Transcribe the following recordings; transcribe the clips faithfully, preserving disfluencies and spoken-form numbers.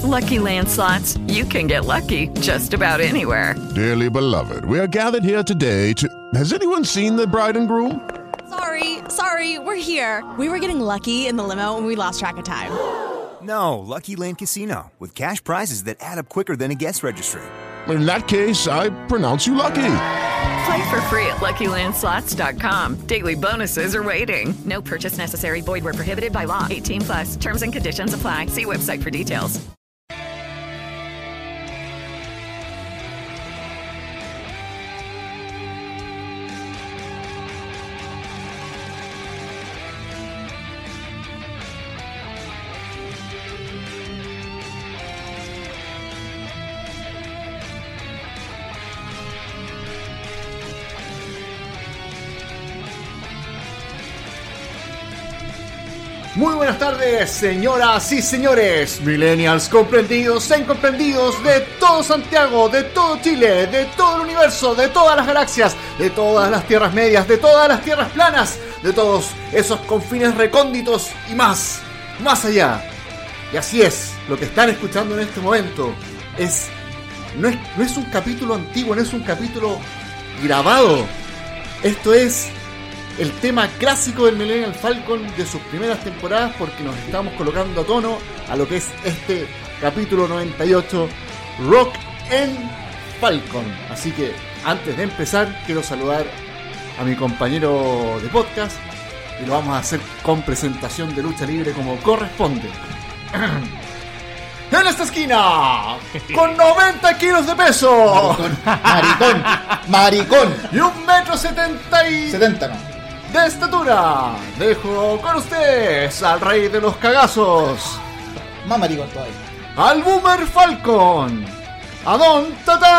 Lucky Land Slots, you can get lucky just about anywhere. Dearly beloved, we are gathered here today to... Has anyone seen the bride and groom? Sorry, sorry, we're here. We were getting lucky in the limo and we lost track of time. No, Lucky Land Casino, with cash prizes that add up quicker than a guest registry. In that case, I pronounce you lucky. Play for free at Lucky Land Slots dot com. Daily bonuses are waiting. No purchase necessary. Void where prohibited by law. eighteen plus. Terms and conditions apply. See website for details. Muy buenas tardes, señoras y señores, millennials comprendidos e incomprendidos de todo Santiago, de todo Chile, de todo el universo, de todas las galaxias, de todas las tierras medias, de todas las tierras planas, de todos esos confines recónditos y más, más allá. Y así es, lo que están escuchando en este momento es no es, no es un capítulo antiguo, no es un capítulo grabado. Esto es el tema clásico del Millennial Falcon de sus primeras temporadas, porque nos estamos colocando a tono a lo que es este capítulo noventa y ocho, Rock en Falcon. Así que antes de empezar quiero saludar a mi compañero de podcast y lo vamos a hacer con presentación de lucha libre como corresponde. En esta esquina, con noventa kilos de peso, maricón, maricón, y un metro setenta y setenta, no. de estatura, dejo con ustedes al rey de los cagazos, más maricón todavía, al Boomer Falcon, a Don Tatán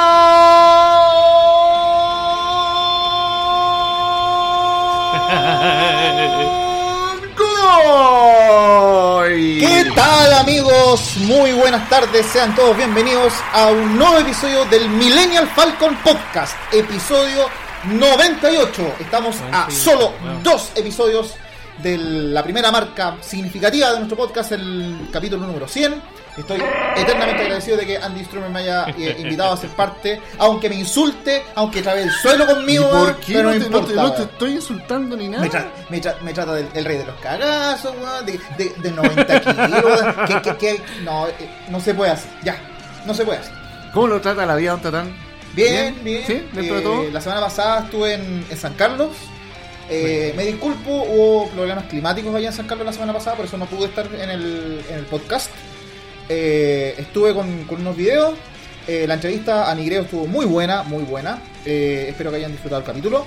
Godoy. ¿Qué tal, amigos? Muy buenas tardes, sean todos bienvenidos a un nuevo episodio del Millennial Falcon Podcast, episodio noventa y ocho. Estamos a solo dos episodios de la primera marca significativa de nuestro podcast, el capítulo número cien. Estoy eternamente agradecido de que Andy Strummer me haya eh, invitado a ser parte, aunque me insulte, aunque trabe el suelo conmigo. ¿Y por qué? Pero no, no, te, no, te, importa, no te estoy insultando ni nada. Me, tra- me, tra- me trata del, del rey de los cagazos, de, de, de noventa kilos. que, que, que, no, eh, no se puede hacer. Ya, no se puede hacer. ¿Cómo lo trata la vida, Don Tatán? Bien, bien. ¿Sí? ¿Dentro eh, de todo? La semana pasada estuve en, en San Carlos. Eh, me disculpo, hubo problemas climáticos allá en San Carlos la semana pasada, por eso no pude estar en el, en el podcast. Eh, estuve con, con unos videos. Eh, la entrevista a Nigreo estuvo muy buena, muy buena. Eh, espero que hayan disfrutado el capítulo.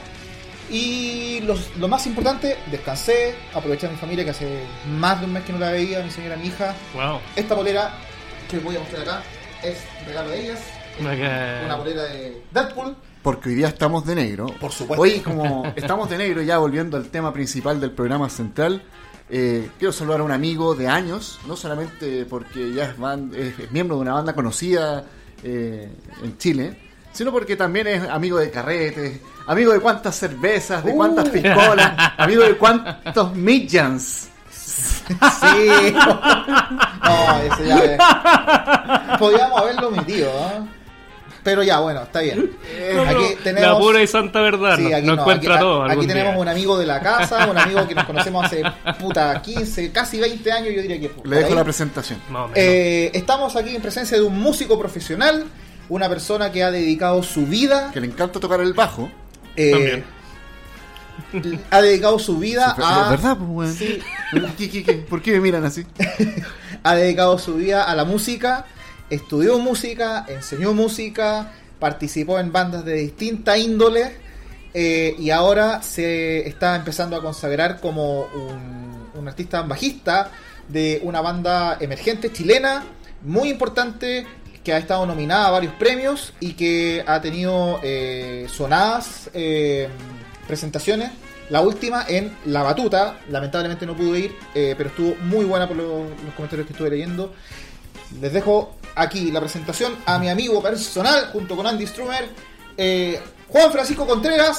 Y los, lo más importante, descansé, aproveché a mi familia, que hace más de un mes que no la veía, mi señora, mi hija. Wow. Esta polera que voy a mostrar acá es un regalo de ellas. Okay. Una polera de Deadpool. Porque hoy día estamos de negro. Por supuesto. Hoy, como estamos de negro, ya volviendo al tema principal del programa central, eh, quiero saludar a un amigo de años, no solamente porque ya es, band, es, es miembro de una banda conocida eh, en Chile, sino porque también es amigo de carretes, amigo de cuántas cervezas, de cuántas uh. piscolas, amigo de cuántos midjans. Sí. No, eso ya es. Podríamos haberlo omitido, ¿eh? Pero ya, bueno, está bien. No, aquí tenemos la pura y santa verdad. Sí, aquí no, no, encuentra aquí, todo. Aquí tenemos día. un amigo de la casa, un amigo que nos conocemos hace puta quince, casi veinte años, yo diría que. Le dejo ahí la presentación. No, eh, estamos aquí en presencia de un músico profesional, una persona que ha dedicado su vida. Que le encanta tocar el bajo. Eh, También. Ha dedicado su vida sí, a. ¿Es verdad, pues, bueno. Sí. ¿Qué, qué, qué? ¿Por qué me miran así? Ha dedicado su vida a la música, estudió música, enseñó música, participó en bandas de distinta índole eh, y ahora se está empezando a consagrar como un, un artista bajista de una banda emergente chilena muy importante que ha estado nominada a varios premios y que ha tenido eh, sonadas eh, presentaciones. La última en La Batuta, lamentablemente no pude ir, eh, pero estuvo muy buena por lo, los comentarios que estuve leyendo. Les dejo aquí la presentación a mi amigo personal, junto con Andy Strummer, eh, Juan Francisco Contreras,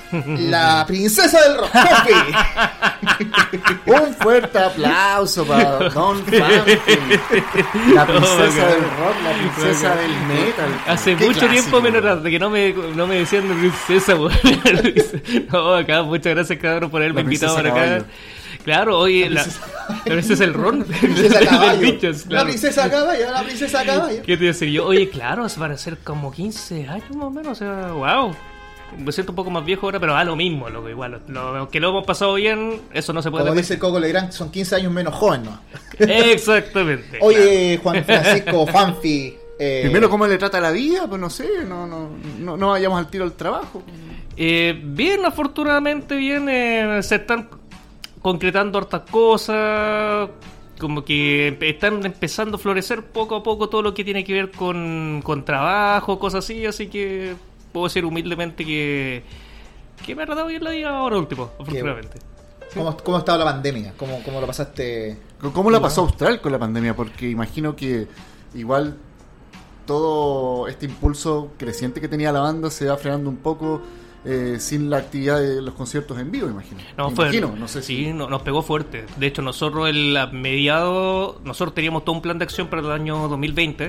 la princesa del rock, Fanfi. Un fuerte aplauso para Don Fanfi. La princesa del rock, la princesa del metal. Hace Qué mucho clásico. tiempo menos de que no me, no me decían de princesa. No, acá, muchas gracias, cabrón, por haberme La invitado para princesa acá. caballo. Claro, oye, la, pero ese es el ron. La princesa caballo. Del bichos, La claro. princesa caballo, la princesa caballo. ¿Qué te iba a decir yo? Oye, claro, van a ser como quince años más o menos, o sea, wow. Me siento un poco más viejo ahora, pero da lo mismo, loco, igual. Lo, lo que lo hemos pasado bien, eso no se puede Como repetir. dice el Coco Legrand, son quince años menos joven, ¿no? Exactamente. Oye, Juan Francisco Fanfi. Eh, Primero, ¿cómo le trata la vida? Pues no sé, no, no, no, no vayamos al tiro al trabajo. Eh, bien, afortunadamente bien, eh, se están concretando hartas cosas, como que están empezando a florecer poco a poco todo lo que tiene que ver con, con trabajo, cosas así, así que puedo decir humildemente que, que me ha tratado bien la vida ahora último, afortunadamente. ¿Cómo, ¿Cómo ha estado la pandemia? ¿Cómo, cómo lo pasaste? ¿Cómo la pasó Austral con la pandemia? Porque imagino que igual todo este impulso creciente que tenía la banda se va frenando un poco eh, sin la actividad de los conciertos en vivo, imagino. No, Me fue, imagino, no sé si... sí, no, nos pegó fuerte. De hecho, nosotros el a mediado, nosotros teníamos todo un plan de acción para el año dos mil veinte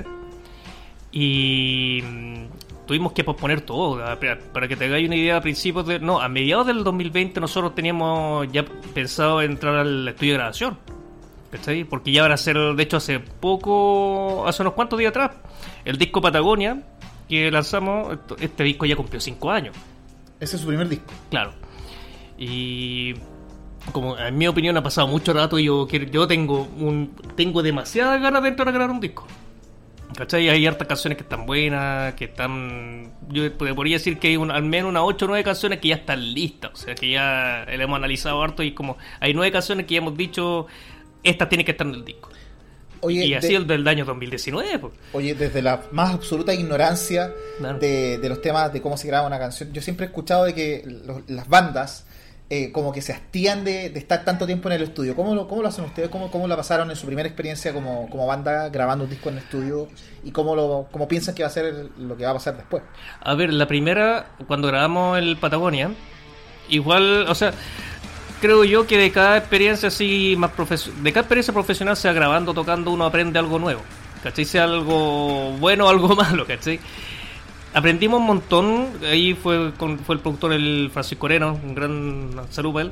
y mm, tuvimos que posponer todo. Para que te hagáis una idea, a principios de, no, a mediados del dos mil veinte nosotros teníamos ya pensado entrar al estudio de grabación, ¿cachai? Porque ya van a ser, de hecho, hace poco, hace unos cuantos días atrás, el disco Patagonia que lanzamos, este disco ya cumplió cinco años. Ese es su primer disco. Claro. Y como en mi opinión ha pasado mucho rato y yo, yo tengo un tengo demasiadas ganas de entrar a grabar un disco. ¿Cachai? Hay hartas canciones que están buenas, que están... Yo podría decir que hay un, al menos unas ocho o nueve canciones que ya están listas. O sea, que ya le hemos analizado harto y como hay nueve canciones que ya hemos dicho, estas tienen que estar en el disco. Oye, y así de, el del año dos mil diecinueve. Pues. Oye, desde la más absoluta ignorancia Claro. de, de los temas de cómo se graba una canción, yo siempre he escuchado de que los, las bandas eh, como que se hastían de, de estar tanto tiempo en el estudio. ¿Cómo lo, cómo lo hacen ustedes? ¿Cómo, cómo la pasaron en su primera experiencia como, como banda grabando un disco en el estudio? ¿Y cómo, lo, cómo piensan que va a ser el, lo que va a pasar después? A ver, la primera, cuando grabamos el Patagonia, igual, o sea... Creo yo que de cada experiencia así más profes- de cada experiencia profesional, sea grabando, tocando, uno aprende algo nuevo, ¿cachai? Sea algo bueno o algo malo, ¿cachai? Aprendimos un montón. Ahí fue con, fue el productor, el Francisco Areno, un gran saludo para él.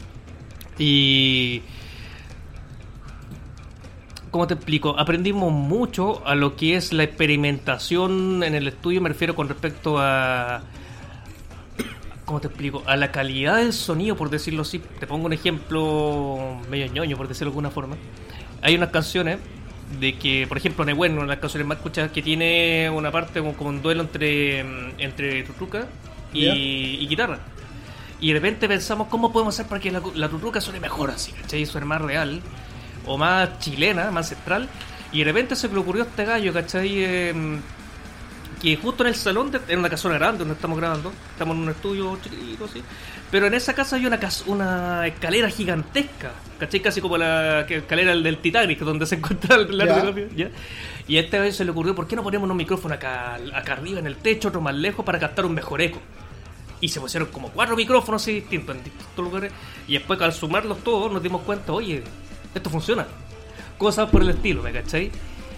Y ¿cómo te explico? Aprendimos mucho a lo que es la experimentación en el estudio, me refiero con respecto a... ¿Cómo te explico? A la calidad del sonido, por decirlo así. Te pongo un ejemplo medio ñoño, por decirlo de alguna forma. Hay unas canciones de que, por ejemplo, Nehuen, una de las canciones más escuchadas, que tiene una parte como, como un duelo entre, entre tutruca y, yeah. y guitarra. Y de repente pensamos, ¿cómo podemos hacer para que la, la tutruca suene mejor así? ¿Cachai? Suene más real, o más chilena, más ancestral. Y de repente se me ocurrió este gallo, ¿cachai? Eh, que justo en el salón, de, en una casona grande donde estamos grabando, estamos en un estudio chiquitito así, pero en esa casa hay una cas- una escalera gigantesca, ¿cachai? Casi como la escalera del, del Titanic, donde se encuentra el largo, ¿ya? Y a esta vez se le ocurrió, ¿por qué no ponemos un micrófono acá, acá arriba en el techo, otro más lejos, para captar un mejor eco? Y se pusieron como cuatro micrófonos así distintos en distintos lugares, y después al sumarlos todos nos dimos cuenta, oye, esto funciona, cosas por el estilo, ¿me cachai?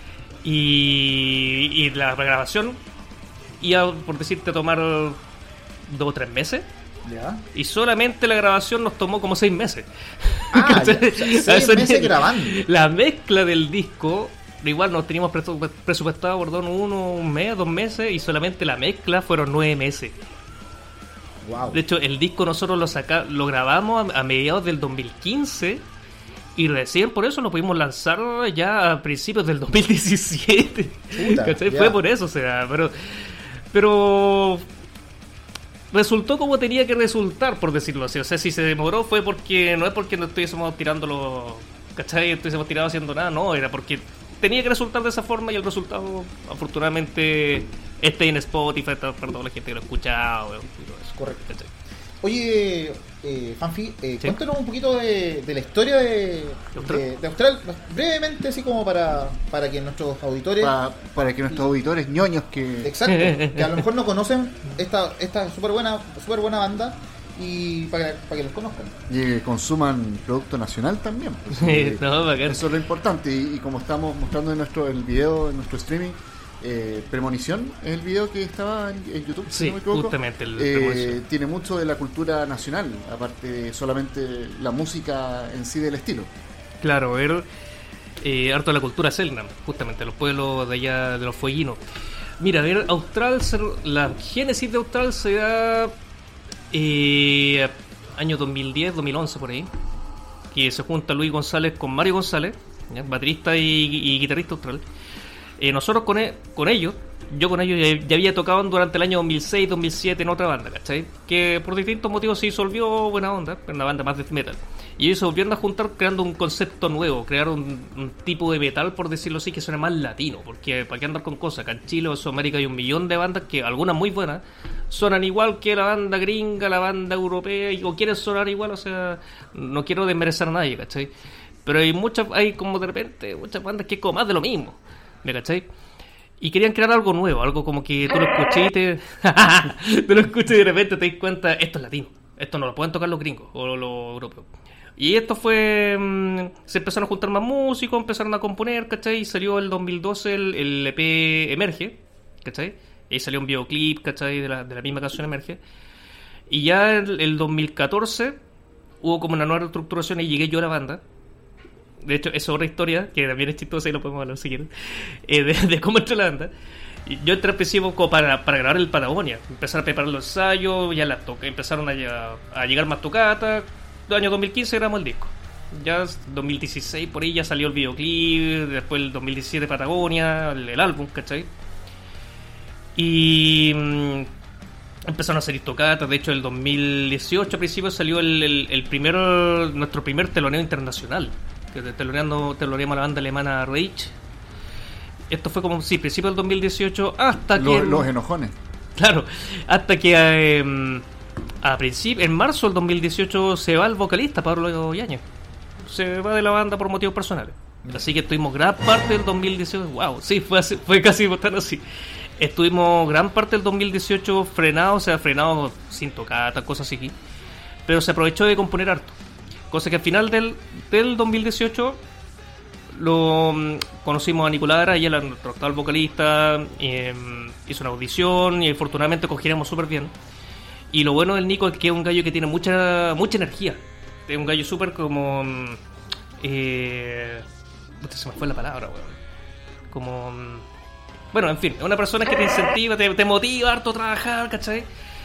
Y, y la grabación iba, por decirte, a tomar dos o tres meses. ¿Ya? Y solamente la grabación nos tomó como seis meses. Ah, ya, ya, seis meses grabando. La mezcla del disco, igual nos teníamos presupuestado, perdón, uno, un mes, dos meses, y solamente la mezcla fueron nueve meses. Wow. De hecho, el disco nosotros lo saca, lo grabamos a, a mediados del dos mil quince. Y recién por eso lo pudimos lanzar ya a principios del dos mil diecisiete. Puta, fue por eso, o sea, pero pero resultó como tenía que resultar, por decirlo así. O sea, si se demoró fue porque no es porque no estuviésemos tirándolo, ¿cachai? Estuviésemos tirados haciendo nada, no, era porque tenía que resultar de esa forma, y el resultado, afortunadamente, está en Spotify, está para toda la gente que lo ha escuchado y todo eso. Correcto. ¿Cachai? Oye, eh, Fanfi, eh, Sí. cuéntanos un poquito de, de la historia de, ¿Austral? de, de Austral, brevemente, así como para, para que nuestros auditores... Pa- para que nuestros auditores ñoños que... Exacto, que a lo mejor no conocen esta esta súper buena, super buena banda, y para, para que los conozcan. Y que consuman producto nacional también. Pues, Sí, no, bacán. eso es lo importante. Y, y como estamos mostrando en nuestro el video, en nuestro streaming, eh, Premonición es el video que estaba en, en YouTube, si Sí, no me equivoco. justamente el Eh, Premonición. tiene mucho de la cultura nacional, aparte de solamente la música en sí del estilo. Claro, ver eh, harto de la cultura Selknam, justamente, los pueblos de allá, de los fueguinos. Mira, a ver, Austral, se- la génesis de Austral se da eh, año dos mil diez, dos mil once por ahí, que se junta Luis González con Mario González, ¿ya? Baterista y, y guitarrista Austral. Eh, nosotros con, e- con ellos, yo con ellos ya, ya había tocado durante el año dos mil seis, dos mil siete en otra banda, ¿cachai? Que por distintos motivos se disolvió, buena onda, en una banda más death metal. Y ellos se volvieron a juntar creando un concepto nuevo, crear un, un tipo de metal, por decirlo así, que suena más latino. Porque para qué andar con cosas, acá en Chile o en Sudamérica hay un millón de bandas que, algunas muy buenas, suenan igual que la banda gringa, la banda europea, y- o quieren sonar igual, o sea, no quiero desmerecer a nadie, ¿cachai? Pero hay muchas, hay como de repente, muchas bandas que es como más de lo mismo, ¿me cachai? Y querían crear algo nuevo, algo como que tú lo escuché y te... tú lo escuchas y de repente te das cuenta, esto es latino, esto no lo pueden tocar los gringos o los europeos. Y esto fue... mm, se empezaron a juntar más músicos, empezaron a componer, ¿cachai? Y salió el dos mil doce el, el E P Emerge, ¿cachai? Y ahí salió un videoclip, ¿cachai? De la, de la misma canción Emerge. Y ya el, el dos mil catorce hubo como una nueva reestructuración y llegué yo a la banda. De hecho, es otra historia, que también es chistosa y lo podemos hablar si quieren, eh, de, de cómo entré a la banda. Y yo entré al principio como para, para grabar el Patagonia. Empezar a preparar los ensayos, ya las toca, empezaron a, lle- a llegar más tocatas. El año dos mil quince grabamos el disco. Ya dos mil dieciséis por ahí ya salió el videoclip, después el dos mil diecisiete Patagonia, el, el álbum, ¿cachai? Y mm, empezaron a salir tocatas. De hecho, el dos mil dieciocho a principios salió el, el, el primer, nuestro primer teloneo internacional, que teloneando, teloneamos a la banda alemana Rage. Esto fue como, sí, principio del dos mil dieciocho hasta que... Los, los enojones. Claro, hasta que eh, a principio, en marzo del dos mil dieciocho se va el vocalista Pablo Yáñez. Se va de la banda por motivos personales. Así que estuvimos gran parte del dos mil dieciocho. Wow, sí, fue, así, fue casi tan así. Estuvimos gran parte del dos mil dieciocho frenados, o sea, frenados sin tocar, cosas así. Pero se aprovechó de componer harto. Cosa que al final del, del dos mil dieciocho lo mm, conocimos a Nicolás Ara, ella era nuestro actual vocalista, eh, hizo una audición y afortunadamente cogimos súper bien. Y lo bueno del Nico es que es un gallo que tiene mucha mucha energía. Es un gallo súper como... mm, Eh, puta, se me fue la palabra, weón. Como... mm, Bueno, en fin, es una persona que te incentiva, te, te motiva harto a trabajar, ¿cachai?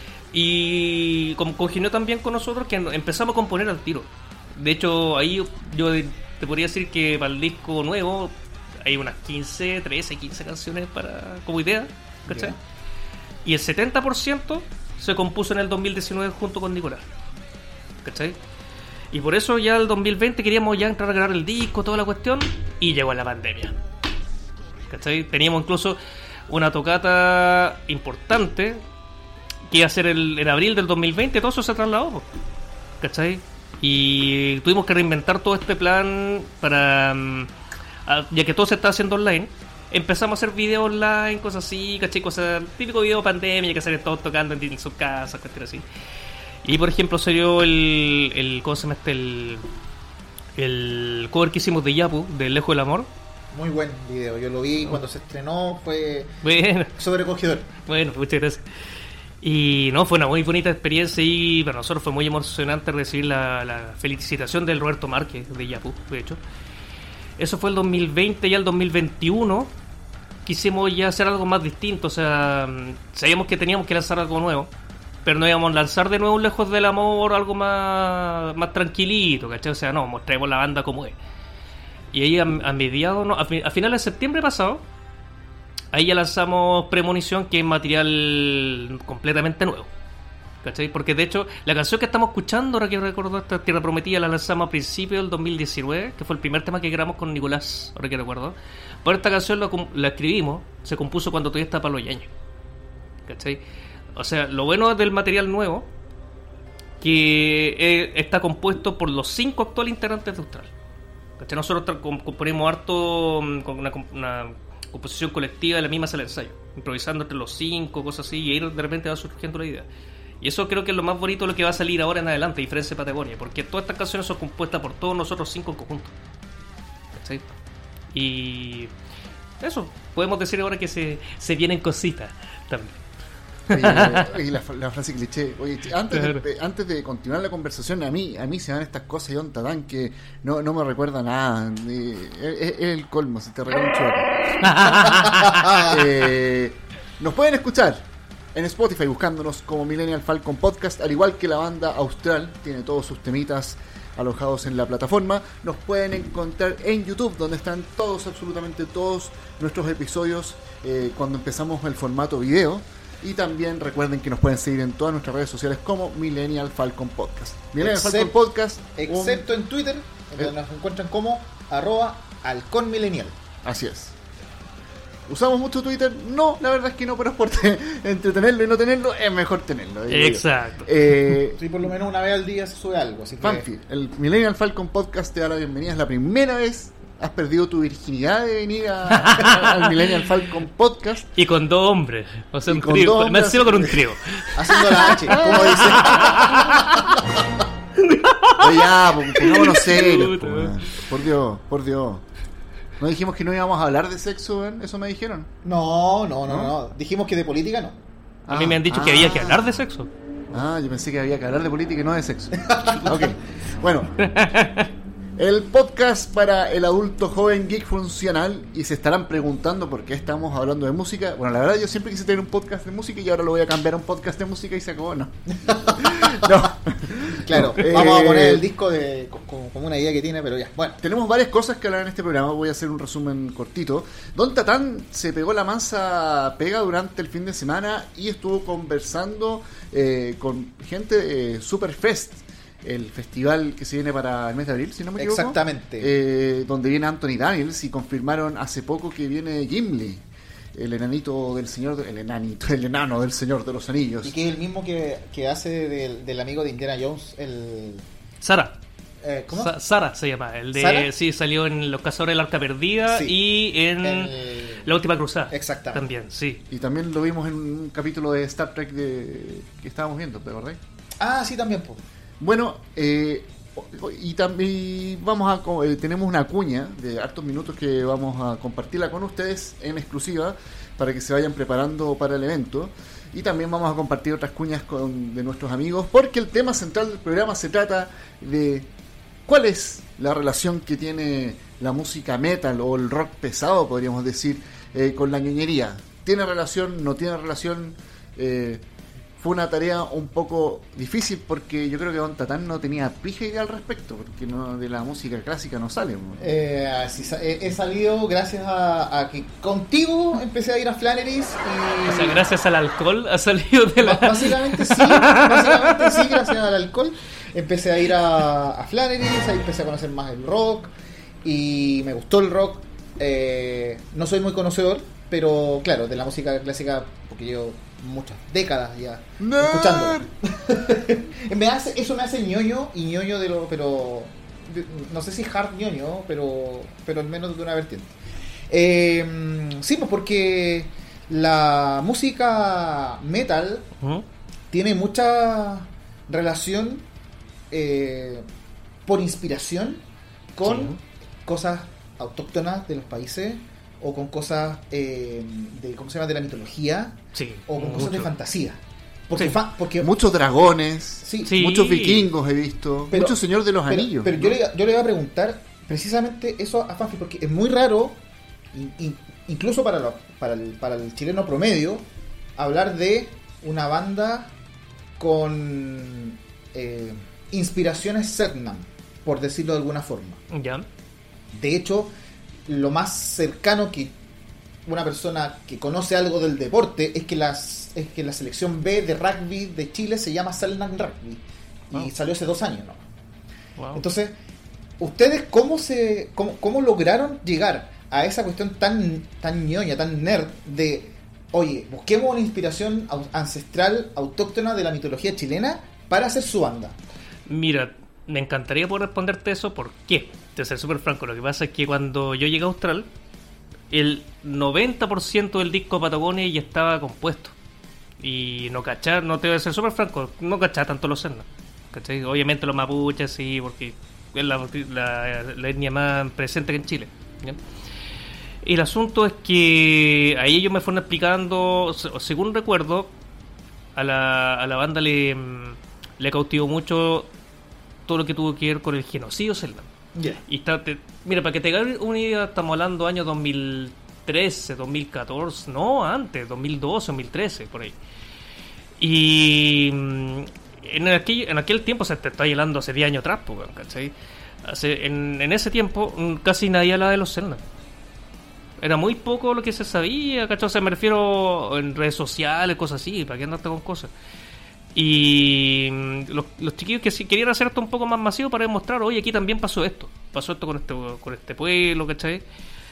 Y como congenió también con nosotros que empezamos a componer al tiro. De hecho, ahí yo te podría decir que para el disco nuevo hay unas quince, trece, quince canciones para como idea, ¿cachai? Bien. Y el setenta por ciento se compuso en el dos mil diecinueve junto con Nicolás, ¿cachai? Y por eso ya el dos mil veinte queríamos ya entrar a grabar el disco, toda la cuestión, y llegó la pandemia, ¿cachai? Teníamos incluso una tocata importante que iba a ser el, en abril del dos mil veinte, todo eso se trasladó, ¿cachai? Y tuvimos que reinventar todo este plan para, um, a, ya que todo se está haciendo online, empezamos a hacer videos online, cosas así, ¿cachai? Cosas, típico video pandemia, que salen todos tocando en, en sus casas, cuestiones así. Y por ejemplo salió el, el ¿cómo se llama este? El, el cover que hicimos de Yapu, de Lejos del Amor. Muy buen video, yo lo vi cuando se estrenó, fue Bueno, sobrecogedor. bueno, muchas gracias. Y no, fue una muy bonita experiencia y para nosotros fue muy emocionante recibir la, la felicitación del Roberto Márquez de Yapu, de hecho. Eso fue el dos mil veinte, ya el dos mil veintiuno quisimos ya hacer algo más distinto, o sea, sabíamos que teníamos que lanzar algo nuevo, pero no íbamos a lanzar de nuevo Lejos del Amor, algo más, más tranquilito, ¿cachai? O sea, no, mostremos la banda como es. Y ahí a, a mediados, no, a, fi- a finales de septiembre pasado, ahí ya lanzamos Premonición, que es material completamente nuevo, ¿cachai? Porque de hecho, la canción que estamos escuchando, ahora que recuerdo, esta Tierra Prometida, la lanzamos a principios del dos mil diecinueve, que fue el primer tema que grabamos con Nicolás, ahora que recuerdo. Pero esta canción la, com- la escribimos, se compuso cuando todavía estaba Pablo Yáñez, ¿cachai? O sea, lo bueno del material nuevo, que eh, está compuesto por los cinco actuales integrantes de Austral, ¿cachai? Nosotros tra- com- componemos harto mm, con una, com- una composición colectiva de la misma sala de ensayo, improvisando entre los cinco, cosas así, y ahí de repente va surgiendo la idea. Y eso creo que es lo más bonito de lo que va a salir ahora en adelante, a diferencia de Patagonia, porque todas estas canciones son compuestas por todos nosotros cinco en conjunto. ¿Sí? Y eso, podemos decir ahora que se, se vienen cositas también. Oye, la, la frase cliché. Oye, antes, claro. de, antes de continuar la conversación, a mí a mí se dan estas cosas y Don Tatán que no, no me recuerda nada. Eh, es, es el colmo, se te regala un chueco. eh, nos pueden escuchar en Spotify buscándonos como Millennial Falcon Podcast, al igual que la banda Austral, tiene todos sus temitas alojados en la plataforma. Nos pueden encontrar en YouTube, donde están todos, absolutamente todos nuestros episodios eh, cuando empezamos el formato video. Y también recuerden que nos pueden seguir en todas nuestras redes sociales como Millennial Falcon Podcast. Millennial Excep- Falcon Podcast. Excepto un... en Twitter, donde eh. nos encuentran como arroba halcón millennial. Así es. ¿Usamos mucho Twitter? No, la verdad es que no, pero es por te- entretenerlo y no tenerlo, es mejor tenerlo. Exacto. Eh, sí, por lo menos una vez al día se sube algo. Así que... Fanfi, el Millennial Falcon Podcast te da la bienvenida. Es la primera vez has perdido tu virginidad de venir a, al Millennial Falcon Podcast. Y con dos hombres. O sea, un trío. Me ha sido con un trío. Haciendo la H, como dice. Oye, ya, pongámonos serios. Por Dios, por Dios. ¿No dijimos que no íbamos a hablar de sexo, ¿eh? ¿Eso me dijeron? No, no, no, no, no. Dijimos que de política no. A ah, mí me han dicho ah, que había que hablar de sexo. Ah, yo pensé que había que hablar de política y no de sexo. Ok, bueno. El podcast para el adulto joven geek funcional. Y se estarán preguntando por qué estamos hablando de música. Bueno, la verdad yo siempre quise tener un podcast de música y ahora lo voy a cambiar a un podcast de música y se acabó. No, no. Claro, no, vamos eh, a poner el disco de como, como una idea que tiene, pero ya. Bueno, tenemos varias cosas que hablar en este programa. Voy a hacer un resumen cortito. Don Tatán se pegó la mansa pega durante el fin de semana y estuvo conversando eh, con gente de Superfest, el festival que se viene para el mes de abril, si no me equivoco. Exactamente. Eh, donde viene Anthony Daniels y confirmaron hace poco que viene Gimli, el enanito del señor, el enanito, el enano del Señor de los Anillos. Y que es el mismo que, que hace del, del amigo de Indiana Jones, el... Sara. Eh, ¿Cómo? Sa- Sara se llama, el de ¿Sara? Sí, salió en Los Cazadores del Arca Perdida, sí, y en el... La Última Cruzada. Exactamente. También, sí. Y también lo vimos en un capítulo de Star Trek de que estábamos viendo, ¿te acordás? Ah, sí, también, pues. Bueno, eh, y también vamos a eh, tenemos una cuña de hartos minutos que vamos a compartirla con ustedes en exclusiva para que se vayan preparando para el evento. Y también vamos a compartir otras cuñas con, de nuestros amigos, porque el tema central del programa se trata de cuál es la relación que tiene la música metal o el rock pesado, podríamos decir, eh, con la ñoñería. ¿Tiene relación? ¿No tiene relación? Eh, Fue una tarea un poco difícil porque yo creo que Don Tatán no tenía pija idea al respecto, porque no, de la música clásica no sale. Eh, sí, he salido gracias a, a que contigo empecé a ir a Flannery's. Y... O sea, gracias al alcohol ha salido de la... Básicamente sí, básicamente sí, gracias al alcohol. Empecé a ir a, a Flannery's, ahí empecé a conocer más el rock y me gustó el rock. Eh, no soy muy conocedor, pero claro, de la música clásica, porque yo... muchas décadas ya ¡Nerd! Escuchando. me hace, eso me hace ñoño y ñoño de lo, pero de, no sé si hard ñoño, pero pero al menos de una vertiente. Eh, sí, pues porque la música metal uh-huh. tiene mucha relación eh, por inspiración con sí. cosas autóctonas de los países. O con cosas eh, de, ¿cómo se llama? De la mitología. Sí, o con mucho. cosas de fantasía. Porque, sí. fa, porque muchos dragones, sí. Sí. muchos vikingos he visto, pero, muchos Señor de los pero, Anillos. Pero ¿no? yo, le, yo le voy a preguntar precisamente eso a Fanfi, porque es muy raro, in, in, incluso para, lo, para, el, para el chileno promedio, hablar de una banda con eh, inspiraciones Selknam, por decirlo de alguna forma. Ya. De hecho, lo más cercano que una persona que conoce algo del deporte es que las es que la selección B de rugby de Chile se llama Selknam Rugby wow. y salió hace dos años, ¿no? Wow. Entonces, ¿ustedes cómo se cómo, cómo lograron llegar a esa cuestión tan tan ñoña, tan nerd de oye, busquemos una inspiración ancestral autóctona de la mitología chilena para hacer su banda? Mira, me encantaría poder responderte eso. ¿Por qué? Te ser súper franco. Lo que pasa es que cuando yo llegué a Austral, el noventa por ciento del disco Patagonia ya estaba compuesto. Y no cachar, no te voy a ser súper franco, no cachar tanto los Selknam, ¿cachai? Obviamente los mapuches sí, porque es la, la, la etnia más presente que en Chile, ¿ya? Y el asunto es que ahí ellos me fueron explicando, según recuerdo, a la, a la banda le, le cautivó mucho todo lo que tuvo que ver con el genocidio Selknam. Yeah. Y está, te, mira, para que te hagas una idea, estamos hablando años dos mil trece, dos mil catorce, no, antes, dos mil doce, dos mil trece, por ahí. Y en aquel, en aquel tiempo, se te está hablando hace diez años atrás, ¿cachai? Hace, en, en ese tiempo casi nadie hablaba de los Selknam. Era muy poco lo que se sabía, ¿cachai? O sea, me refiero en redes sociales, cosas así, para qué andarte con cosas. Y los, los chiquillos que sí querían hacer esto un poco más masivo para demostrar, oye, aquí también pasó esto, pasó esto con este, con este pueblo, ¿cachai?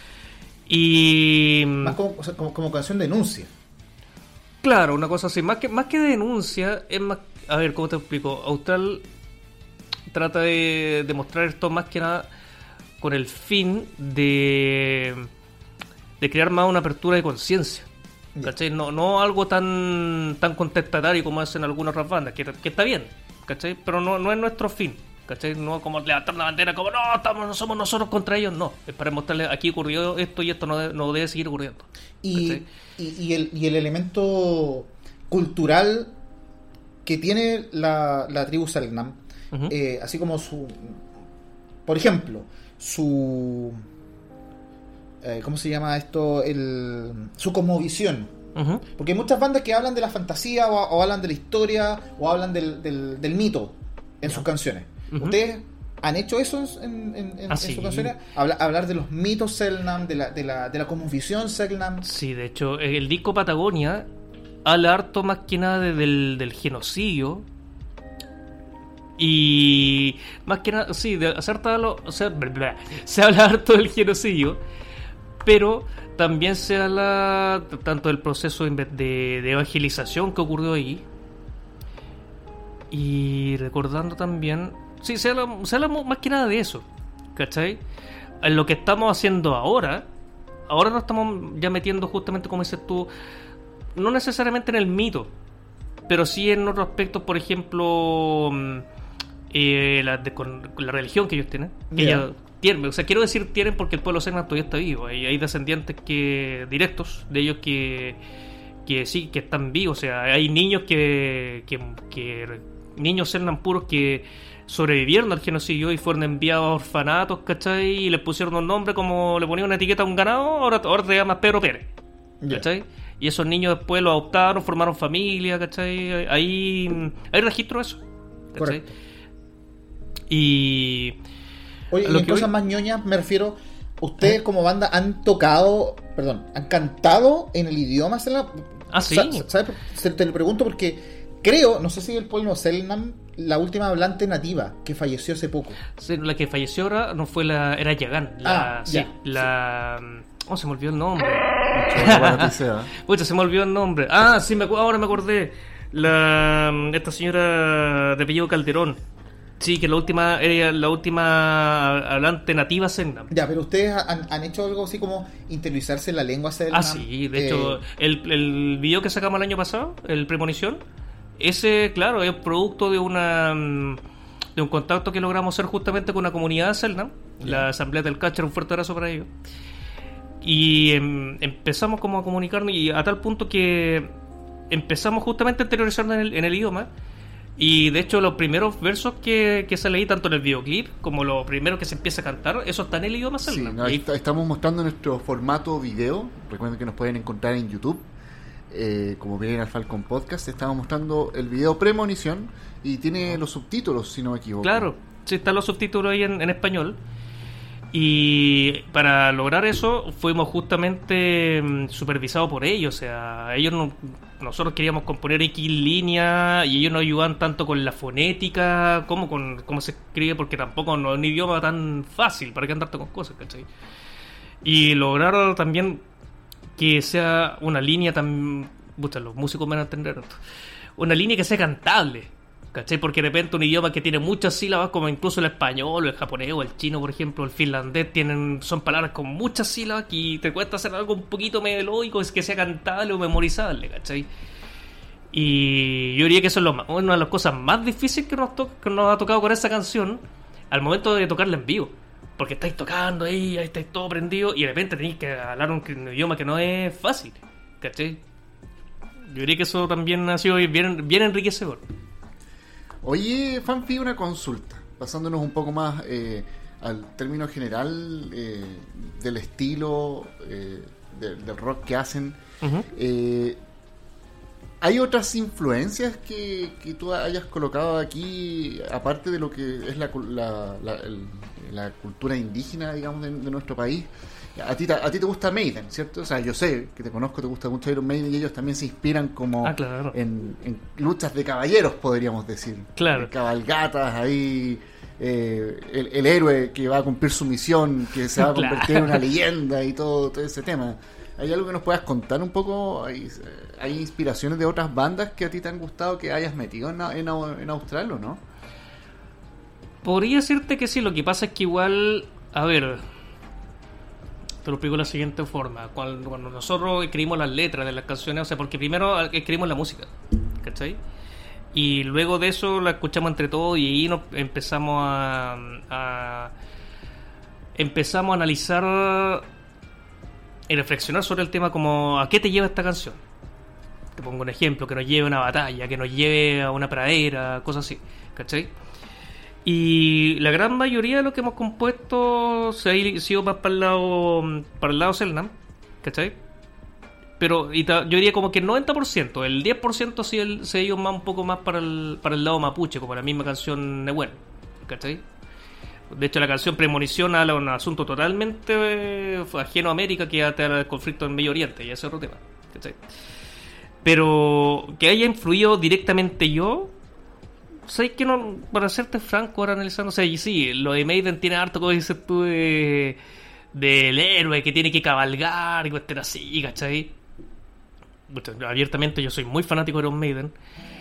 Y más como, o sea, como, como canción de denuncia. Claro, una cosa así, más que, más que denuncia, es más, a ver, ¿cómo te explico? Austral trata de demostrar esto más que nada con el fin de de crear más una apertura de conciencia, ¿cachai? No, no algo tan tan contestatario como hacen algunas otras bandas, que, que está bien, ¿cachai? Pero no, no es nuestro fin, ¿cachai? No como levantar la bandera como no, estamos, no somos nosotros contra ellos, no. Es para mostrarles aquí ocurrió esto y esto no debe, no debe seguir ocurriendo. Y, y, y, el, y el elemento cultural que tiene la, la tribu Selknam, uh-huh. eh, así como su, por ejemplo, su... Eh, ¿cómo se llama esto? El, su cosmovisión. Uh-huh. Porque hay muchas bandas que hablan de la fantasía o, o hablan de la historia o hablan del, del, del mito en yeah. sus canciones. Uh-huh. ¿Ustedes han hecho eso en, en, en, ah, en sí. sus canciones? Habla, hablar de los mitos Selknam, de la, de la, de la cosmovisión Selknam. Sí, de hecho, el disco Patagonia habla harto más que nada de, del, del genocidio. Y más que nada, sí, de acertarlo, o sea, bla, bla, se habla harto del genocidio. Pero también se habla tanto del proceso de, de, de evangelización que ocurrió ahí. Y recordando también... Sí, se habla, se habla más que nada de eso, ¿cachai? En lo que estamos haciendo ahora, ahora nos estamos ya metiendo justamente, como dices tú, no necesariamente en el mito, pero sí en otros aspectos, por ejemplo, eh, la, de, con, con la religión que ellos tienen. Que yeah. ella, tienen, o sea, quiero decir tienen porque el pueblo Selknam todavía está vivo. Hay, hay descendientes que directos de ellos que, que sí, que están vivos. O sea, hay niños que, que, que niños Selknam puros que sobrevivieron al genocidio y fueron enviados a orfanatos, ¿cachai? Y les pusieron un nombre como le ponían una etiqueta a un ganado, ahora, ahora te llamas Pedro Pérez, ¿cachai? Yeah. Y esos niños después los adoptaron, formaron familia, ¿cachai? Ahí hay registro de eso, ¿cachai? Correcto. Y... Oye, y en cosas hoy... más ñoñas me refiero, ustedes ¿Eh? como banda han tocado, perdón, han cantado en el idioma Selknam. Ah, sí. ¿Sabes? Te lo pregunto porque creo, no sé si el pueblo Selknam, la última hablante nativa que falleció hace poco. Sí, la que falleció ahora no fue la, era Yagán. La, ah, sí, ya, la... Sí. Oh, se me olvidó el nombre. Pucha, se me olvidó el nombre. Ah, sí, me, ahora me acordé. La, esta señora de apellido Calderón. Sí, que la última era la última hablante nativa Selknam. Ya, pero ustedes han, han hecho algo así como interiorizarse en la lengua Selknam. Ah, sí, de eh... hecho, el, el video que sacamos el año pasado, el Premonición, ese, claro, es producto de una de un contacto que logramos hacer justamente con una comunidad de Selknam, yeah. la Asamblea del Catcher, un fuerte abrazo para ellos. Y em, empezamos como a comunicarnos y a tal punto que empezamos justamente a interiorizarnos en el, en el idioma. Y de hecho los primeros versos que, que se leí tanto en el videoclip como lo primero que se empieza a cantar, eso está en el idioma Selknam. Sí, no, ahí está, estamos mostrando nuestro formato video. Recuerden que nos pueden encontrar en YouTube eh, como vienen al Falcon Podcast. Estamos mostrando el video Premonición y tiene los subtítulos, si no me equivoco. Claro, sí, están los subtítulos ahí en, en español. Y para lograr eso fuimos justamente mmm, supervisados por ellos. O sea, ellos no, nosotros queríamos componer X línea y ellos nos ayudaban tanto con la fonética como con cómo se escribe, porque tampoco no es un idioma tan fácil para que andarte con cosas, ¿cachai? Y lograr también que sea una línea tan... Pucha, los músicos van a entender esto. Una línea que sea cantable, ¿cachai? Porque de repente un idioma que tiene muchas sílabas, como incluso el español, o el japonés, o el chino, por ejemplo, el finlandés, tienen son palabras con muchas sílabas y te cuesta hacer algo un poquito melódico, es que sea cantable o memorizable, ¿cachai? Y yo diría que eso es lo más, una de las cosas más difíciles que nos, to- que nos ha tocado con esa canción al momento de tocarla en vivo. Porque estáis tocando ahí, ahí estáis todo prendido y de repente tenéis que hablar un, un idioma que no es fácil, ¿cachai? Yo diría que eso también ha sido bien, bien enriquecedor. Oye, Fanfi, una consulta, pasándonos un poco más eh, al término general eh, del estilo eh, de, del rock que hacen. Uh-huh. Eh, ¿Hay otras influencias que, que tú hayas colocado aquí, aparte de lo que es la, la, la, el, la cultura indígena, digamos, de, de nuestro país? A ti, a ti te gusta Maiden, ¿cierto? O sea, yo sé que te conozco, te gusta mucho Iron Maiden y ellos también se inspiran como ah, claro. en, en luchas de caballeros, podríamos decir. Claro. Cabalgatas ahí, eh, el, el héroe que va a cumplir su misión, que se va a convertir Claro. en una leyenda y todo, todo ese tema. ¿Hay algo que nos puedas contar un poco? ¿Hay, hay inspiraciones de otras bandas que a ti te han gustado que hayas metido en, en, en Austral o no? Podría decirte que sí, lo que pasa es que igual, a ver, te lo explico de la siguiente forma. Cuando, cuando nosotros escribimos las letras de las canciones, o sea, porque primero escribimos la música, ¿cachai? Y luego de eso la escuchamos entre todos y ahí nos empezamos a, a empezamos a analizar y reflexionar sobre el tema como ¿a qué te lleva esta canción? Te pongo un ejemplo, que nos lleve a una batalla, que nos lleve a una pradera, cosas así, ¿cachai? Y la gran mayoría de lo que hemos compuesto se ha sido más para el lado para el lado Selknam, ¿cachai? Pero y ta, yo diría como que el noventa por ciento, el diez por ciento sí el, se ha ido más, un poco más para el, para el lado mapuche, como la misma canción Nehuen, ¿cachai? De hecho, la canción Premonición habla de un asunto totalmente eh, ajeno a América, que habla del conflicto en Medio Oriente, y ese es otro tema, ¿cachai? Pero que haya influido directamente yo, ¿sabes que no? Para serte franco, ahora analizando, o sea, y sí, lo de Maiden tiene harto, como dices tú, de del héroe que tiene que cabalgar y cuestiones así, ¿cachai? Abiertamente yo soy muy fanático de Iron Maiden.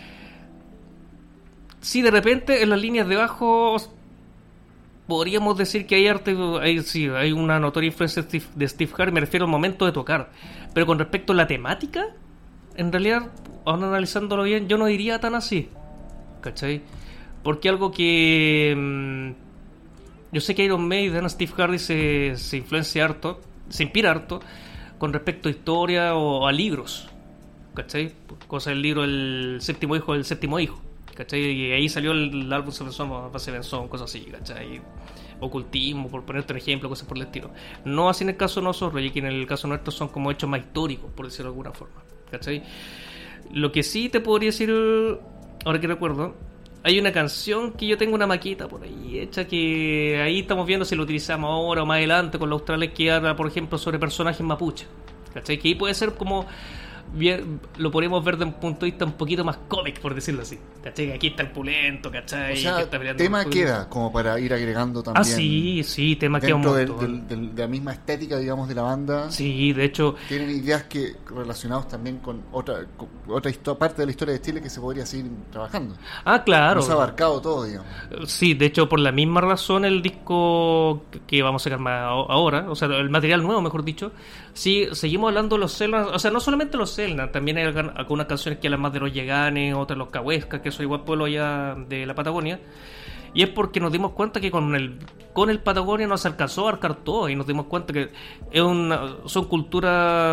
Sí, de repente en las líneas de abajo podríamos decir que hay arte, hay, sí, hay una notoria influencia de Steve, de Steve Harris, me refiero al momento de tocar. Pero con respecto a la temática, en realidad, aún analizándolo bien, yo no diría tan así, ¿cachai? Porque algo que mmm, yo sé que Iron Maiden, Steve Harris se, se influencia harto, se inspira harto con respecto a historia o a libros, ¿cachai? Cosa del libro El séptimo hijo del séptimo hijo, ¿cachai? Y ahí salió el, el álbum Seven Son, cosas así, ¿cachai? Ocultismo, por ponerte un ejemplo, cosas por el estilo. No así en el caso de nosotros, y que en el caso nuestro son como hechos más históricos, por decirlo de alguna forma, ¿cachai? Lo que sí te podría decir, ahora que recuerdo, hay una canción que yo tengo una maqueta por ahí hecha, que ahí estamos viendo si lo utilizamos ahora o más adelante con los australes, que habla, por ejemplo, sobre personajes mapuche, ¿cachai? Que ahí puede ser como bien, lo podemos ver de un punto de vista un poquito más cómic, por decirlo así, ¿cachai? Aquí está el pulento, ¿cachai? O sea, que está tema queda como para ir agregando también. Ah, sí, sí, tema queda un dentro montón. del, del, del, de la misma estética, digamos, de la banda. Sí, de hecho tienen ideas que relacionados también con otra con otra histo- parte de la historia de Chile que se podría seguir trabajando. Ah, claro. No se ha abarcado todo, digamos. Sí, de hecho, por la misma razón el disco que vamos a sacar más ahora, o sea, el material nuevo, mejor dicho, sí, seguimos hablando de los Selknam, o sea, no solamente los Selknam, también hay algunas canciones que hablan más de los Yeganes, otras los Cahuescas, que son igual pueblo allá de la Patagonia, y es porque nos dimos cuenta que con el con el Patagonia nos alcanzó a abarcar todo, y nos dimos cuenta que es una, son culturas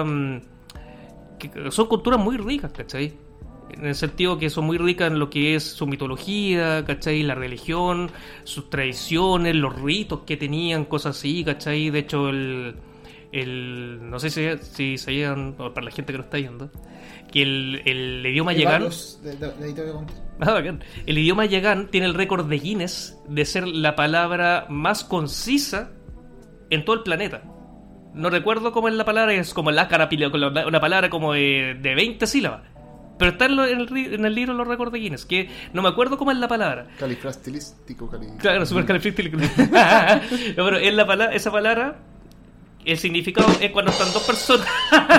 que son culturas muy ricas, ¿cachai? En el sentido que son muy ricas en lo que es su mitología, ¿cachai? La religión, sus tradiciones, los ritos que tenían, cosas así, ¿cachai? De hecho, el, el no sé si, si sabían, para la gente que lo está viendo, que el, el idioma Yagán, de, de, de, de ah, bacán. El idioma Yagán tiene el récord de Guinness de ser la palabra más concisa en todo el planeta. No recuerdo cómo es la palabra, es como la carapila, una palabra como de, de veinte sílabas. Pero está en, lo, en, el, en el libro de los récords de Guinness, que no me acuerdo cómo es la palabra. Califrastilístico, cali... Claro, super califrastilístico. Pero es la palabra, esa palabra, el significado es cuando están dos personas.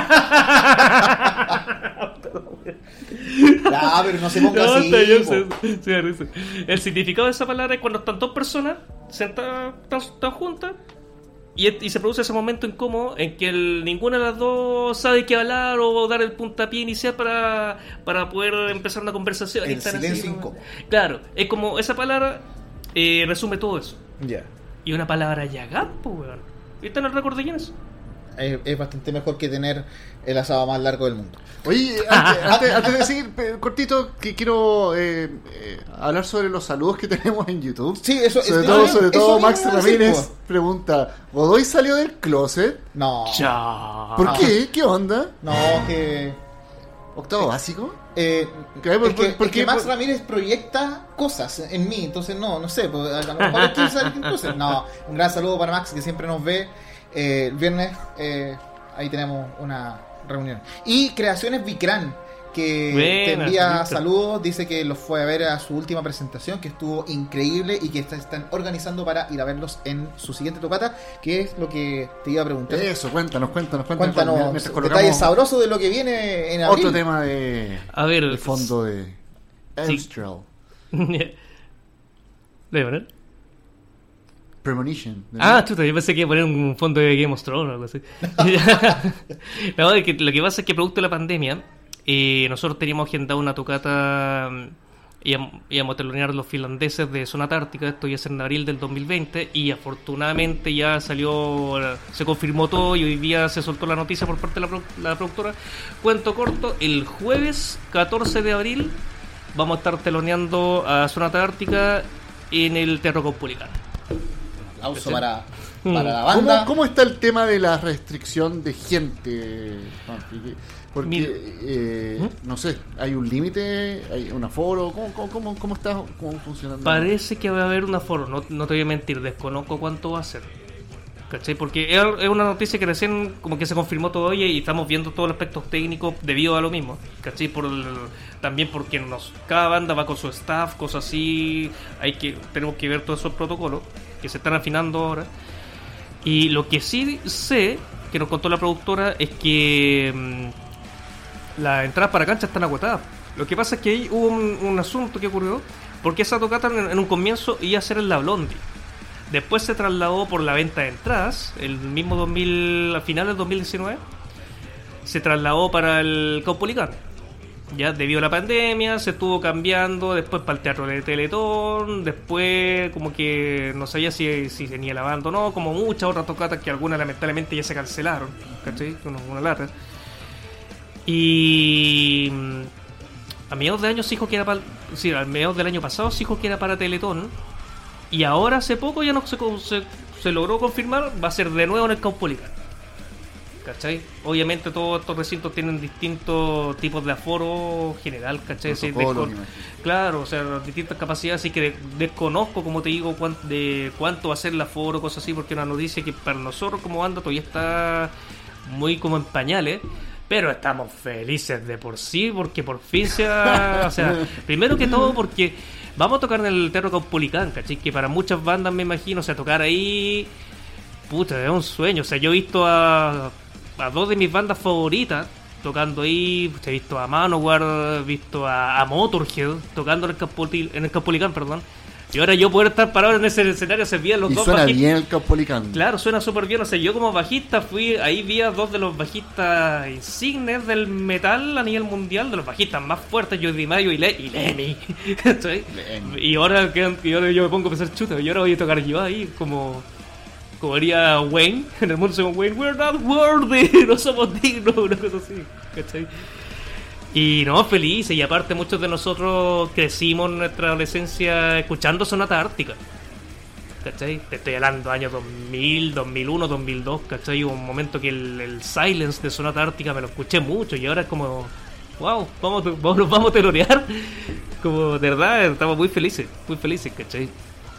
Ah, pero no se ponga No, así. está, yo po. sé, sí, me ríe. El significado de esa palabra es cuando están dos personas sentadas, están, están juntas, y, y se produce ese momento incómodo en que el, ninguna de las dos sabe qué hablar o dar el puntapié inicial para, para poder empezar una conversación. El Están silencio así, ¿no? incómodo. Claro, es como esa palabra eh, resume todo eso. Ya. Y una palabra Yagat, pues, weón. ¿Viste en el récord de Guinness? Es, es bastante mejor que tener el asado más largo del mundo. Oye, antes, antes, antes de seguir, pe- cortito, que quiero eh, eh, hablar sobre los saludos que tenemos en YouTube. Sí, eso Sobre es- todo, eso- sobre eso todo mismo Max iba a decir, Ramírez po. pregunta: ¿Godoy salió del closet? No. Ya. ¿Por qué? ¿Qué onda? No, que... ¿Octavo básico? Eh, ¿Qué? ¿Por- es que, por- por es que qué? Max Por- Ramírez proyecta cosas en mí, entonces no, no sé, pues, a lo mejor es que salir entonces. No, un gran saludo para Max que siempre nos ve eh, el viernes, eh, ahí tenemos una reunión. Y Creaciones Vicran, que te Buena, envía Víctor. saludos, dice que los fue a ver a su última presentación, que estuvo increíble y que está- están organizando para ir a verlos en su siguiente tocata, que es lo que te iba a preguntar. Eso, cuéntanos, cuéntanos, cuéntanos. Cuéntanos Mientras colocamos detalles sabrosos de lo que viene en abril. otro tema de, A ver, de fondo de Austral. ¿Lo voy a poner? Premonition. de- Ah, chuta, yo pensé que iba a poner un fondo de Game of Thrones o algo así. No, es que lo que pasa es que producto de la pandemia, eh, nosotros teníamos agendado una tocata, mm, íbamos, íbamos a telonear los finlandeses de Zona Ártica, esto iba a ser en abril del dos mil veinte, y afortunadamente ya salió, se confirmó todo y hoy día se soltó la noticia por parte de la, pro- la productora. Cuento corto, el jueves catorce de abril vamos a estar teloneando a Zona Ártica en el Teatro Caupolicán. Aplauso para, Mm. para la ¿Cómo, banda. ¿Cómo está el tema de la restricción de gente, Juanpi? Porque, Mira. eh, no sé, ¿hay un límite? ¿Hay un aforo? ¿Cómo, cómo, cómo, cómo está cómo funcionando? Parece que va a haber un aforo, no, no te voy a mentir, desconozco cuánto va a ser. ¿Cachai? Porque es es una noticia que recién como que se confirmó todo hoy y estamos viendo todos los aspectos técnicos debido a lo mismo. ¿Cachai? Por el- también porque nos, cada banda va con su staff, cosas así, hay que tenemos que ver todos esos protocolos que se están afinando ahora. Y lo que sí sé, que nos contó la productora, es que mm, las entradas para cancha están agotadas. Lo que pasa es que ahí hubo un, un asunto que ocurrió, porque esa tocata en, en un comienzo iba a ser en la Blondie. Después se trasladó por la venta de entradas, el mismo dos mil, a finales del dos mil diecinueve, se trasladó para el Caupolicán. Ya debido a la pandemia se estuvo cambiando, después para el Teatro de Teletón, después como que no sabía si, si tenía la banda o no, como muchas otras tocatas que algunas lamentablemente ya se cancelaron, ¿cachai? Una, una lata. Y mm, a mediados de año se dijo que era para, sí, a mediados del año pasado se dijo que era para Teletón. Y ahora hace poco ya no se, se, se logró confirmar, va a ser de nuevo en el Caupolicán. ¿Cachai? Obviamente todos estos recintos tienen distintos tipos de aforo general, ¿cachai? Sí, Protocolos, descon- me imagino. claro, o sea, distintas capacidades, así que de- desconozco, como te digo, cuán- de cuánto va a ser el aforo, cosas así, porque es una noticia que para nosotros como banda todavía está muy como en pañales. Pero estamos felices de por sí, porque por fin se ha... O sea, primero que todo porque vamos a tocar en el Teatro Caupolicán, ¿cachai? Que para muchas bandas me imagino, o sea, tocar ahí... Puta, es un sueño. O sea, yo he visto a, a dos de mis bandas favoritas tocando ahí. He visto a Manowar, he visto a, a Motorhead tocando en el, Caupoli- en el Caupolicán, perdón. Y ahora yo poder estar parado en ese escenario, se veían los Y dos suena bajistas. bien el Caupolicán. Claro, suena súper bien. O sea, yo como bajista fui, ahí vi a dos de los bajistas insignes del metal a nivel mundial, de los bajistas más fuertes, Joey DiMaggio y, Le y Lemmy. ¿Cachai? Lemmy. Y ahora, que, y ahora yo me pongo a pensar, chuta, y ahora voy a tocar yo ahí como... Como diría Wayne, en el mundo según Wayne, we're not worthy, no somos dignos, una cosa así, ¿cachai? Y no, felices, y aparte muchos de nosotros crecimos en nuestra adolescencia escuchando Sonata Ártica, ¿cachai? Te estoy hablando años dos mil, dos mil uno, dos mil dos, ¿cachai? Hubo un momento que el, el Silence de Sonata Ártica me lo escuché mucho y ahora es como, wow, vamos, vamos, nos vamos a telonear, como de verdad, estamos muy felices, muy felices, ¿cachai?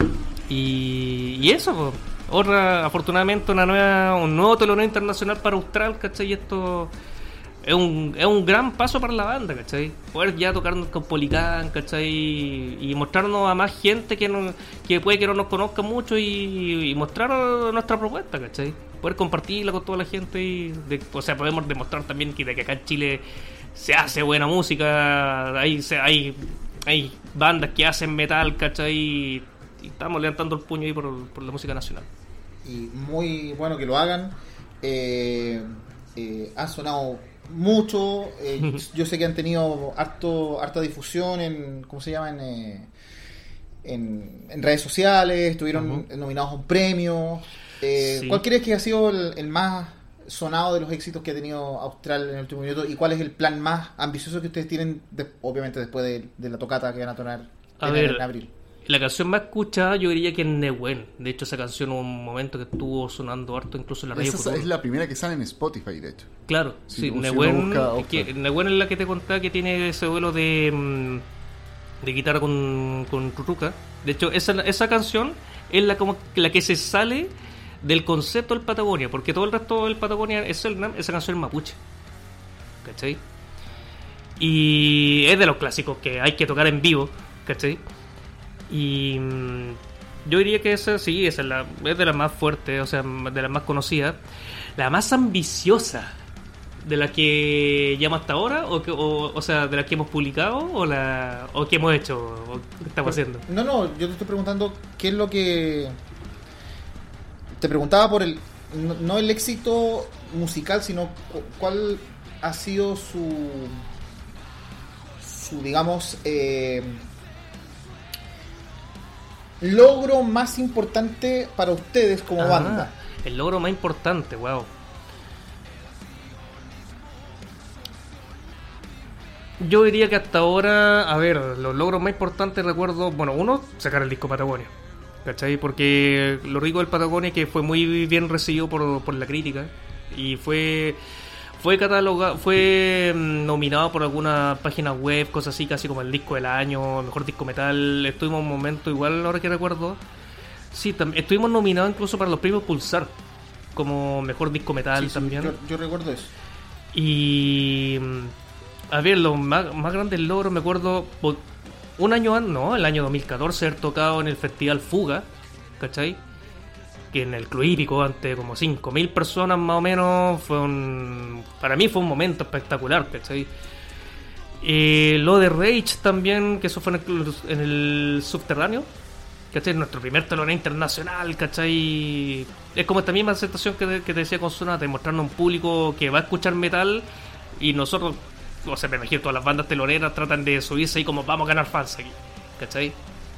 Y, y eso, pues. Otra, afortunadamente, una nueva, un nuevo teloneo internacional para Austral, ¿cachai? Y esto es un, es un gran paso para la banda, ¿cachai? Poder ya tocarnos con Policán, ¿cachai? Y mostrarnos a más gente que, no, que puede que no nos conozca mucho y, y mostrar nuestra propuesta, ¿cachai? Poder compartirla con toda la gente y, de, o sea, podemos demostrar también que de que acá en Chile se hace buena música, hay, se, hay, hay bandas que hacen metal, ¿cachai? Y estamos levantando el puño ahí por, por la música nacional. y muy bueno que lo hagan. Eh, eh, ha sonado mucho. Eh, yo sé que han tenido harto, harta difusión en, ¿cómo se llama? En, eh, en, en redes sociales. Estuvieron uh-huh. nominados a un premio. Eh, sí. ¿Cuál crees que ha sido el, el más sonado de los éxitos que ha tenido Austral en el último minuto? ¿Y cuál es el plan más ambicioso que ustedes tienen, de, obviamente después de, de la tocata que van a tocar a en, ver, en abril? La canción más escuchada yo diría que es Nehuen. De hecho, esa canción hubo un momento que estuvo sonando harto incluso en la radio. Esa es la primera que sale en Spotify, de hecho. Claro, si sí, si Nehuen, que, Nehuen es la que te contaba que tiene ese duelo de, de guitarra con, con Turuca. De hecho, esa, esa canción es la, como, la que se sale del concepto del Patagonia, porque todo el resto del Patagonia es Selknam, esa canción es mapuche, ¿cachai? Y es de los clásicos que hay que tocar en vivo, ¿cachai? Y mmm, yo diría que esa sí, esa es, la, es de las más fuertes, o sea, de las más conocidas, la más ambiciosa de la que llamo hasta ahora, o, que, o, o sea, de las que hemos publicado, o la o que hemos hecho, o que estamos Pero, haciendo. No, no, yo te estoy preguntando qué es lo que... Te preguntaba por el... No, no el éxito musical, sino cuál ha sido su... Su, digamos... Eh, logro más importante para ustedes como ah, banda. El logro más importante, wow. Yo diría que hasta ahora, a ver, los logros más importantes recuerdo, bueno, uno, sacar el disco Patagonia, ¿cachai? Porque lo rico del Patagonia es que fue muy bien recibido por, por la crítica y fue fue catalogado, fue nominado por algunas páginas web, cosas así, casi como el disco del año, mejor disco metal. Estuvimos un momento igual, ahora que recuerdo, sí, tam- estuvimos nominados incluso para los premios Pulsar como mejor disco metal, sí, también. Sí, yo, yo recuerdo eso. Y a ver, los más, más grandes logros, me acuerdo un año antes, no, el año dos mil catorce, haber tocado en el Festival Fuga, ¿cachai? Que en el Club Hípico, ante como cinco mil personas más o menos, fue un, para mí fue un momento espectacular, ¿cachai? Eh, lo de Rage también, que eso fue en el, en el Subterráneo, ¿cachai? Nuestro primer telonero internacional, ¿cachai? Es como esta misma sensación que te, que te decía con Sonata, mostrando a un público que va a escuchar metal y nosotros, o sea, me imagino todas las bandas teloneras tratan de subirse ahí como vamos a ganar fans aquí, ¿cachai?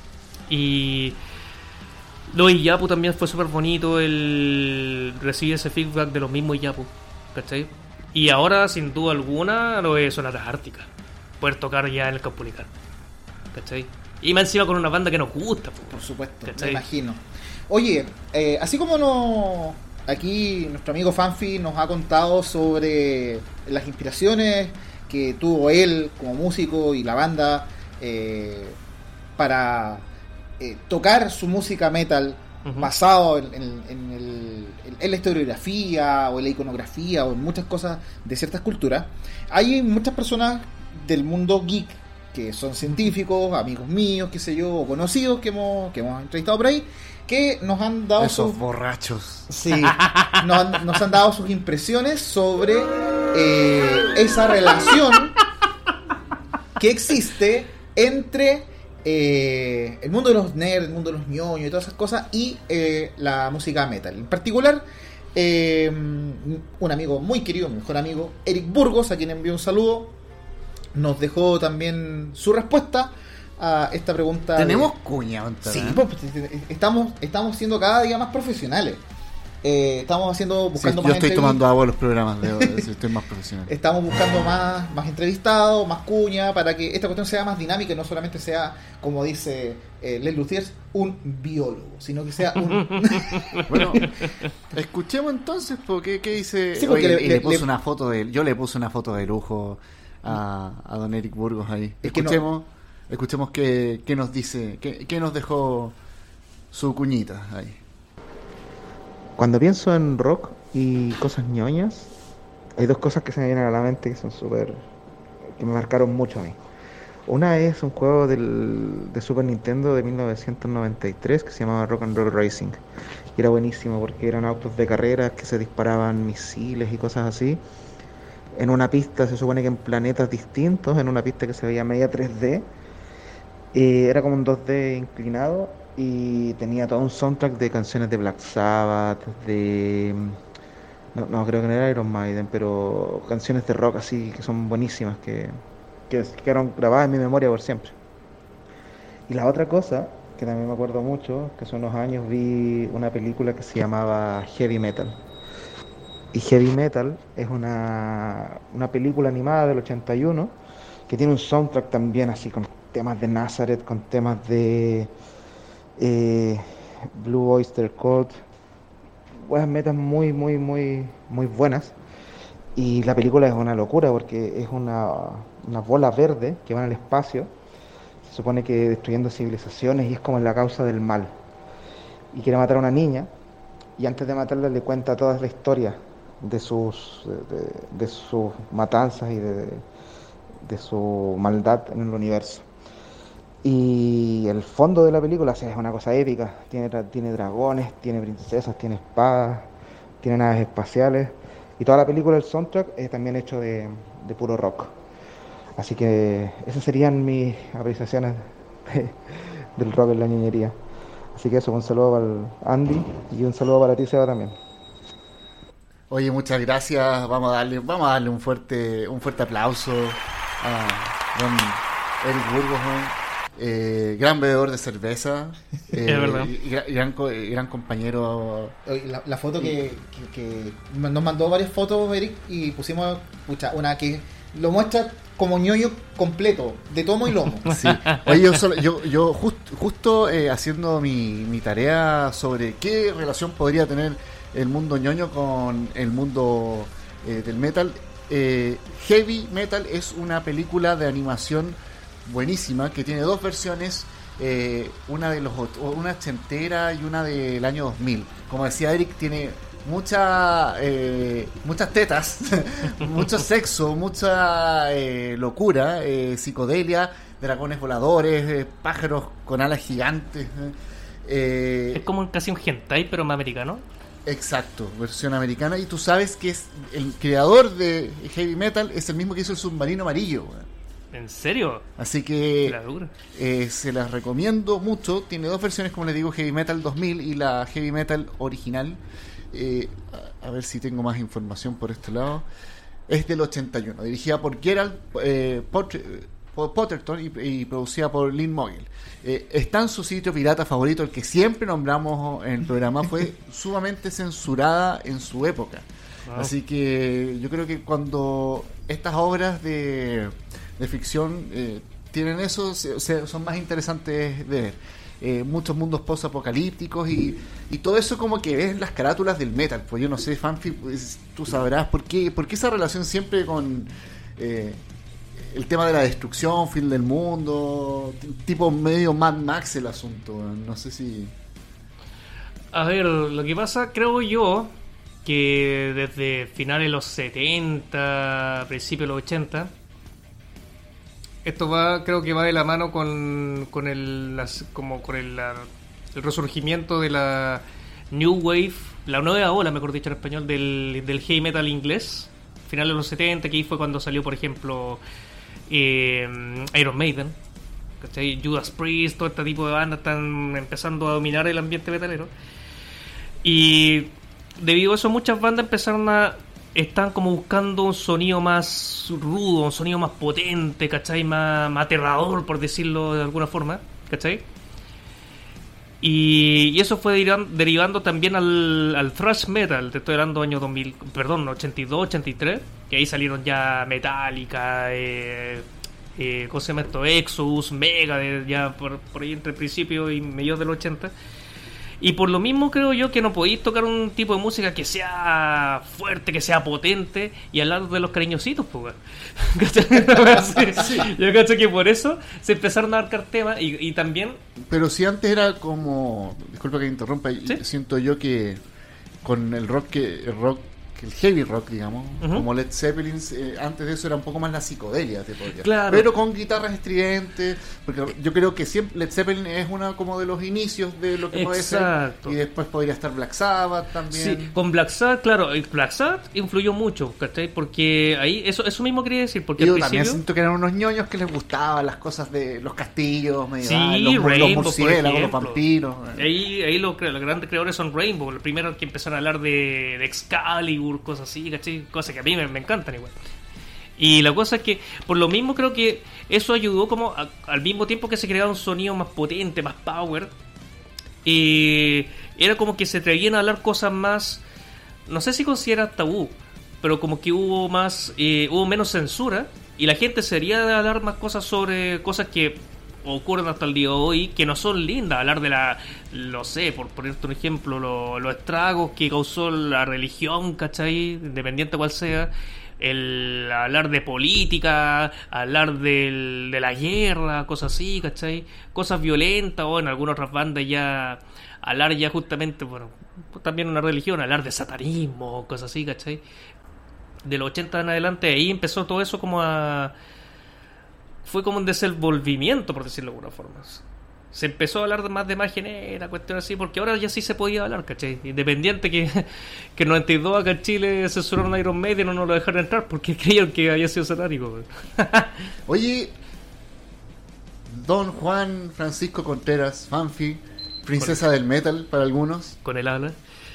Y lo de Iyapu también fue súper bonito el recibir ese feedback de los mismos Iyapu, ¿cachai? Y ahora, sin duda alguna, lo de Sonatas Árticas, poder tocar ya en el Caupolicán, ¿cachai? Y más encima con una banda que nos gusta, pues, por supuesto, ¿cachai? Me imagino. Oye, eh, así como no, aquí nuestro amigo Fanfi nos ha contado sobre las inspiraciones que tuvo él como músico y la banda eh, para eh, tocar su música metal, uh-huh, basado en, en, en, el, en la historiografía o en la iconografía o en muchas cosas de ciertas culturas. Hay muchas personas del mundo geek que son científicos, amigos míos, qué sé yo, o conocidos que hemos, que hemos entrevistado por ahí, que nos han dado esos sus borrachos. Sí, nos han, nos han dado sus impresiones sobre eh, esa relación que existe entre eh, el mundo de los nerds, el mundo de los ñoños y todas esas cosas y eh, la música metal. En particular, eh, un amigo muy querido, mi mejor amigo, Eric Burgos, a quien envío un saludo, nos dejó también su respuesta a esta pregunta. Tenemos de... cuña, ¿verdad? Sí, pues, estamos, estamos siendo cada día más profesionales. Eh, estamos haciendo, buscando sí, más yo estoy entrev... tomando agua en los programas, debo decir, estoy más profesional. Estamos buscando más, más entrevistados, más cuña, para que esta cuestión sea más dinámica y no solamente sea, como dice eh, Les Luthiers, un biólogo, sino que sea un... Bueno, escuchemos entonces, porque ¿qué dice? Sí, porque Oye, le, y le, le puse le... una foto de, yo le puse una foto de lujo a, a don Eric Burgos ahí. Es que escuchemos, no... escuchemos qué, qué nos dice, qué, qué nos dejó su cuñita ahí. Cuando pienso en rock y cosas ñoñas, hay dos cosas que se me vienen a la mente que son súper... que me marcaron mucho a mí. Una es un juego del, de Super Nintendo de mil novecientos noventa y tres que se llamaba Rock and Roll Racing. Y era buenísimo porque eran autos de carreras que se disparaban misiles y cosas así. En una pista, se supone que en planetas distintos, en una pista que se veía media tres D. Eh, era como un dos D inclinado. y tenía todo un soundtrack de canciones de Black Sabbath, de... No, no creo que no era Iron Maiden, pero canciones de rock así que son buenísimas, que, que quedaron grabadas en mi memoria por siempre. Y la otra cosa, que también me acuerdo mucho, que hace unos años vi una película que se llamaba Heavy Metal. Y Heavy Metal es una, una película animada del ochenta y uno que tiene un soundtrack también así con temas de Nazareth, con temas de eh, Blue Oyster Cult, buenas metas muy, muy, muy, muy buenas. Y la película es una locura porque es una, una bola verde que va en el espacio, se supone que destruyendo civilizaciones, y es como la causa del mal. Y quiere matar a una niña, y antes de matarla le cuenta toda la historia de sus, de, de sus matanzas y de, de su maldad en el universo. Y el fondo de la película, o sea, es una cosa épica. Tiene, tiene dragones, tiene princesas, tiene espadas, tiene naves espaciales. Y toda la película, el soundtrack, es también hecho de, de puro rock. Así que esas serían mis apreciaciones de, del rock en la ñoñería. Así que eso, un saludo para el Andy y un saludo para ti, Seba, también. Oye, muchas gracias. Vamos a darle, vamos a darle un fuerte, un fuerte aplauso a don Eric Burgos, eh, gran bebedor de cerveza, eh, es verdad. Y, y gran, y gran compañero. La, la foto que, que, que nos mandó varias fotos, Eric, y pusimos, pucha, una que lo muestra como ñoño completo, de tomo y lomo. Sí. Oye, yo, solo, yo, yo just, justo eh, haciendo mi, mi tarea sobre qué relación podría tener el mundo ñoño con el mundo eh, del metal. eh, Heavy Metal es una película de animación buenísima que tiene dos versiones, eh, una de los una ochentera y una del año dos mil. Como decía Eric, tiene mucha eh, muchas tetas, mucho sexo, mucha eh, locura, eh, psicodelia, dragones voladores, eh, pájaros con alas gigantes. Eh, es como casi un hentai, pero más americano. Exacto, versión americana. Y tú sabes que es el creador de Heavy Metal es el mismo que hizo el Submarino Amarillo. ¿En serio? Así que eh, se las recomiendo mucho. Tiene dos versiones, como les digo, Heavy Metal dos mil y la Heavy Metal original. Eh, a, a ver si tengo más información por este lado. Es del ochenta y uno, dirigida por Gerald eh, Potter, Potterton y, y producida por Lynn Mogel. Eh, está en su sitio pirata favorito, el que siempre nombramos en el programa. Fue sumamente censurada en su época. Wow. Así que yo creo que cuando estas obras de, de ficción eh, tienen eso, se, se, son más interesantes de ver. Eh, muchos mundos post-apocalípticos y, y todo eso como que ves las carátulas del metal. Pues yo no sé, Fanfi, pues, tú sabrás por qué, por qué esa relación siempre con eh, el tema de la destrucción, fin del mundo, tipo medio Mad Max el asunto. No sé si... A ver, lo que pasa, creo yo, que desde finales de los setenta, principios de los ochenta, esto va, creo que va de la mano con, con el las, como con el, la, el resurgimiento de la New Wave, la nueva ola, mejor dicho en español, del, del heavy metal inglés, finales de los setenta, que ahí fue cuando salió, por ejemplo, eh, Iron Maiden, ¿cachai? Judas Priest, todo este tipo de bandas están empezando a dominar el ambiente metalero. Y debido a eso muchas bandas empezaron a... están como buscando un sonido más rudo, un sonido más potente, ¿cachai? Más, más aterrador, por decirlo de alguna forma, ¿cachai? Y, y eso fue derivando, derivando también al, al thrash metal. Te estoy hablando año dos mil, perdón, ochenta y dos, ochenta y tres, que ahí salieron ya Metallica, eh, eh, ¿cómo se llama esto? Exodus, Megadeth, ya por, por ahí entre el principio y mediados del ochenta. Y por lo mismo creo yo que no podéis tocar un tipo de música que sea fuerte, que sea potente y al lado de los cariñositos, pues. Sí. Yo cacho que por eso se empezaron a abarcar temas y, y también... Pero si antes era como... Disculpa que interrumpa, ¿sí? Siento yo que con el rock que el rock el heavy rock, digamos, uh-huh. como Led Zeppelin, eh, antes de eso era un poco más la psicodelia, te podría. Claro. Pero con guitarras estridentes, porque yo creo que siempre Led Zeppelin es una como de los inicios de lo que puede ser, y después podría estar Black Sabbath también. Sí, con Black Sabbath, claro, Black Sabbath influyó mucho, ¿cachai? Porque ahí, eso eso mismo quería decir, porque yo al también principio... siento que eran unos ñoños que les gustaban las cosas de los castillos medievales, Sí, los, Rainbow, los murciélagos, por los ejemplo. vampiros. Ahí, ahí los, los grandes creadores son Rainbow, los primeros que empezaron a hablar de, de Excalibur, cosas así, ¿cachai? Cosas que a mí me, me encantan igual. Y la cosa es que, por lo mismo, creo que eso ayudó como a, al mismo tiempo que se creaba un sonido más potente, más power. Y era como que se atrevían a hablar cosas más, no sé si considera tabú, pero como que hubo más, eh, hubo menos censura y la gente sería de hablar más cosas sobre cosas que ocurren hasta el día de hoy, que no son lindas. Hablar de la, no sé, por ponerte un ejemplo, lo, los estragos que causó la religión, ¿cachai? Independiente cual sea. El hablar de política, hablar del, de la guerra, cosas así, ¿cachai? Cosas violentas, o en algunas otras bandas ya hablar ya justamente, bueno, también una religión, hablar de satanismo, cosas así, ¿cachai? De los ochenta en adelante, ahí empezó todo eso como a... Fue como un desenvolvimiento, por decirlo de alguna forma. Se empezó a hablar más de magia negra, cuestiones así, porque ahora ya sí se podía hablar, ¿cachai? Independiente que, que en noventa y dos acá en Chile censuraron a Iron Maiden y no nos lo dejaron entrar porque creían que había sido satánico. Oye, Don Juan Francisco Contreras, Fanfi, princesa con, del metal para algunos. Con el ala.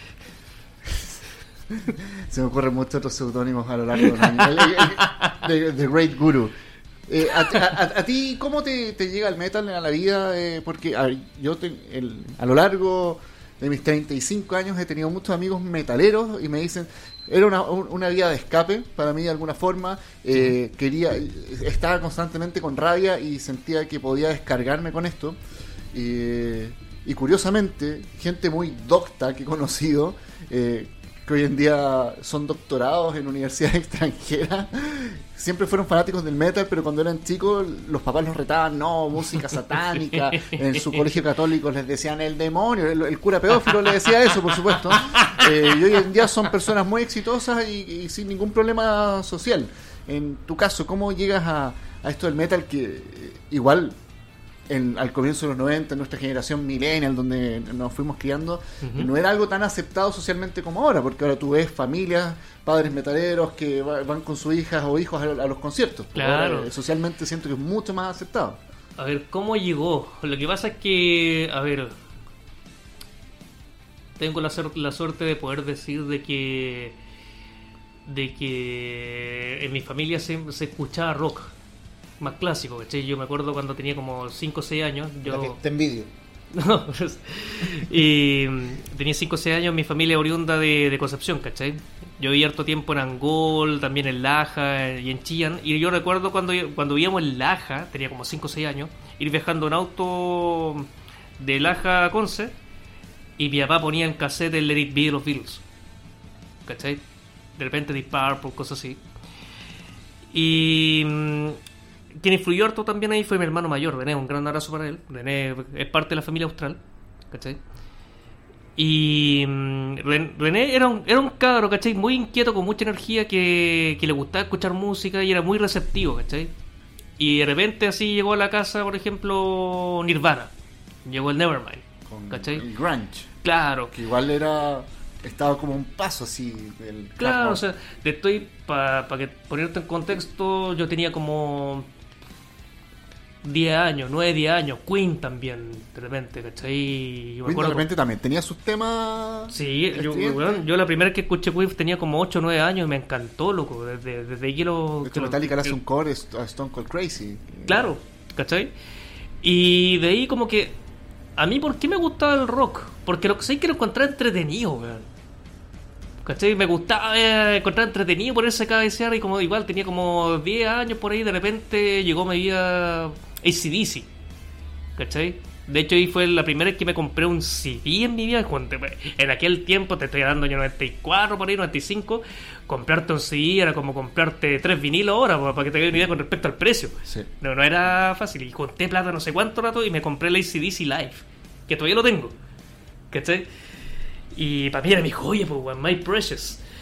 Se me ocurren muchos otros seudónimos a lo largo de los años. The, The Great Guru. Eh, a, a, a, a ti, ¿cómo te, te llega el metal a la vida? Eh, porque a, ver, yo te, el, a lo largo de mis treinta y cinco años he tenido muchos amigos metaleros y me dicen, era una, una vía de escape para mí de alguna forma. Eh, sí. quería Estaba constantemente con rabia y sentía que podía descargarme con esto. Eh, y curiosamente, gente muy docta que he conocido, eh, que hoy en día son doctorados en universidades extranjeras, siempre fueron fanáticos del metal, pero cuando eran chicos los papás los retaban, no, música satánica. En su colegio católico les decían el demonio, el, el cura pedófilo le decía eso, por supuesto. Eh, y hoy en día son personas muy exitosas y, y sin ningún problema social. En tu caso, ¿cómo llegas a, a esto del metal que eh, igual... En, al comienzo de los noventa, en nuestra generación millennial, donde nos fuimos criando, uh-huh. no era algo tan aceptado socialmente como ahora, porque ahora tú ves familias, padres metaleros que va, van con sus hijas o hijos a, a los conciertos. Claro. Ahora, socialmente siento que es mucho más aceptado. A ver, ¿cómo llegó? Lo que pasa es que, a ver, tengo la, la suerte de poder decir de que de que en mi familia se, se escuchaba rock más clásico, ¿cachai? Yo me acuerdo cuando tenía como cinco o seis años. Yo... Te envidio. No, pues, y tenía cinco o seis años, mi familia oriunda de, de Concepción, ¿cachai? Yo viví harto tiempo en Angol, también en Laja y en Chillán. Y yo recuerdo cuando, cuando vivíamos en Laja, tenía como cinco o seis años, ir viajando en auto de Laja a Conce, y mi papá ponía en cassette el Let It Be de los Beatles, ¿cachai? De repente Deep Purple, cosas así. Y... quien influyó harto también ahí fue mi hermano mayor, René, un gran abrazo para él. René es parte de la familia austral, ¿cachai? Y um, René era un, era un cabro, ¿cachai? Muy inquieto, con mucha energía, que, que le gustaba escuchar música y era muy receptivo, ¿cachai? Y de repente así llegó a la casa, por ejemplo, Nirvana. Llegó el Nevermind, con ¿cachai? El grunge. Claro. Que igual era... Estaba como un paso así del... Claro, o sea, te estoy... Para pa que ponerte en contexto, yo tenía como... diez años, nueve, diez años. Queen también, de repente, ¿cachai? Yo me Queen acuerdo, de repente también tenía sus temas. Sí, yo, bueno, yo la primera vez que escuché Queen tenía como ocho o nueve años y me encantó, loco. Desde, desde ahí que lo. De hecho, Metallica le hace un core a Stone Cold Crazy. Claro, ¿cachai? Y de ahí, como que. A mí, ¿por qué me gustaba el rock? Porque lo que sé que lo encontraba entretenido, weón. ¿Cachai? Me gustaba eh, encontrar entretenido ponerse a cabecear, y como igual tenía como diez años por ahí, de repente llegó mi vida A C D C, ¿cachai? De hecho ahí fue la primera vez que me compré un C D en mi vida. En aquel tiempo, te estoy dando yo noventa y cuatro por ahí, noventa y cinco, comprarte un C D era como comprarte tres vinilos ahora, para que te hagas una idea con respecto al precio. Sí. No, no era fácil, y conté plata no sé cuánto rato y me compré el A C D C Live, que todavía lo tengo, ¿cachai? Y para mí era mi joya, pues, my precious.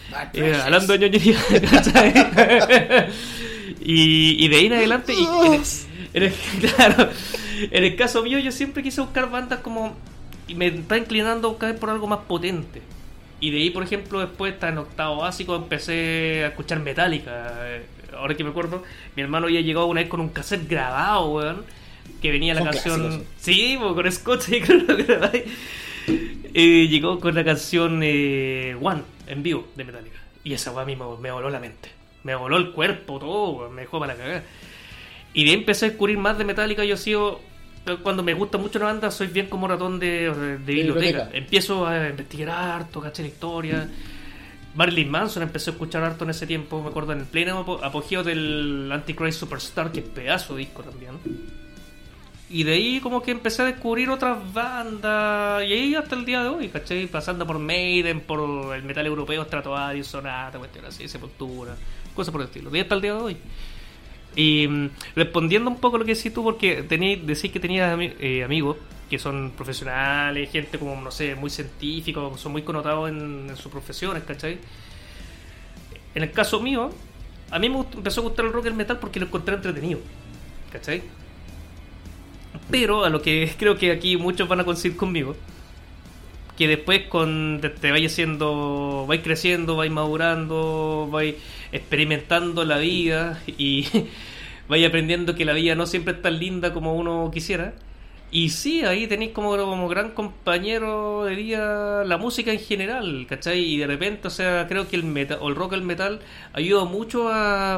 eh, hablando de ñoñería, ¿cachai? y, y de ahí en adelante, y, en, en el, claro, en el caso mío, yo siempre quise buscar bandas como, y me está inclinando a buscar por algo más potente. Y de ahí, por ejemplo, después, está en octavo básico, empecé a escuchar Metallica. Ahora que me acuerdo, mi hermano había llegado una vez con un cassette grabado, weón, que venía la Son canción... clásicos. Sí, pues, con Scott, y creo que lo grabáis. Eh, llegó con la canción eh, One, en vivo, de Metallica. Y esa weá a mí me, me voló la mente. Me voló el cuerpo, todo, weón, me dejó para cagar. Y de ahí empecé a descubrir más de Metallica. Yo sigo... Cuando me gusta mucho una banda, soy bien como ratón de, de biblioteca. biblioteca. Empiezo a investigar harto, caché la historia. Marilyn Manson empecé a escuchar harto en ese tiempo, me acuerdo, en el pleno apogeo del Antichrist Superstar, que es pedazo de disco también. Y de ahí como que empecé a descubrir otras bandas, y ahí hasta el día de hoy, ¿cachai? Pasando por Maiden, por el metal europeo, Stratovarius, Sonata, cuestiones así, Sepultura, cosas por el estilo. De ahí hasta el día de hoy. Y mm, respondiendo un poco a lo que decís tú, porque tenéis, decís que tenías eh, amigos que son profesionales, gente como, no sé, muy científicos, son muy connotados en, en sus profesiones, ¿cachai? En el caso mío, a mí me gust- empezó a gustar el rock y el metal porque lo encontré entretenido, ¿cachai? Pero a lo que creo que aquí muchos van a coincidir conmigo, que después con te, te vayas siendo, vais creciendo, vais madurando, vais experimentando la vida y vais aprendiendo que la vida no siempre es tan linda como uno quisiera. Y sí, ahí tenéis como, como gran compañero, diría, la música en general, ¿cachai? Y de repente, o sea, creo que el metal, o el rock, el metal, ayuda mucho a,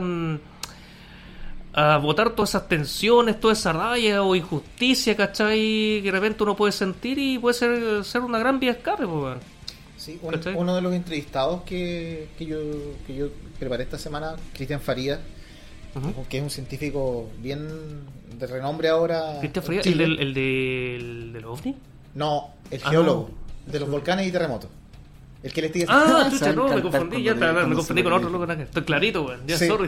a botar todas esas tensiones, toda esa rabia o injusticia, ¿cachai? Que de repente uno puede sentir y puede ser, ser una gran vía de escape, pues. Sí, un- ¿Cachai? uno de los entrevistados que, que yo que yo preparé esta semana, Cristian Farías, Uh-huh. que es un científico bien de renombre ahora. ¿Cristian en Farías? ¿El Chile. del, el del, del OVNI? No, el Ah, geólogo no. de los volcanes y terremotos. El que les diga. Ah, chucha, saben no, me cantar confundí, ya cuando está, le- me cuando confundí se con le otro dice. loco. Estoy clarito, weón. Ya, Sí. sorry.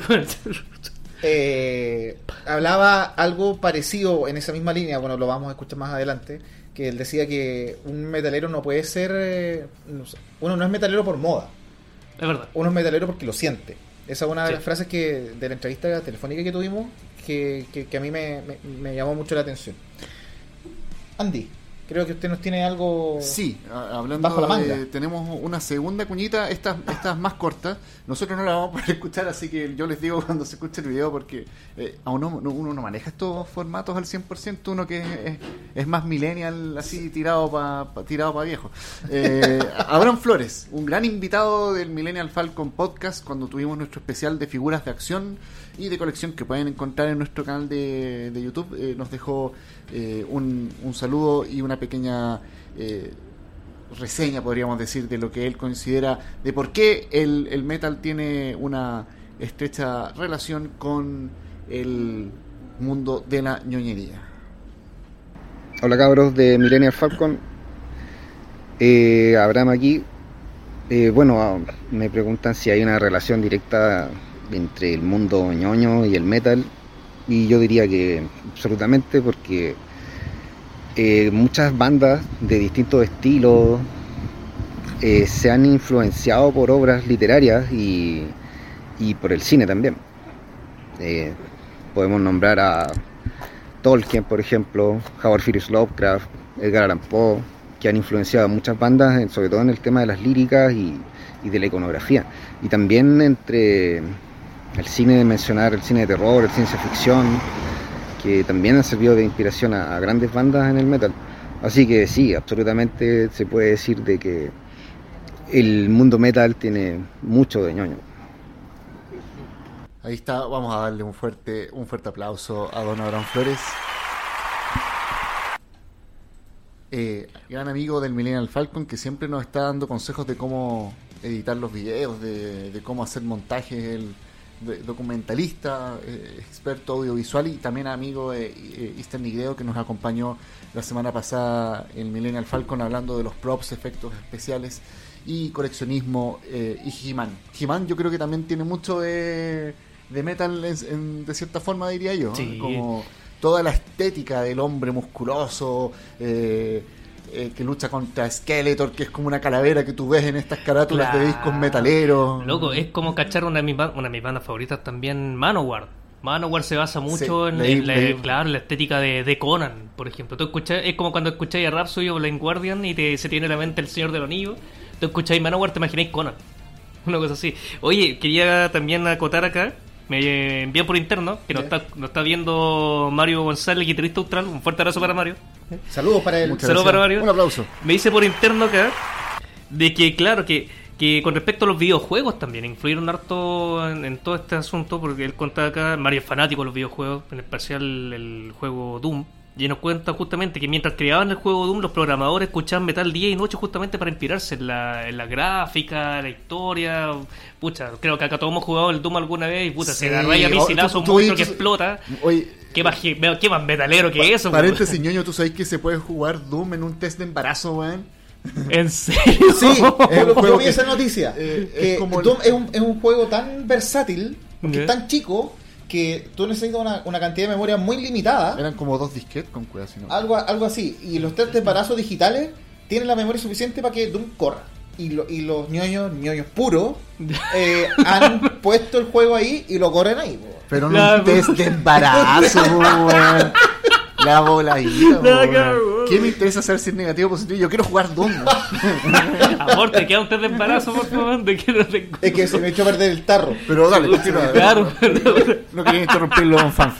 Eh, hablaba algo parecido en esa misma línea, bueno, lo vamos a escuchar más adelante, que él decía que un metalero no puede ser, eh, no sé, uno no es metalero por moda, Es verdad. uno es metalero porque lo siente. Esa es una de Sí. las frases que de la entrevista telefónica que tuvimos que, que, que a mí me, me, me llamó mucho la atención. Andy, creo que usted nos tiene algo Sí, a- hablando bajo la manga. de, tenemos una segunda cuñita, estas estas más cortas. Nosotros no la vamos a poder escuchar, así que yo les digo cuando se escuche el video, porque eh, aún no, no- uno no maneja estos formatos al cien por ciento, uno que es, es más millennial, así tirado para pa, tirado pa viejo. Eh, Abraham Flores, un gran invitado del Millennial Falcon Podcast, cuando tuvimos nuestro especial de figuras de acción y de colección que pueden encontrar en nuestro canal de, de YouTube, eh, nos dejó eh, un, un saludo y una pequeña eh, reseña, podríamos decir, de lo que él considera de por qué el, el metal tiene una estrecha relación con el mundo de la ñoñería. Hola cabros de Millennial Falcon, eh, Abraham aquí. Eh, bueno, ah, me preguntan si hay una relación directa entre el mundo ñoño y el metal, y yo diría que absolutamente, porque eh, muchas bandas de distintos estilos eh, se han influenciado por obras literarias y, y por el cine también. Eh, podemos nombrar a Tolkien, por ejemplo, Howard Phillips Lovecraft, Edgar Allan Poe, que han influenciado a muchas bandas, en- sobre todo en el tema de las líricas y, y de la iconografía. Y también entre el cine, de mencionar el cine de terror, el ciencia ficción, que también han servido de inspiración a, a grandes bandas en el metal. Así que sí, absolutamente se puede decir de que el mundo metal tiene mucho de ñoño. Ahí está, vamos a darle un fuerte un fuerte aplauso a don Abraham Flores. Eh, gran amigo del Millennial Falcon, que siempre nos está dando consejos de cómo editar los videos, de, de cómo hacer montajes, el de- documentalista, eh, experto audiovisual, y también amigo de eh, Eastern Nigdeo, que nos acompañó la semana pasada en Millennial Falcon hablando de los props, efectos especiales y coleccionismo, eh, y He-Man. He-Man yo creo que también tiene mucho de, de metal en- en- de cierta forma, diría yo, ¿no? Sí. Como toda la estética del hombre musculoso, eh, eh, que lucha contra Skeletor, que es como una calavera que tú ves en estas carátulas Claro. de discos metaleros. Loco, es como cachar una de mis, ba- una de mis bandas favoritas también, Manowar. Manowar se basa mucho Sí, en, leí- en la, leí. claro, en la estética de, de Conan, por ejemplo. Tú escuchas, es como cuando escucháis a Rhapsody o Blind Guardian y te, se tiene en la mente el Señor del Anillo. Tú escucháis Manowar, te imagináis Conan. Una cosa así. Oye, quería también acotar acá, me envían por interno, que nos está, nos está viendo Mario González, guitarrista austral. Un fuerte abrazo para Mario. Saludos para él. Muchas Saludos gracias. para Mario. Un aplauso. Me dice por interno acá de que, claro, que, que con respecto a los videojuegos también influyeron harto en, en todo este asunto, porque él cuenta acá, Mario es fanático de los videojuegos, en especial el juego Doom, y nos cuenta justamente que mientras creaban el juego Doom, los programadores escuchaban metal día y noche justamente para inspirarse en la, en la gráfica, la historia. Pucha, creo que acá todos hemos jugado el Doom alguna vez y puta, Sí. se agarra ahí a misilazo Oh, un tú- tú- monstruo que tú- explota. Oye, ¿Qué más, qué, qué más metalero que eso? paréntesis, ñoño, ¿tú sabes que se puede jugar Doom en un test de embarazo, weón? ¿En serio? Sí, es un juego juego vi que- esa noticia. eh, que es como el- Doom es, un, es un juego tan versátil, porque Ya. es tan chico, que tú necesitas una, una cantidad de memoria muy limitada. Eran como dos disquetes con cuidado, si no. Algo, algo así. Y los test de embarazo digitales tienen la memoria suficiente para que Doom corra. Y, lo, y los ñoños, ñoños puros, eh, han puesto el juego ahí y lo corren ahí. po. Pero no Claro. un test de embarazo, weón. La voladita, La weón. cagó. ¿Qué me interesa saber si es negativo o positivo? Yo quiero jugar Doom, weón. Amor, te queda un test de embarazo, por favor. ¿De qué no te... Es que se me echó a perder el tarro. Pero dale, continúa. Claro. No quería interrumpirlo, don Fanf.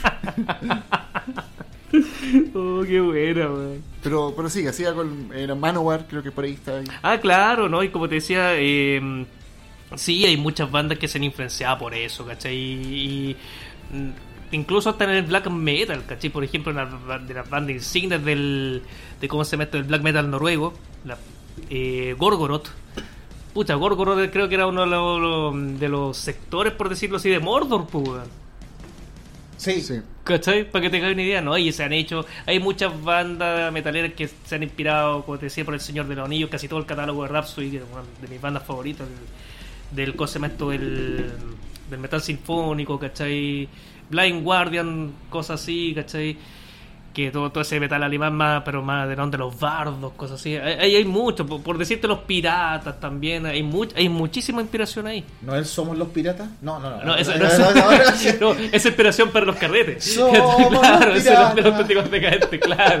Oh, qué buena, weón. Pero, pero siga, siga con eh, Manowar, creo que por ahí está ahí. Ah, claro, ¿no? Y como te decía, eh, sí, hay muchas bandas que se han influenciado por eso, ¿cachai? Y, y, mm, incluso hasta en el black metal, ¿cachai? Por ejemplo, en la, de las bandas insignias del, de cómo se mete el black metal noruego, la, eh, Gorgoroth. Pucha, Gorgoroth creo que era uno de los, los- de los sectores, por decirlo así, de Mordor, pues, weón. Sí. Sí. ¿Cachai? Para que tengáis una idea, ¿no? Y se han hecho, hay muchas bandas metaleras que se han inspirado, como te decía, por el Señor de los Anillos, casi todo el catálogo de Rhapsody, que es una de mis bandas favoritas, del, del concepto del, del metal sinfónico, ¿cachai? Blind Guardian, cosas así, ¿cachai? Que todo, todo ese metal alemán más, pero más de donde los bardos, cosas así. Hay, hay mucho, por, por decirte los piratas también, hay, much, hay muchísima inspiración ahí. ¿No es Somos los Piratas? No, no, no. No, esa, no, no, no, no, no. no, es inspiración para los carretes. Somos claro, los ese es de los piratas. auténticos decadentes, claro.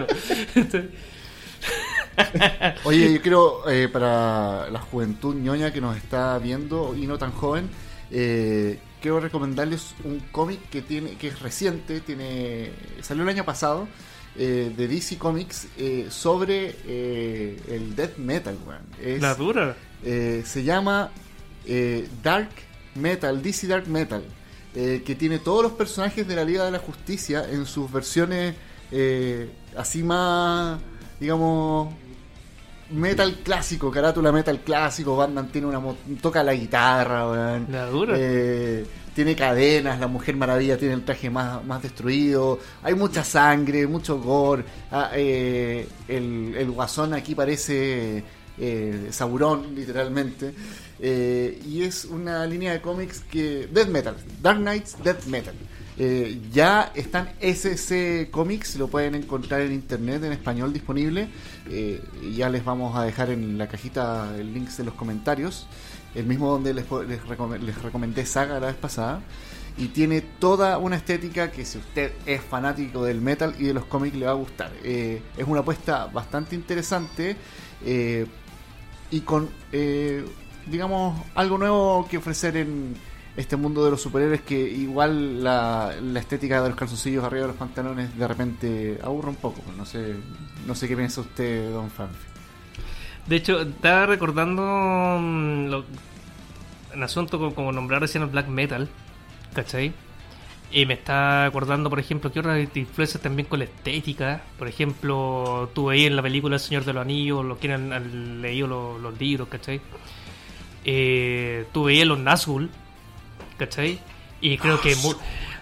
Oye, yo quiero, eh, para la juventud ñoña que nos está viendo y no tan joven, eh, quiero recomendarles un cómic que tiene que es reciente, tiene salió el año pasado, eh, de D C Comics, eh, sobre eh, el death metal, weón. Es- La dura. eh, se llama eh, Dark Metal, D C Dark Metal, eh, que tiene todos los personajes de la Liga de la Justicia en sus versiones eh, así más, digamos, metal clásico, carátula metal clásico. Batman tiene una mo- toca la guitarra, weón. La dura. Eh, tiene cadenas, la Mujer Maravilla tiene el traje más, más destruido, hay mucha sangre, mucho gore. Ah, eh, el, el guasón aquí parece eh, Sauron, literalmente. Eh, y es una línea de cómics que... Death Metal, Dark Knights Death Metal. Eh, ya están S C Comics, lo pueden encontrar en internet en español disponible. Eh, y ya les vamos a dejar en la cajita el link de los comentarios, el mismo donde les, po- les, recom- les recomendé Saga la vez pasada. Y tiene toda una estética que, si usted es fanático del metal y de los cómics, le va a gustar. Eh, es una apuesta bastante interesante, eh, y con eh, digamos algo nuevo que ofrecer en este mundo de los superhéroes, que igual la, la estética de los calzoncillos arriba de los pantalones de repente aburre un poco. No sé, no sé qué piensa usted, don Fanfi. De hecho, estaba recordando mm, lo, un asunto como, como nombrar recién el black metal, ¿cachai? Y me está acordando, por ejemplo, que otras influencias también con la estética. Por ejemplo, tú veías en la película El Señor de los Anillos, los que han, han leído los, los libros, ¿cachai? Eh, tú veías los Nazgûl, ¿cachai? Y creo que mu-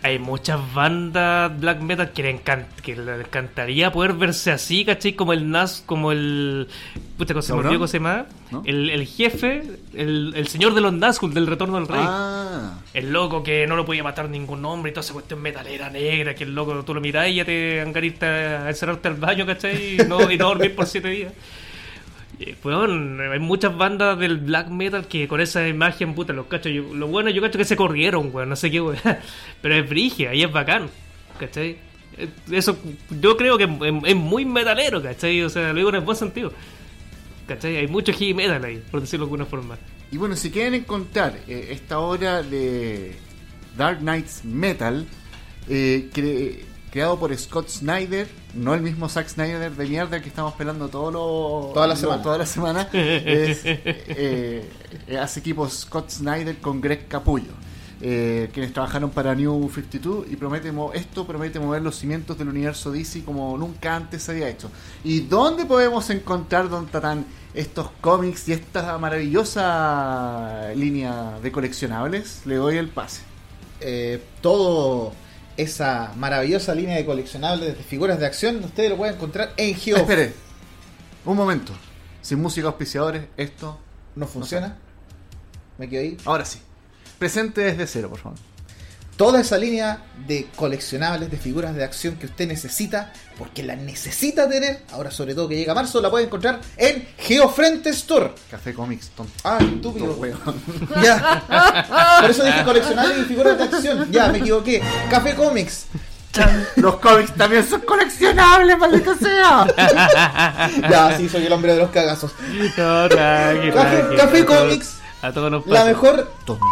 hay muchas bandas black metal que le, encant que le encantaría poder verse así, ¿cachai? Como el Nas, como el... Puta, ¿cómo se me olvidó cómo se llama? ¿No? El, el jefe, el, el señor de los Nazgûl, del Retorno del Rey. Ah. El loco que no lo podía matar ningún hombre y toda esa cuestión metalera negra, que el loco tú lo mirás y ya te encariste a encerrarte al baño, ¿cachai? Y no, y no dormir por siete días. Bueno, hay muchas bandas del black metal que con esa imagen, puta, los cachos. Yo, lo bueno, yo cacho que se corrieron, weón, no sé qué, weón. Pero es brigia, y es bacán, ¿cachai? Eso yo creo que es, es muy metalero, ¿cachai? O sea, lo digo en el buen sentido, ¿cachai? Hay mucho heavy metal ahí, por decirlo de alguna forma. Y bueno, si quieren encontrar eh, esta obra de Dark Knights Metal, eh, que... creado por Scott Snyder, no el mismo Zack Snyder de mierda que estamos pelando todo lo, toda la semana. Toda la semana. es, eh, eh, hace equipo Scott Snyder con Greg Capullo, eh, quienes trabajaron para New cincuenta y dos y promete mo- esto promete mover los cimientos del universo D C como nunca antes se había hecho. ¿Y dónde podemos encontrar, don Tatán, estos cómics y esta maravillosa línea de coleccionables? Le doy el pase. Eh, todo... Esa maravillosa línea de coleccionables de figuras de acción, ustedes lo pueden encontrar en Geo. Espere, un momento. Sin música auspiciadores, esto no funciona. No Me quedo ahí. Ahora sí. Presente desde cero, por favor. Toda esa línea de coleccionables de figuras de acción que usted necesita, porque la necesita tener, ahora sobre todo que llega marzo, la puede encontrar en Geofrente Store. Café Comics, tonto. Ah, estúpido. Ya. Por eso dije coleccionables y figuras de acción. Ya, me equivoqué. Café Comics. Los cómics también son coleccionables, maldito sea. Ya, sí, soy el hombre de los cagazos. No, tranqui, Café, tranqui, Café a todos- Comics. A todos nos La pasa. mejor...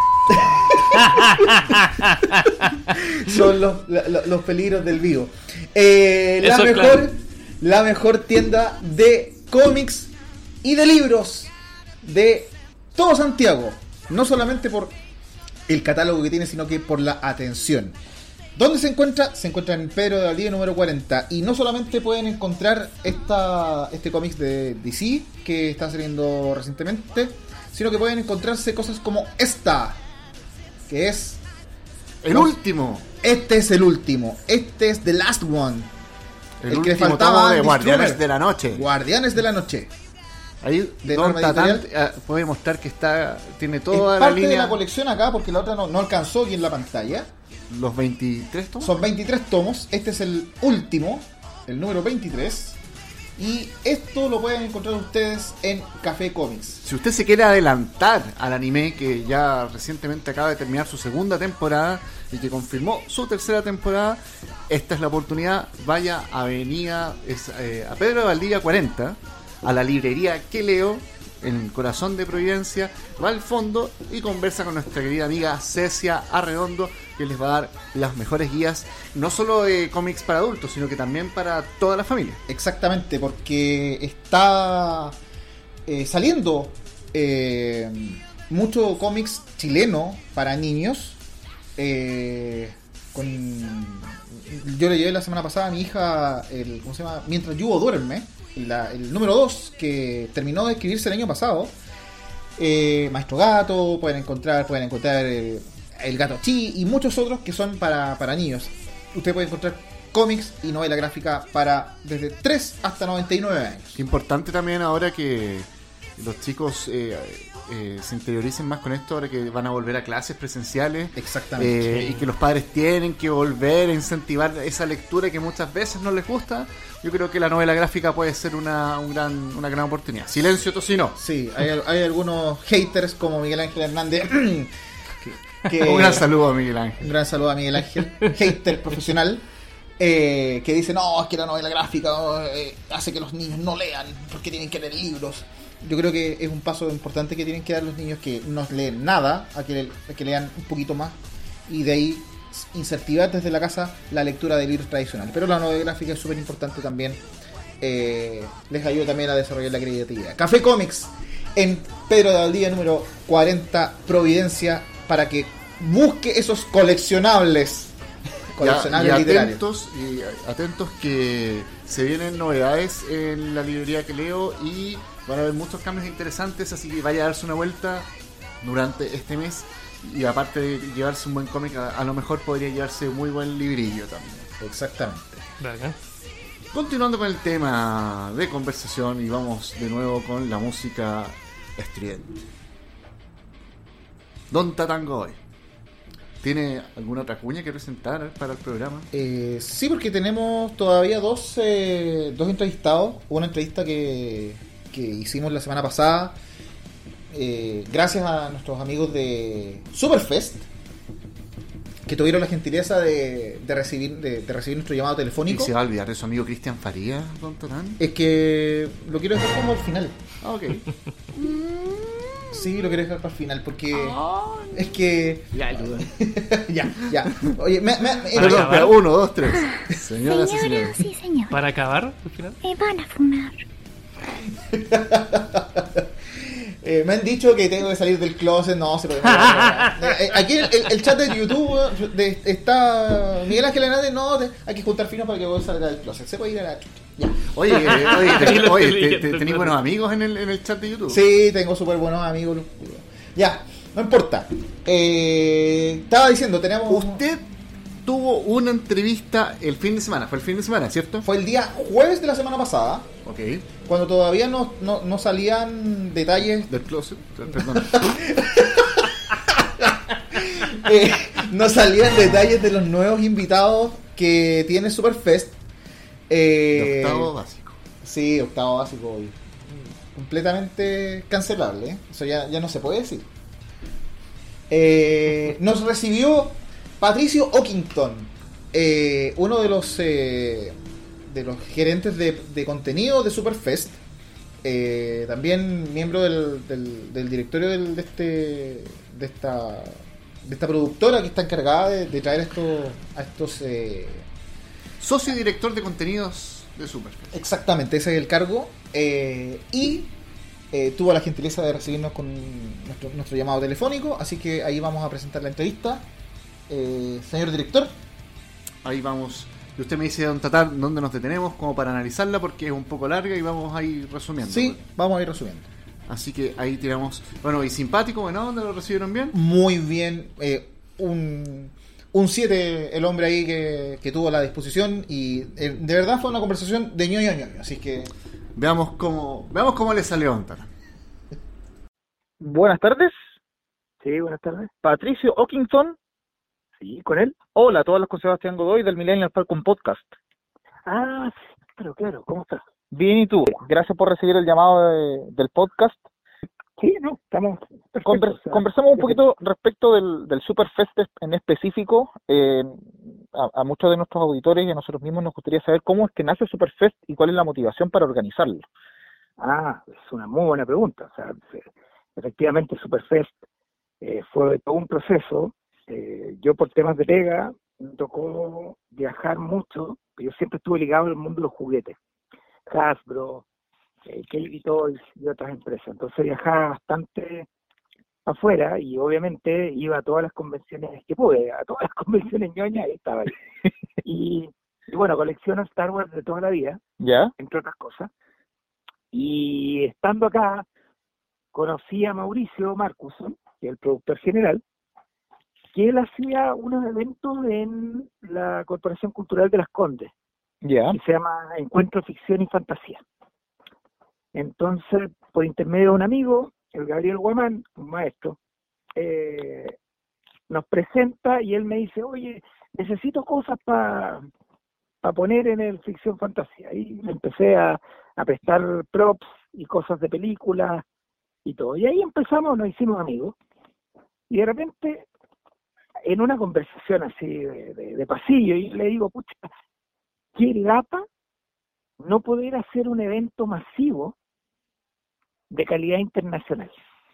Son los, los, los peligros del vivo. Eh, la Eso es mejor claro. La mejor tienda de cómics y de libros de todo Santiago. No solamente por el catálogo que tiene, sino que por la atención. ¿Dónde se encuentra? Se encuentra en Pedro de Valdivia número cuarenta. Y no solamente pueden encontrar esta, este cómic de D C que está saliendo recientemente, sino que pueden encontrarse cosas como esta, que es El último. Este es el último. Este es The Last One. El, El, que último faltaba tomo de Andy Guardianes Strummer. de la Noche. Guardianes de la Noche. Ahí De Don Norma Tatán Editorial. eh, puede mostrar que está tiene Es toda la parte de línea. la colección acá, porque la otra no, no alcanzó aquí en la pantalla. Los veintitrés tomos. Son veintitrés tomos. Este es el último, el número veintitrés. Y esto lo pueden encontrar ustedes en Café Comics. Si usted se quiere adelantar al anime que ya recientemente acaba de terminar su segunda temporada y que confirmó su tercera temporada, esta es la oportunidad. Vaya a Avenida es, eh, a Pedro de Valdivia cuarenta, a la librería Que Leo, en el corazón de Providencia, va al fondo y conversa con nuestra querida amiga Cecia Arredondo, que les va a dar las mejores guías, no solo de cómics para adultos, sino que también para toda la familia. Exactamente, porque está eh, saliendo eh, mucho cómics chileno para niños. Eh, con, yo le llevé la semana pasada a mi hija el, ¿cómo se llama? Mientras Yugo duerme, la, el número dos, que terminó de escribirse el año pasado. eh, Maestro Gato, pueden encontrar pueden encontrar eh, El Gato Chi y muchos otros que son para, para niños. Usted puede encontrar cómics y novela gráfica para desde tres hasta noventa y nueve años. Importante también ahora que los chicos eh, eh, se interioricen más con esto ahora que van a volver a clases presenciales. Exactamente. Eh, y que los padres tienen que volver a incentivar esa lectura que muchas veces no les gusta. Yo creo que la novela gráfica puede ser una, un gran, una gran oportunidad. Silencio, Tocino. Sí, hay, hay algunos haters como Miguel Ángel Hernández. que, que- Un gran saludo a Miguel Ángel. Un gran saludo a Miguel Ángel, hater profesional, eh, que dice, no, es que la novela gráfica eh, hace que los niños no lean porque tienen que leer libros. Yo creo que es un paso importante que tienen que dar los niños que no leen nada, a que, a que lean un poquito más, y de ahí incentivar desde la casa la lectura de libros tradicionales. Pero la novela gráfica es súper importante también, eh, les ayuda también a desarrollar la creatividad. Café Comics en Pedro de Valdivia número cuarenta, Providencia, para que busque esos coleccionables coleccionables Ya, y literarios. atentos, y atentos que se vienen novedades en la librería Que Leo y van a haber muchos cambios interesantes, así que vaya a darse una vuelta durante este mes y aparte de llevarse un buen cómic, a, a lo mejor podría llevarse muy buen librillo también. Exactamente. Venga. Continuando con el tema de conversación y vamos de nuevo con la música estridente. Don Tatangoy, ¿tiene alguna otra cuña que presentar para el programa? Eh, sí, porque tenemos todavía dos, eh, dos entrevistados. Una entrevista que, que hicimos la semana pasada, eh, gracias a nuestros amigos de Superfest, que tuvieron la gentileza de, de recibir de, de recibir nuestro llamado telefónico. ¿Y se va a olvidar de su amigo Cristian Faría, Don Tatán? Es que lo quiero dejar como al final. Ah, ok. Sí, lo quiero dejar para el final porque oh, es que... Ya, ayuda. ya, ya. Oye, me, me, me... Perdón, espera, uno, dos, tres. Señoras, Señoras y señores. Sí, señor. ¿Para acabar al final? Me van a fumar. eh, me han dicho que tengo que salir del closet. No, se lo tengo que... Aquí el, el, el chat de YouTube de, está Miguel Ángel Hernández. No, de, hay que juntar finos para que vos salga del closet. Se puede ir a la chucha. Ya. Oye, eh, oye, te, oye te, te, ¿tenés buenos amigos en el, en el chat de YouTube? Sí, tengo súper buenos amigos. Ya, no importa. Eh, estaba diciendo, tenemos... Usted tuvo una entrevista el fin de semana. Fue el fin de semana, ¿cierto? Fue el día jueves de la semana pasada. Ok. Cuando todavía no, no, no salían detalles... Del closet, perdón. eh, no salían detalles de los nuevos invitados que tiene Superfest. Eh, de octavo básico. Sí, octavo básico hoy. Completamente cancelable, ¿eh? Eso ya, ya no se puede decir. Eh, nos recibió Patricio Ockington, eh, uno de los eh, de los gerentes de, de contenido de Superfest, eh, también miembro del, del, del directorio del, de este de esta de esta productora que está encargada de, de traer estos a estos eh, socio y director de contenidos de Superfest. Exactamente, ese es el cargo. Eh, y eh, tuvo la gentileza de recibirnos con nuestro, nuestro llamado telefónico. Así que ahí vamos a presentar la entrevista. Eh, señor director. Ahí vamos. Y usted me dice, don Tatar, dónde nos detenemos como para analizarla, porque es un poco larga y vamos a ir resumiendo. Sí, vamos a ir resumiendo. Así que ahí tiramos. Bueno, y simpático, bueno, ¿dónde lo recibieron bien? Muy bien. Eh, un... Un siete el hombre ahí que, que tuvo la disposición y eh, de verdad fue una conversación de ñoño a ñoño, así que... Veamos cómo veamos cómo le salió a Tara. Buenas tardes. Sí, buenas tardes. Patricio Ockington. Sí, con él. Hola, a todos los con Sebastián Godoy del Millennial Falcon Podcast. Ah, sí, claro, claro. ¿Cómo estás? Bien, ¿y tú? Gracias por recibir el llamado de, del podcast. Sí, no, estamos... Conver, o sea, conversamos un poquito respecto del, del Superfest en específico. Eh, a, a muchos de nuestros auditores y a nosotros mismos nos gustaría saber cómo es que nace Superfest y cuál es la motivación para organizarlo. Ah, es una muy buena pregunta. O sea, efectivamente Superfest eh, fue todo un proceso. Eh, yo por temas de pega me tocó viajar mucho. Yo siempre estuve ligado al mundo de los juguetes. Hasbro, Eh, Kelly Toys y otras empresas. Entonces viajaba bastante afuera y obviamente iba a todas las convenciones que pude, a todas las convenciones ñoñas y estaba ahí. y, y bueno, colecciono Star Wars de toda la vida, ¿ya? Entre otras cosas. Y estando acá, conocí a Mauricio Marcuson, que es el productor general, que él hacía unos eventos en la Corporación Cultural de Las Condes, ¿ya? Que se llama Encuentro Ficción y Fantasía. Entonces, por intermedio de un amigo, el Gabriel Guamán, un maestro, eh, nos presenta y él me dice, oye, necesito cosas para pa poner en el Ficción Fantasía. Y me empecé a, a prestar props y cosas de películas y todo. Y ahí empezamos, nos hicimos amigos. Y de repente, en una conversación así de, de, de pasillo, y le digo, pucha, qué lata no poder hacer un evento masivo de calidad internacional.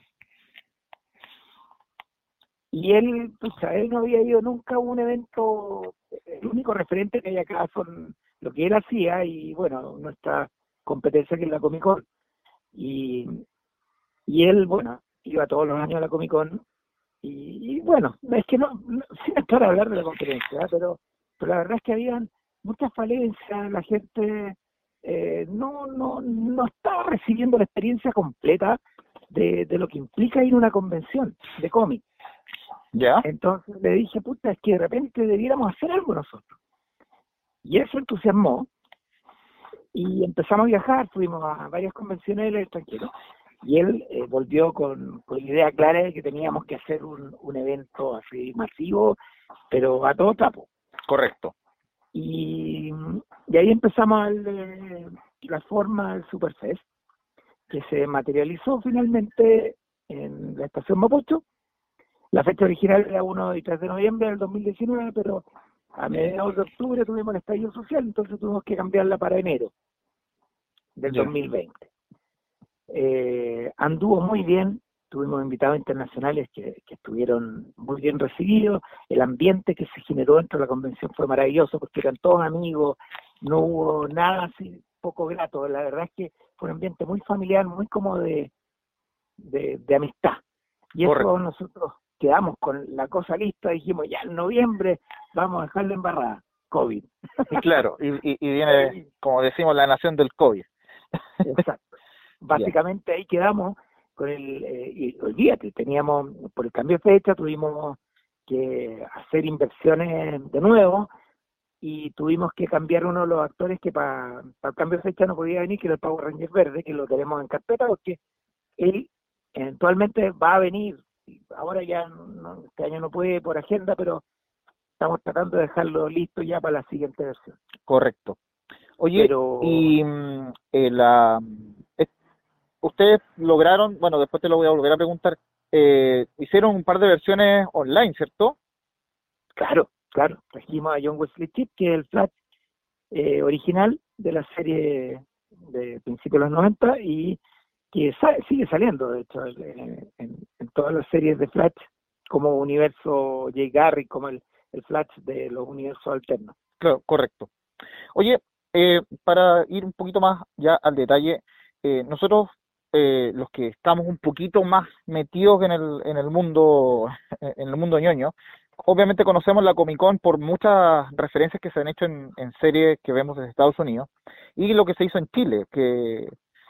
Y él, pues, él no había ido nunca a un evento, el único referente que hay acá son lo que él hacía y, bueno, nuestra competencia que es la Comic Con. Y, y él, bueno, iba todos los años a la Comic Con y, y bueno, es que no, no sin estar a hablar de la competencia, ¿eh? pero, pero la verdad es que habían muchas falencias, la gente... Eh, no, no, no estaba recibiendo la experiencia completa de, de lo que implica ir a una convención de cómic. ¿Ya? Entonces le dije, puta, es que de repente debiéramos hacer algo nosotros. Y él se entusiasmó y empezamos a viajar, fuimos a varias convenciones del extranjero y él eh, volvió con, con la idea clara de que teníamos que hacer un, un evento así masivo, pero a todo trapo. Correcto. Y, y ahí empezamos el, eh, la forma del Superfest, que se materializó finalmente en la estación Mapocho. La fecha original era uno y tres de noviembre del dos mil diecinueve, pero a mediados de octubre tuvimos el estallido social, entonces tuvimos que cambiarla para enero del Ya. dos mil veinte. Eh, anduvo muy bien, tuvimos invitados internacionales que, que estuvieron muy bien recibidos, el ambiente que se generó dentro de la convención fue maravilloso porque eran todos amigos, no hubo nada así poco grato, la verdad es que fue un ambiente muy familiar, muy como de, de, de amistad. Y Correcto. eso nosotros quedamos con la cosa lista, dijimos ya en noviembre vamos a dejarla embarrada, COVID. Y claro, y, y, y viene, como decimos, la nación del COVID. Exacto. Básicamente ahí quedamos con el, eh, y olvídate, teníamos, por el cambio de fecha, tuvimos que hacer inversiones de nuevo y tuvimos que cambiar uno de los actores que para el cambio de fecha no podía venir, que era el Power Ranger Verde, que lo tenemos en carpeta porque él eventualmente va a venir. Ahora ya no, este año no puede por agenda, pero estamos tratando de dejarlo listo ya para la siguiente versión. Correcto. Oye, Pero... y mm, eh, la, eh, ustedes lograron, bueno, después te lo voy a volver a preguntar, eh, hicieron un par de versiones online, ¿cierto? Claro, claro. Trajimos a John Wesley Shipp, que es el Flash eh, original de la serie de principios de los noventa y que sa sigue saliendo, de hecho, en, en, en todas las series de Flash, como universo Jay Garrick, como el, el Flash de los universos alternos. Claro, correcto. Oye, eh, para ir un poquito más ya al detalle, eh, nosotros, eh, los que estamos un poquito más metidos en el, en el mundo, en el mundo ñoño, obviamente conocemos la Comic Con por muchas referencias que se han hecho en, en series que vemos desde Estados Unidos, y lo que se hizo en Chile, que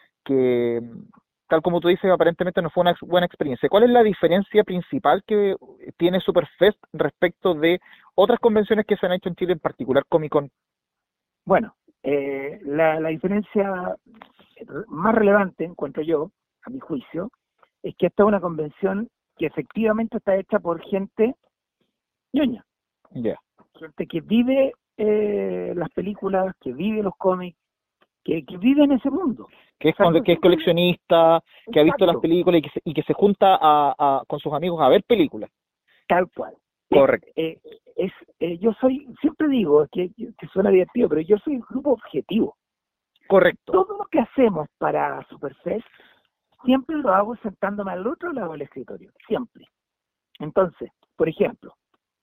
que tal como tú dices, aparentemente no fue una ex buena experiencia. ¿Cuál es la diferencia principal que tiene Superfest respecto de otras convenciones que se han hecho en Chile, en particular Comic Con? Bueno, eh, la, la diferencia más relevante, encuentro yo, a mi juicio, es que esta es una convención que efectivamente está hecha por gente ñoña. Ya. Yeah. Gente que vive eh, las películas, que vive los cómics, que, que vive en ese mundo. Que es, con, que es coleccionista, que Exacto. ha visto las películas y que se, y que se junta a, a, con sus amigos a ver películas. Tal cual. Correcto. Eh, eh, es, eh, yo soy, siempre digo que, que suena divertido, pero yo soy un grupo objetivo. Correcto. Todo lo que hacemos para Superfest, siempre lo hago sentándome al otro lado del escritorio, siempre. Entonces, por ejemplo,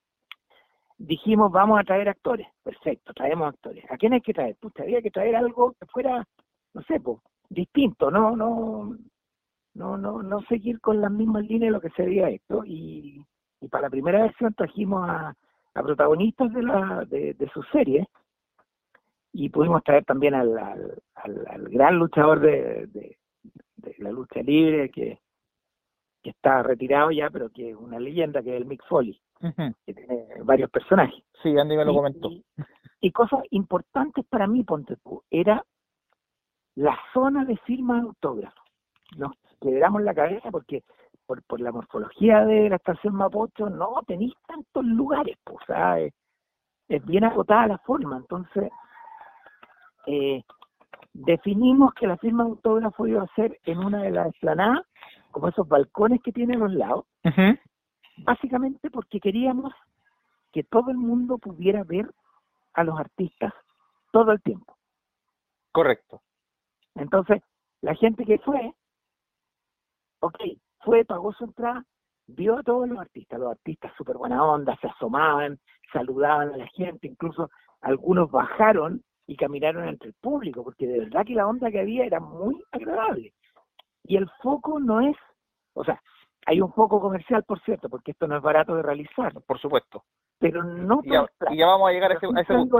dijimos vamos a traer actores, perfecto, traemos actores. ¿A quién hay que traer? Pucha, había que traer algo que fuera, no sé, pues, distinto, no, no, no, no, no seguir con las mismas líneas de lo que se había hecho. Y, y para la primera versión trajimos a, a protagonistas de la, de, de sus series, y pudimos traer también al, al, al, al gran luchador de, de, de la lucha libre que, que está retirado ya, pero que es una leyenda, que es el Mick Foley. Uh-huh. Que tiene varios personajes. Sí, Andy me lo y, comentó. Y, y cosas importantes para mí, ponte tú, era la zona de firma de autógrafos. Nos quebramos la cabeza porque por, por la morfología de la estación Mapocho no tenéis tantos lugares, pues, o sea, es, es bien acotada la forma. Entonces, eh, definimos que la firma de autógrafo iba a ser en una de las esplanadas, como esos balcones que tiene a los lados. Uh-huh. Básicamente porque queríamos que todo el mundo pudiera ver a los artistas todo el tiempo. Correcto. Entonces, la gente que fue, ok, fue, pagó su entrada, vio a todos los artistas, los artistas súper buena onda, se asomaban, saludaban a la gente, incluso algunos bajaron y caminaron entre el público, porque de verdad que la onda que había era muy agradable. Y el foco no es, o sea, hay un foco comercial, por cierto, porque esto no es barato de realizar. Por supuesto. Pero no y, ya, y ya vamos a llegar a ese, a ese punto.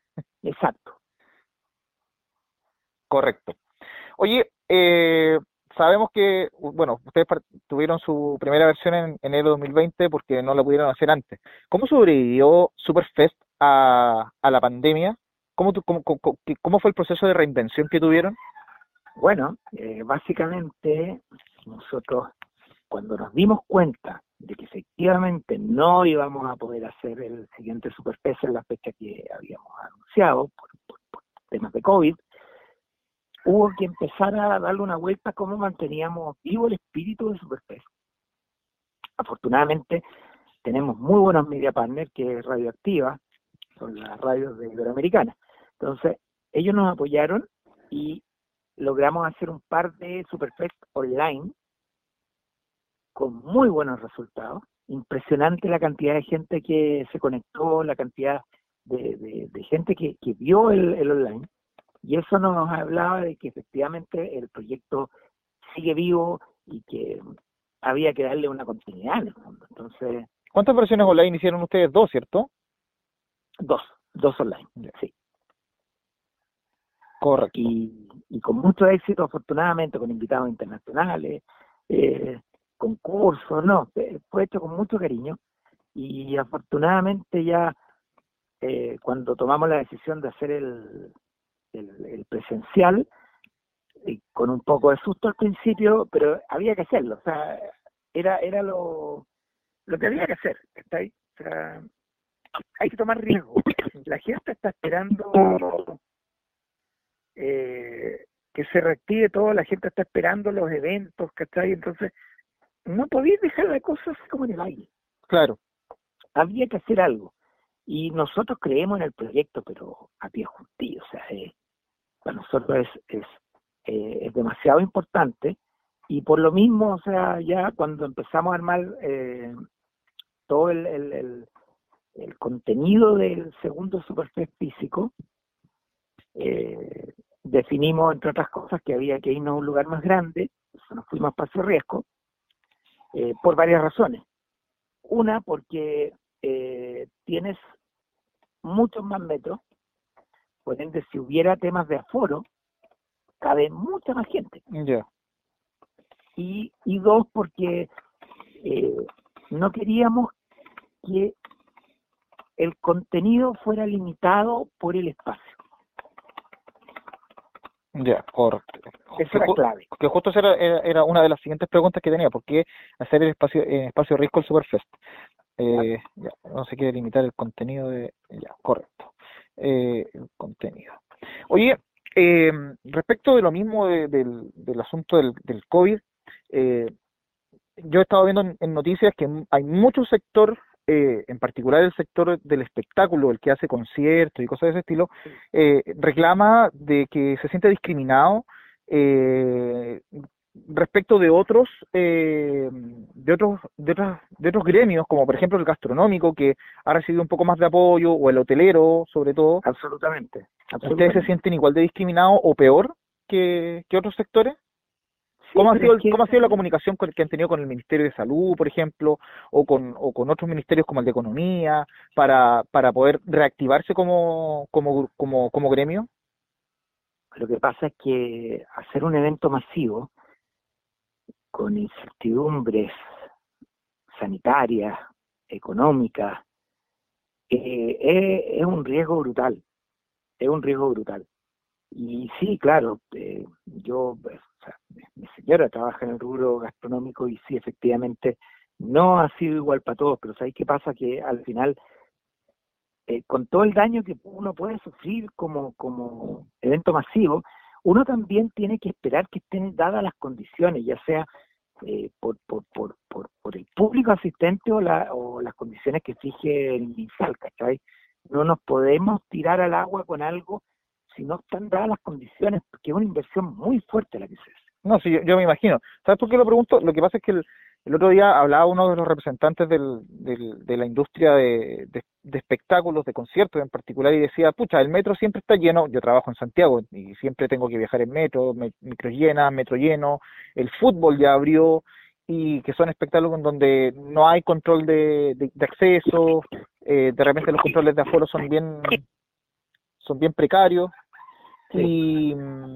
Exacto. Correcto. Oye, eh, sabemos que, bueno, ustedes par- tuvieron su primera versión en enero de dos mil veinte porque no la pudieron hacer antes. ¿Cómo sobrevivió Superfest a, a la pandemia? ¿Cómo, tu- cómo, cómo, cómo fue el proceso de reinvención que tuvieron? Bueno, eh, básicamente nosotros cuando nos dimos cuenta de que efectivamente no íbamos a poder hacer el siguiente Superfest en la fecha que habíamos anunciado por, por, por temas de COVID, hubo que empezar a darle una vuelta a cómo manteníamos vivo el espíritu de Superfest. Afortunadamente tenemos muy buenos media partners, que es Radioactiva, son las radios de Iberoamericana. Entonces, ellos nos apoyaron y logramos hacer un par de Superfest online con muy buenos resultados. Impresionante la cantidad de gente que se conectó, la cantidad de, de, de gente que, que vio el, el online. Y eso nos hablaba de que efectivamente el proyecto sigue vivo y que había que darle una continuidad en el mundo. Entonces, ¿Cuántas versiones online hicieron ustedes? Dos, ¿cierto? dos, dos online, sí. Correcto. Y, y con mucho éxito, afortunadamente, con invitados internacionales, eh, concursos, no, eh, fue hecho con mucho cariño. Y afortunadamente ya eh, cuando tomamos la decisión de hacer el, el, el presencial, eh, con un poco de susto al principio, pero había que hacerlo, o sea, era era lo, lo que había que hacer, ¿está ahí? O sea, hay que tomar riesgo. La gente está esperando eh, que se reactive todo, la gente está esperando los eventos, ¿cachai? Entonces, no podías dejar la cosa así como en el aire. Claro. Había que hacer algo. Y nosotros creemos en el proyecto, pero a pie juntillo, o sea, eh, para nosotros es, es, eh, es demasiado importante. Y por lo mismo, o sea, ya cuando empezamos a armar eh, todo el, el, el, el contenido del segundo Superfest físico, eh, definimos, entre otras cosas, que había que irnos a un lugar más grande, eso nos fuimos a Espacio Riesgo, eh, por varias razones. Una, porque eh, tienes muchos más metros, por ende, si hubiera temas de aforo, cabe mucha más gente. Ya. Yeah. Y, y dos, porque eh, no queríamos que el contenido fuera limitado por el espacio. Ya, yeah, correcto. Eso era clave. Que justo esa era, era, era una de las siguientes preguntas que tenía, ¿por qué hacer el espacio en espacio riesgo el Superfest? Eh, ya, no se quiere limitar el contenido de... Ya, correcto. Eh, el contenido. Oye, eh, respecto de lo mismo de, del, del asunto del, del COVID, eh, yo he estado viendo en, en noticias que hay mucho sector, eh, en particular el sector del espectáculo, el que hace conciertos y cosas de ese estilo, eh, reclama de que se siente discriminado eh, respecto de otros eh, de otros de otros de otros gremios, como por ejemplo el gastronómico, que ha recibido un poco más de apoyo, o el hotelero sobre todo. Absolutamente, absolutamente. ¿Ustedes se sienten igual de discriminados o peor que, que otros sectores? Sí, ¿Cómo, ha sido, es que... ¿Cómo ha sido la comunicación con, que han tenido con el Ministerio de Salud, por ejemplo, o con, o con otros ministerios como el de Economía, para, para poder reactivarse como, como, como, como gremio? Lo que pasa es que hacer un evento masivo con incertidumbres sanitarias, económicas, eh, es, es un riesgo brutal, es un riesgo brutal. Y sí, claro, eh, yo, pues, o sea, mi señora trabaja en el rubro gastronómico y sí, efectivamente, no ha sido igual para todos, pero ¿sabes qué pasa? Que al final, eh, con todo el daño que uno puede sufrir como, como evento masivo, uno también tiene que esperar que estén dadas las condiciones, ya sea eh, por, por, por, por, por el público asistente o, la, o las condiciones que exige el MinSal, ¿cachai? No nos podemos tirar al agua con algo si no están dadas las condiciones, porque es una inversión muy fuerte la que se hace. No, sí, yo, yo me imagino. ¿Sabes por qué lo pregunto? Lo que pasa es que el, el otro día hablaba uno de los representantes del, del, de la industria de, de, de espectáculos, de conciertos en particular, y decía, pucha, el metro siempre está lleno. Yo trabajo en Santiago y siempre tengo que viajar en metro, me, micro llena, metro lleno. El fútbol ya abrió, y que son espectáculos en donde no hay control de, de, de acceso, eh, de repente los controles de aforo son bien, son bien precarios. Sí. Y,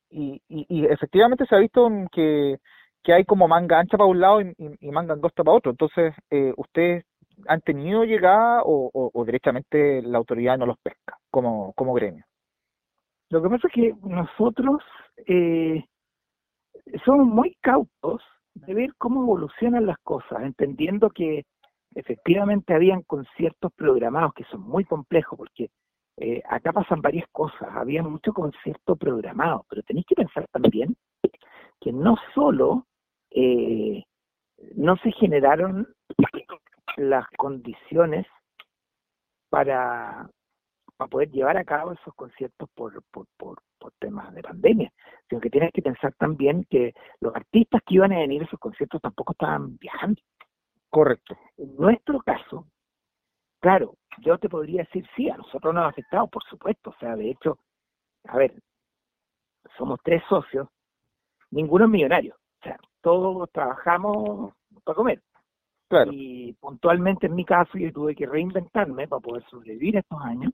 y, y, y efectivamente se ha visto en que, que hay como manga ancha para un lado y, y, y manga angosta para otro. Entonces, eh, ¿ustedes han tenido llegada o, o, o directamente la autoridad no los pesca como, como gremio? Lo que pasa es que nosotros eh, somos muy cautos de ver cómo evolucionan las cosas, entendiendo que efectivamente habían conciertos programados que son muy complejos, porque eh, acá pasan varias cosas, había mucho concierto programado, pero tenéis que pensar también que no solo eh, no se generaron las condiciones para, para poder llevar a cabo esos conciertos por, por, por, por temas de pandemia, sino que tienes que pensar también que los artistas que iban a venir a esos conciertos tampoco estaban viajando. Correcto. En nuestro caso, claro, yo te podría decir, sí, a nosotros nos ha afectado, por supuesto, o sea, de hecho, a ver, somos tres socios, ninguno es millonario, o sea, todos trabajamos para comer. Claro. Y puntualmente en mi caso yo tuve que reinventarme para poder sobrevivir estos años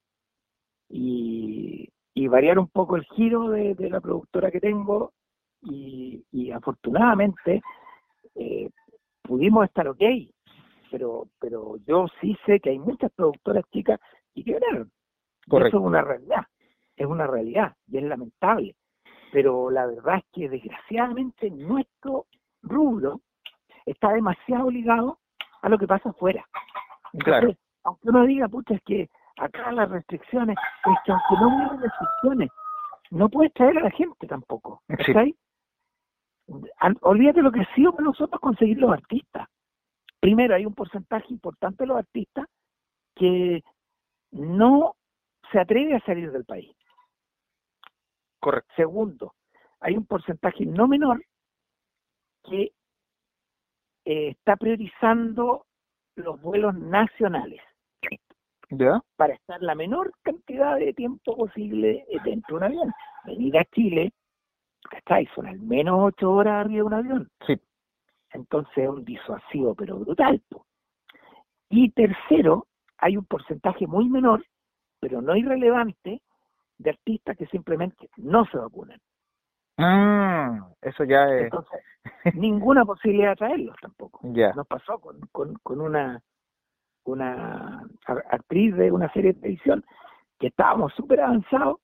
y, y variar un poco el giro de, de la productora que tengo y, y afortunadamente eh, pudimos estar ok, pero pero yo sí sé que hay muchas productoras chicas que quebraron. Eso es una realidad, es una realidad y es lamentable, pero la verdad es que desgraciadamente nuestro rubro está demasiado ligado a lo que pasa afuera. Entonces, claro. Aunque uno diga, pucha, es que acá las restricciones, es que aunque no hubiera restricciones, no puedes traer a la gente tampoco. ¿Está? Olvídate lo que ha sido para nosotros conseguir los artistas. Primero, hay un porcentaje importante de los artistas que no se atreve a salir del país. Correcto. Segundo, hay un porcentaje no menor que eh, está priorizando los vuelos nacionales. ¿Ya? Para estar la menor cantidad de tiempo posible dentro de un avión. Venir a Chile, ¿cachai? Son al menos ocho horas arriba de un avión. Sí. Entonces es un disuasivo, pero brutal. Po. Y tercero, hay un porcentaje muy menor, pero no irrelevante, de artistas que simplemente no se vacunan. Ah, eso ya es... Entonces, ninguna posibilidad de traerlos tampoco. Ya. Nos pasó con, con, con una una actriz de una serie de televisión que estábamos súper avanzados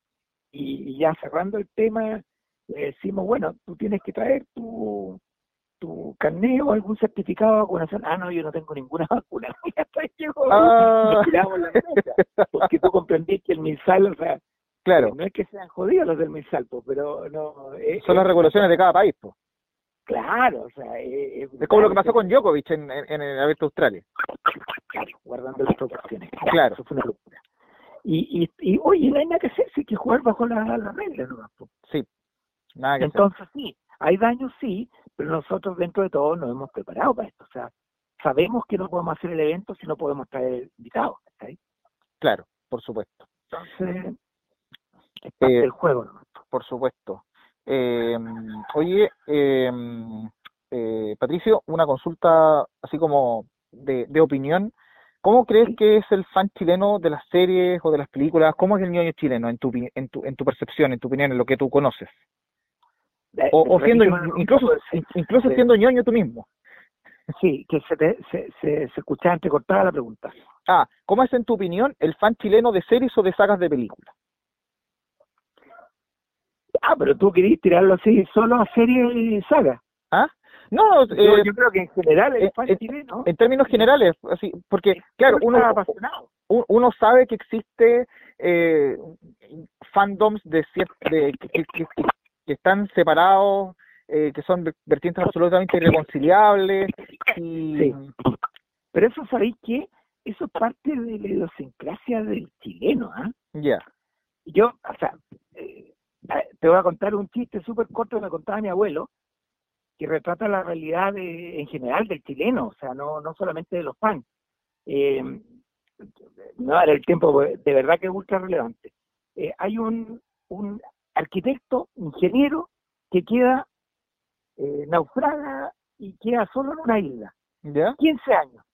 y ya cerrando el tema le decimos, bueno, tú tienes que traer tu tu carnet o algún certificado de vacunación. Ah, no, yo no tengo ninguna vacuna. Y hasta ahí llegó, ah. nos tiramos la mesa, porque tú comprendís que el MinSal, o sea, claro, no es que sean jodidos los del MinSal, pues, pero no... Es, son las regulaciones de cada país, pues. Claro, o sea... Es, es como lo que pasó con Djokovic en, en, en el Abierto de Australia. Claro, guardando las proporciones. Claro, claro. Eso fue una locura. Y, y, y oye, no hay nada que hacer, sí hay que jugar bajo la, la regla, ¿no? Sí, nada que Entonces, hacer. sí, hay daños, sí, pero nosotros dentro de todo nos hemos preparado para esto. O sea, sabemos que no podemos hacer el evento si no podemos traer invitados. ¿Está ahí? Claro, por supuesto. Entonces, es parte eh, del juego, ¿no? Por supuesto. Eh, oye, eh, eh, Patricio, una consulta así como de, de opinión. ¿Cómo crees Sí. que es el fan chileno de las series o de las películas? ¿Cómo es el ñoño chileno en tu, en tu, en tu percepción, en tu opinión, en lo que tú conoces? Eh, O, o siendo, repíteme, incluso, sí, incluso sí. siendo ñoño tú mismo. Sí, que se, te, se, se, se escuchaba entrecortada la pregunta. Ah, ¿cómo es en tu opinión el fan chileno de series o de sagas de películas? Ah, pero tú querías tirarlo así solo a series y sagas. ¿Ah? No, yo, eh, yo creo que en general el eh, fan eh, chileno... En términos generales, así, porque, claro, uno, uno sabe que existe eh, fandoms de, cier- de que, que, que, que están separados, eh, que son vertientes absolutamente irreconciliables. Y... Sí. Pero eso, ¿sabéis qué? Eso es parte de la idiosincrasia del chileno, ¿ah? Ya. Yeah. Yo, o sea, eh, te voy a contar un chiste súper corto que me contaba mi abuelo, que retrata la realidad de, en general del chileno, o sea, no, no solamente de los fans. Eh, no, era el tiempo, de verdad que es ultra relevante. Eh, hay un, un arquitecto, ingeniero, que queda, eh, naufraga y queda solo en una isla. ¿Ya? quince años.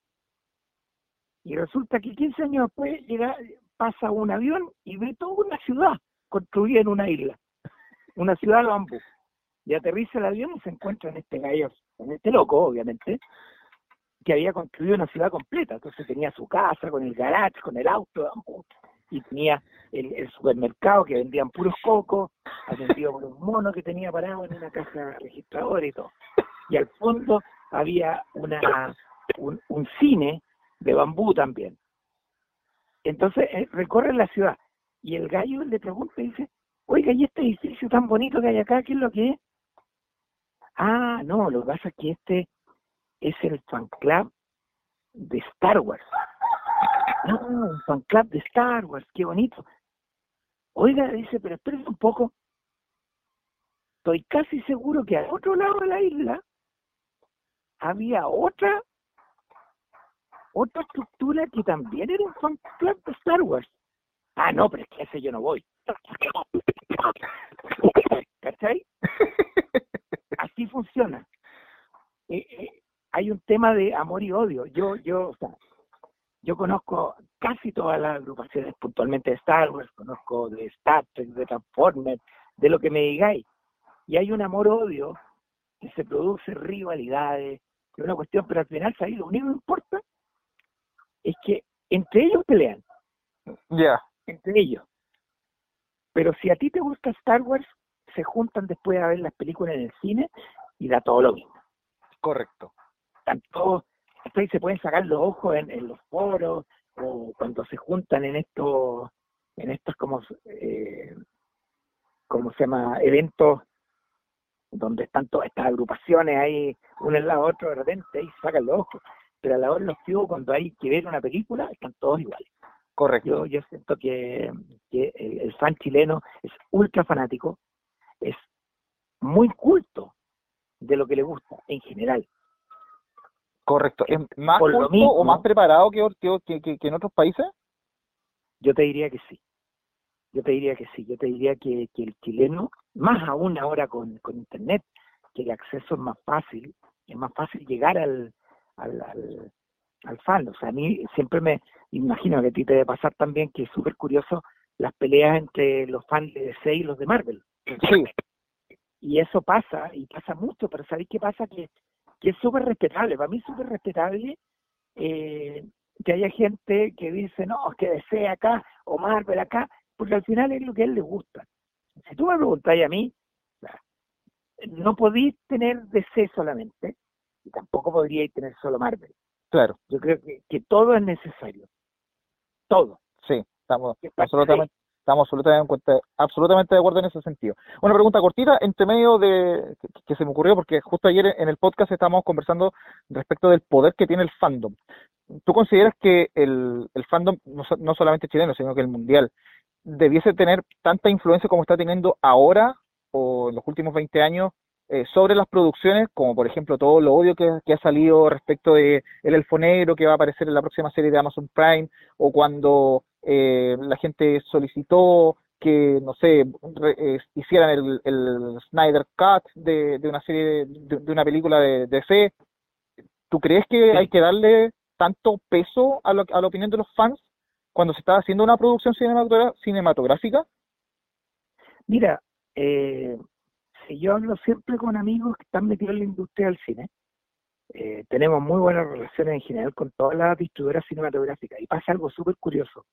Y resulta que quince años después llega, pasa un avión y ve toda una ciudad construida en una isla. una ciudad de bambú. Y aterriza el avión y se encuentra en este gallo, en este loco, obviamente, que había construido una ciudad completa. Entonces tenía su casa, con el garage, con el auto de bambú, y tenía el, el supermercado que vendían puros cocos, atendido por un mono que tenía parado en una caja registradora y todo. Y al fondo había una un, un cine de bambú también. Entonces eh, recorre la ciudad y el gallo le pregunta y dice, oiga, ¿y este edificio tan bonito que hay acá, qué es lo que es? Ah, no, lo que pasa es que este es el fan club de Star Wars. Ah, un fan club de Star Wars, qué bonito. Oiga, dice, pero espérese un poco. Estoy casi seguro que al otro lado de la isla había otra otra estructura que también era un fan club de Star Wars. Ah, no, pero es que ese yo no voy. ¿Cachai? Así funciona. Eh, eh, hay un tema de amor y odio. Yo, yo, o sea, yo conozco casi todas las agrupaciones, puntualmente de Star Wars, conozco de Star Trek, de Transformers, de lo que me digáis. Y hay un amor-odio que se produce, rivalidades, es una cuestión, pero al final, ¿sabes? Lo único que importa es que entre ellos pelean. Ya. Yeah. Entre ellos. Pero si a ti te gusta Star Wars, se juntan después a ver las películas en el cine y da todo lo mismo. Correcto. Tanto se pueden sacar los ojos en, en los foros o cuando se juntan en estos en estos como eh, ¿cómo se llama? Eventos donde están todas estas agrupaciones ahí, una al lado de otro, de repente ahí se sacan los ojos, pero a la hora de los tíos, cuando hay que ver una película, están todos iguales. Correcto. Yo, yo siento que, que el, el fan chileno es ultra fanático, es muy culto de lo que le gusta en general. Correcto. ¿Es más Por lo culto mismo, o más preparado que, que, que, que en otros países? Yo te diría que sí. Yo te diría que sí. Yo te diría que, que el chileno, más aún ahora con, con internet, que el acceso es más fácil, es más fácil llegar al, al, al, al fan. O sea, a mí siempre me imagino que a ti te debe pasar también que es súper curioso las peleas entre los fans de D C y los de Marvel. Sí. Y eso pasa, y pasa mucho, pero ¿sabéis qué pasa? Que, que es súper respetable. Para mí es súper respetable eh, que haya gente que dice, no, es que D C acá o Marvel acá, porque al final es lo que a él le gusta. Si tú me preguntáis a mí, no podéis tener D C solamente, y tampoco podríais tener solo Marvel. Claro. Yo creo que, que todo es necesario. Todo. Sí, estamos absolutamente, estamos absolutamente, absolutamente de acuerdo en ese sentido. Una pregunta cortita, entre medio de que, que se me ocurrió, porque justo ayer en el podcast estábamos conversando respecto del poder que tiene el fandom. ¿Tú consideras que el, el fandom, no, no solamente chileno, sino que el mundial, debiese tener tanta influencia como está teniendo ahora o en los últimos veinte años eh, sobre las producciones, como por ejemplo todo lo odio que, que ha salido respecto de El Elfo Negro, que va a aparecer en la próxima serie de Amazon Prime, o cuando eh, la gente solicitó que, no sé, re, eh, hicieran el, el Snyder Cut de, de una serie, de, de una película de, de D C? ¿Tú crees que sí hay que darle tanto peso a, lo, a la opinión de los fans cuando se está haciendo una producción cinematográfica? Mira, eh, si yo hablo siempre con amigos que están metidos en la industria del cine, eh, tenemos muy buenas relaciones en general con todas las distribuidoras cinematográficas, y pasa algo súper curioso.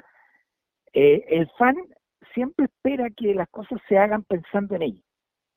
Eh, el fan siempre espera que las cosas se hagan pensando en ellos.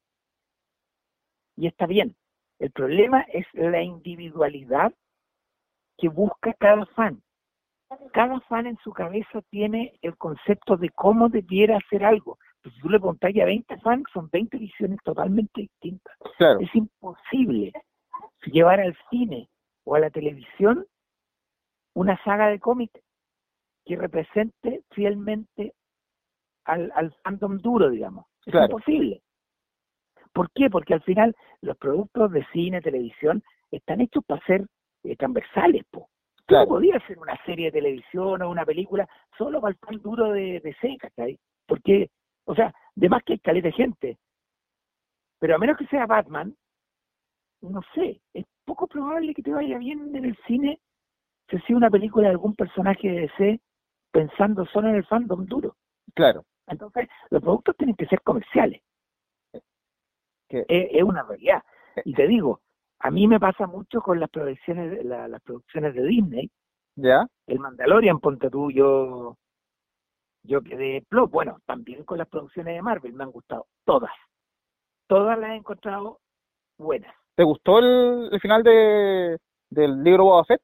Y está bien. El problema es la individualidad que busca cada fan. Cada fan en su cabeza tiene el concepto de cómo debiera hacer algo. Pues si tú le preguntas a veinte fans, son veinte visiones totalmente distintas. Claro. Es imposible llevar al cine o a la televisión una saga de cómic que represente fielmente al, al fandom duro, digamos. Es claro. imposible. ¿Por qué? Porque al final los productos de cine, televisión, están hechos para ser eh, transversales, po. Claro. No podía hacer una serie de televisión o una película solo para el fan duro de, de C, ¿cachai? Porque, o sea, de más que hay caleta de gente. Pero a menos que sea Batman, no sé, es poco probable que te vaya bien en el cine si sea una película de algún personaje de D C pensando solo en el fandom duro. Claro. Entonces, los productos tienen que ser comerciales. Es, es una realidad. Y te digo, a mí me pasa mucho con las producciones, de- la- las producciones de Disney. ¿Ya? El Mandalorian, ponte tú, yo, yo quedé plop. Bueno, también con las producciones de Marvel me han gustado todas. Todas las he encontrado buenas. ¿Te gustó el, el final de del libro Boba Fett?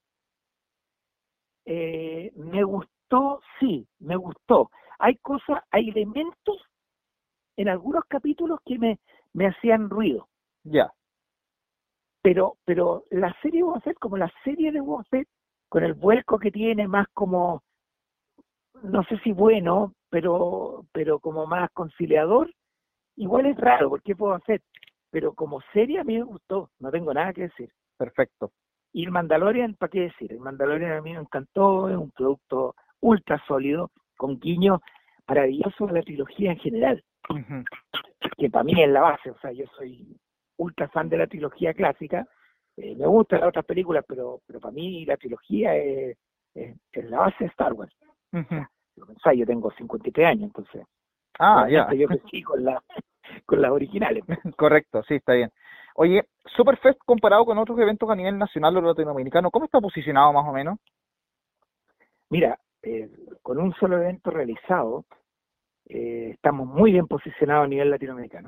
Eh, me gustó, sí, me gustó. Hay cosas, hay elementos en algunos capítulos que me, me hacían ruido. Ya. Pero, pero la serie Boba Fett, como la serie de Boba Fett, con el vuelco que tiene, más como, no sé si bueno, pero, pero como más conciliador, igual es raro, porque es Boba Fett. Pero como serie a mí me gustó, no tengo nada que decir. Perfecto. Y el Mandalorian, ¿para qué decir? El Mandalorian a mí me encantó, es un producto ultra sólido, con guiños maravillosos a la trilogía en general, que para mí es la base. O sea, yo soy ultra fan de la trilogía clásica, eh, me gustan las otras películas, pero pero para mí la trilogía es, es, es la base de Star Wars. Lo pensáis, yo tengo cincuenta y tres años, entonces Ah, ya. obviamente yo crecí con, la, con las originales. Correcto, sí, está bien. Oye, Superfest comparado con otros eventos a nivel nacional o latinoamericano, ¿cómo está posicionado más o menos? Mira, eh, con un solo evento realizado, eh, estamos muy bien posicionados a nivel latinoamericano.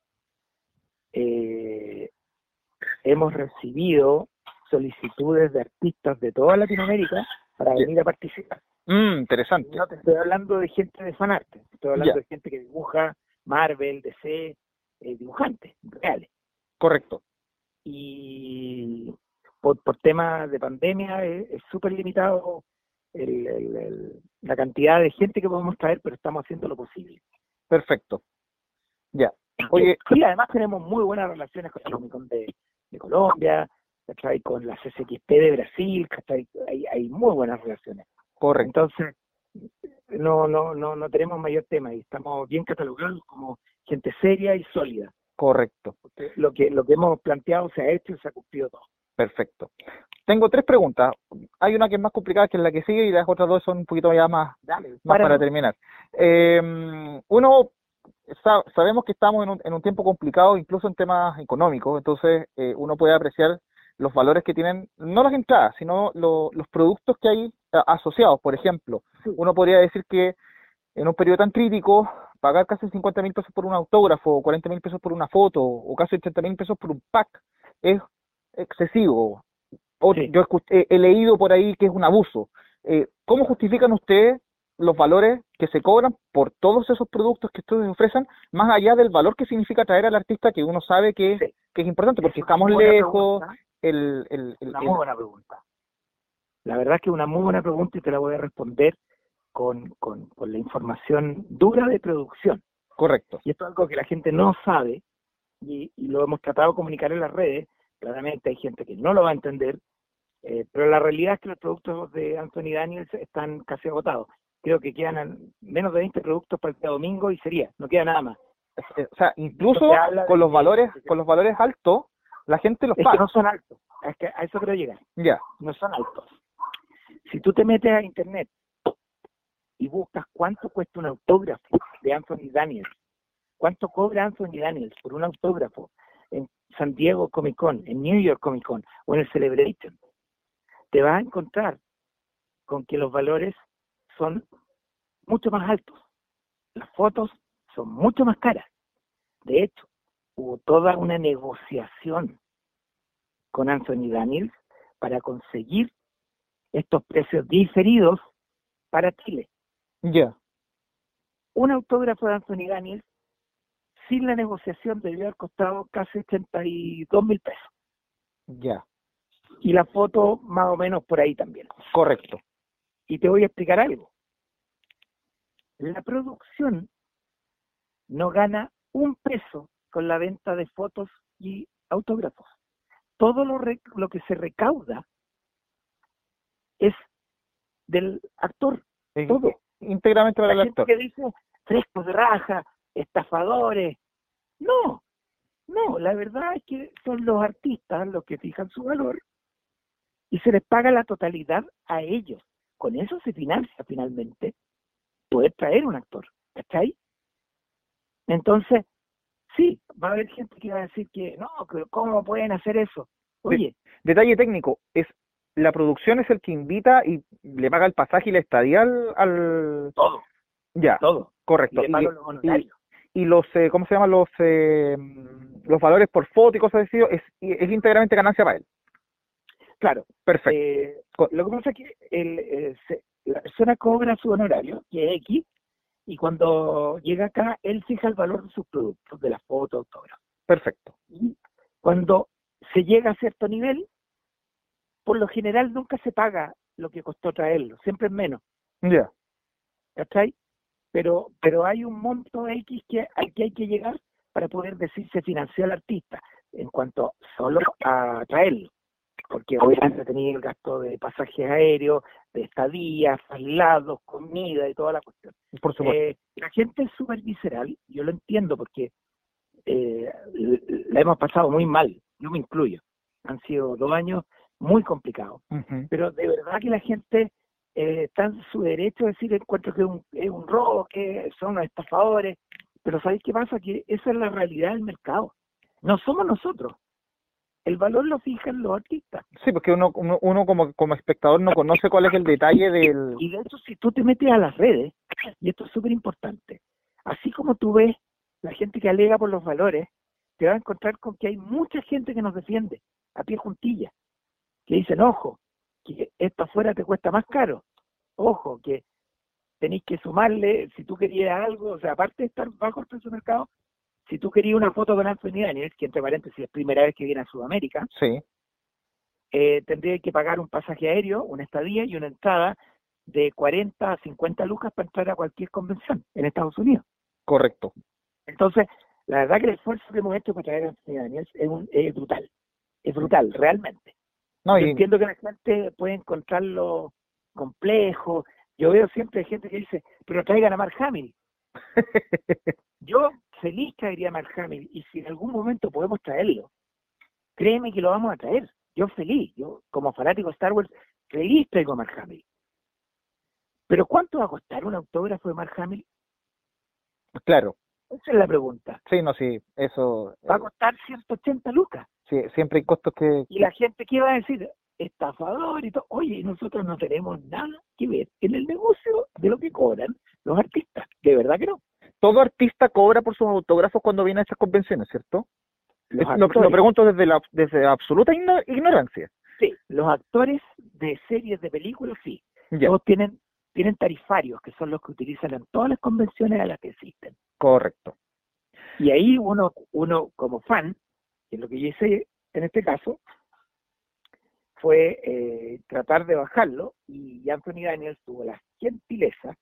Eh, hemos recibido solicitudes de artistas de toda Latinoamérica para venir a participar. Mm, interesante. No te estoy hablando de gente de fanarte, estoy hablando Ya. de gente que dibuja Marvel, D C, eh, dibujantes reales. Correcto. Y por, por temas de pandemia es es súper limitado el- el- el- la cantidad de gente que podemos traer, pero estamos haciendo lo posible. Perfecto. Ya. Oye, Y además tenemos muy buenas relaciones con la Comic Con de, de Colombia, ¿cachai? Con la C C X P de Brasil, ¿cachai? Hay, hay muy buenas relaciones. correcto. Entonces, no, no, no, no tenemos mayor tema y estamos bien catalogados como gente seria y sólida. Correcto. Lo que, lo que hemos planteado se ha hecho y se ha cumplido todo. Perfecto. Tengo tres preguntas. Hay una que es más complicada que la que sigue y las otras dos son un poquito ya más, Dale, más para- para terminar. Eh, uno, sa- sabemos que estamos en un, en un tiempo complicado, incluso en temas económicos, entonces eh, uno puede apreciar los valores que tienen, no las entradas, sino lo- los productos que hay a- asociados. Por ejemplo, uno podría decir que en un periodo tan crítico, pagar casi cincuenta mil pesos por un autógrafo, o cuarenta mil pesos por una foto, o casi ochenta mil pesos por un pack, es excesivo. O- Yo escu- he, he leído por ahí que es un abuso. Eh, ¿Cómo justifican ustedes los valores que se cobran por todos esos productos que ustedes ofrecen, más allá del valor que significa traer al artista, que uno sabe que es, que es importante, porque estamos buena lejos, pregunta. el, el, el- Una el- muy buena pregunta. La verdad es que es una muy buena pregunta y te la voy a responder con, con, con la información dura de producción. Correcto. Y esto es algo que la gente no sabe y, y lo hemos tratado de comunicar en las redes. Claramente hay gente que no lo va a entender, eh, pero la realidad es que los productos de Anthony Daniels están casi agotados. Creo que quedan an- menos de veinte productos para el día domingo y sería, no queda nada más. O sea, incluso Entonces habla con de los que- valores, con los valores altos, la gente los Es que paga. no son altos, es que a eso quiero llegar. Ya. No son altos. Si tú te metes a internet y buscas cuánto cuesta un autógrafo de Anthony Daniels, cuánto cobra Anthony Daniels por un autógrafo en San Diego Comic Con, en New York Comic Con o en el Celebration, te vas a encontrar con que los valores son mucho más altos. Las fotos son mucho más caras. De hecho, hubo toda una negociación con Anthony Daniels para conseguir estos precios diferidos para Chile. Ya. Un autógrafo de Anthony Daniels sin la negociación debió haber costado casi ochenta y dos mil pesos. Ya. Y la foto más o menos por ahí también. Correcto. Y te voy a explicar algo. La producción no gana un peso con la venta de fotos y autógrafos. Todo lo, re- lo que se recauda es del actor. Eh, Todo. Íntegramente para La el gente actor. que dice frescos de raja, estafadores. No, no, la verdad es que son los artistas los que fijan su valor y se les paga la totalidad a ellos. Con eso se financia finalmente poder traer un actor, ¿cachai? Entonces, sí, va a haber gente que va a decir que no, que ¿cómo pueden hacer eso? Oye, De- detalle técnico, es la producción es el que invita y le paga el pasaje y la estadía al... al... todo, Ya, todo. correcto. Y le pagan los honorarios. y, y los, eh, ¿cómo se llaman? Los eh, los valores por foto y cosas así, es, es íntegramente ganancia para él. Claro. Perfecto. Eh, lo que pasa es que el, eh, se- la persona cobra su honorario, que es X, y cuando llega acá, él fija el valor de sus productos, de las fotos, autógrafos. Perfecto. Y cuando se llega a cierto nivel, por lo general nunca se paga lo que costó traerlo, siempre es menos, Ya. ¿cachai? Pero, pero hay un monto X que, al que hay que llegar para poder decir se financió al artista, en cuanto solo a traerlo. Porque obviamente tenía el gasto de pasajes aéreos, de estadías, traslados, comida y toda la cuestión. Por supuesto. Eh, la gente es súper visceral, yo lo entiendo porque eh, l- la hemos pasado muy mal, yo me incluyo. Han sido dos años muy complicados, Ujú. pero de verdad que la gente eh, está en su derecho de decir, encuentro que es un, es un robo, que son unos estafadores, pero ¿sabéis qué pasa? Que esa es la realidad del mercado. No somos nosotros. El valor lo fijan los artistas. Sí, porque uno, uno, uno como, como espectador no conoce cuál es el detalle del... Y de hecho, si tú te metes a las redes, y esto es súper importante, así como tú ves la gente que alega por los valores, te vas a encontrar con que hay mucha gente que nos defiende, a pie juntilla, que dicen, ojo, que esto afuera te cuesta más caro, ojo, que tenéis que sumarle, si tú querías algo, o sea, aparte de estar bajo el precio de mercado, si tú querías una foto con Anthony Daniels, que entre paréntesis es primera vez que viene a Sudamérica, Sí. eh, tendría que pagar un pasaje aéreo, una estadía y una entrada de cuarenta a cincuenta lucas para entrar a cualquier convención en Estados Unidos. Correcto. Entonces, la verdad que el esfuerzo que hemos hecho para traer a Anthony Daniels es, un, es brutal, es brutal, realmente. No, Yo y- entiendo que la gente puede encontrarlo complejo. Yo veo siempre gente que dice, pero traigan a Mark Hamill. Yo feliz traería a Mark Hamill, y si en algún momento podemos traerlo, créeme que lo vamos a traer. Yo feliz, yo como fanático de Star Wars, feliz traigo a Mark Hamill. Pero ¿cuánto va a costar un autógrafo de Mark Hamill? Claro. Esa es la pregunta. Sí, no, sí, eso... Va a costar ciento ochenta lucas. Sí, siempre hay costos que... Y la gente, ¿qué va a decir? Estafador y todo. Oye, nosotros no tenemos nada que ver en el negocio de lo que cobran los artistas. De verdad que no. Todo artista cobra por sus autógrafos cuando viene a estas convenciones, ¿cierto? Los Lo, lo actores. pregunto desde la desde absoluta igno- ignorancia. Sí, los actores de series, de películas, sí. Ya. Todos tienen, tienen tarifarios, que son los que utilizan en todas las convenciones a las que existen. Correcto. Y ahí uno, uno como fan, que es lo que yo hice en este caso, fue eh, tratar de bajarlo, y Anthony Daniels tuvo la gentileza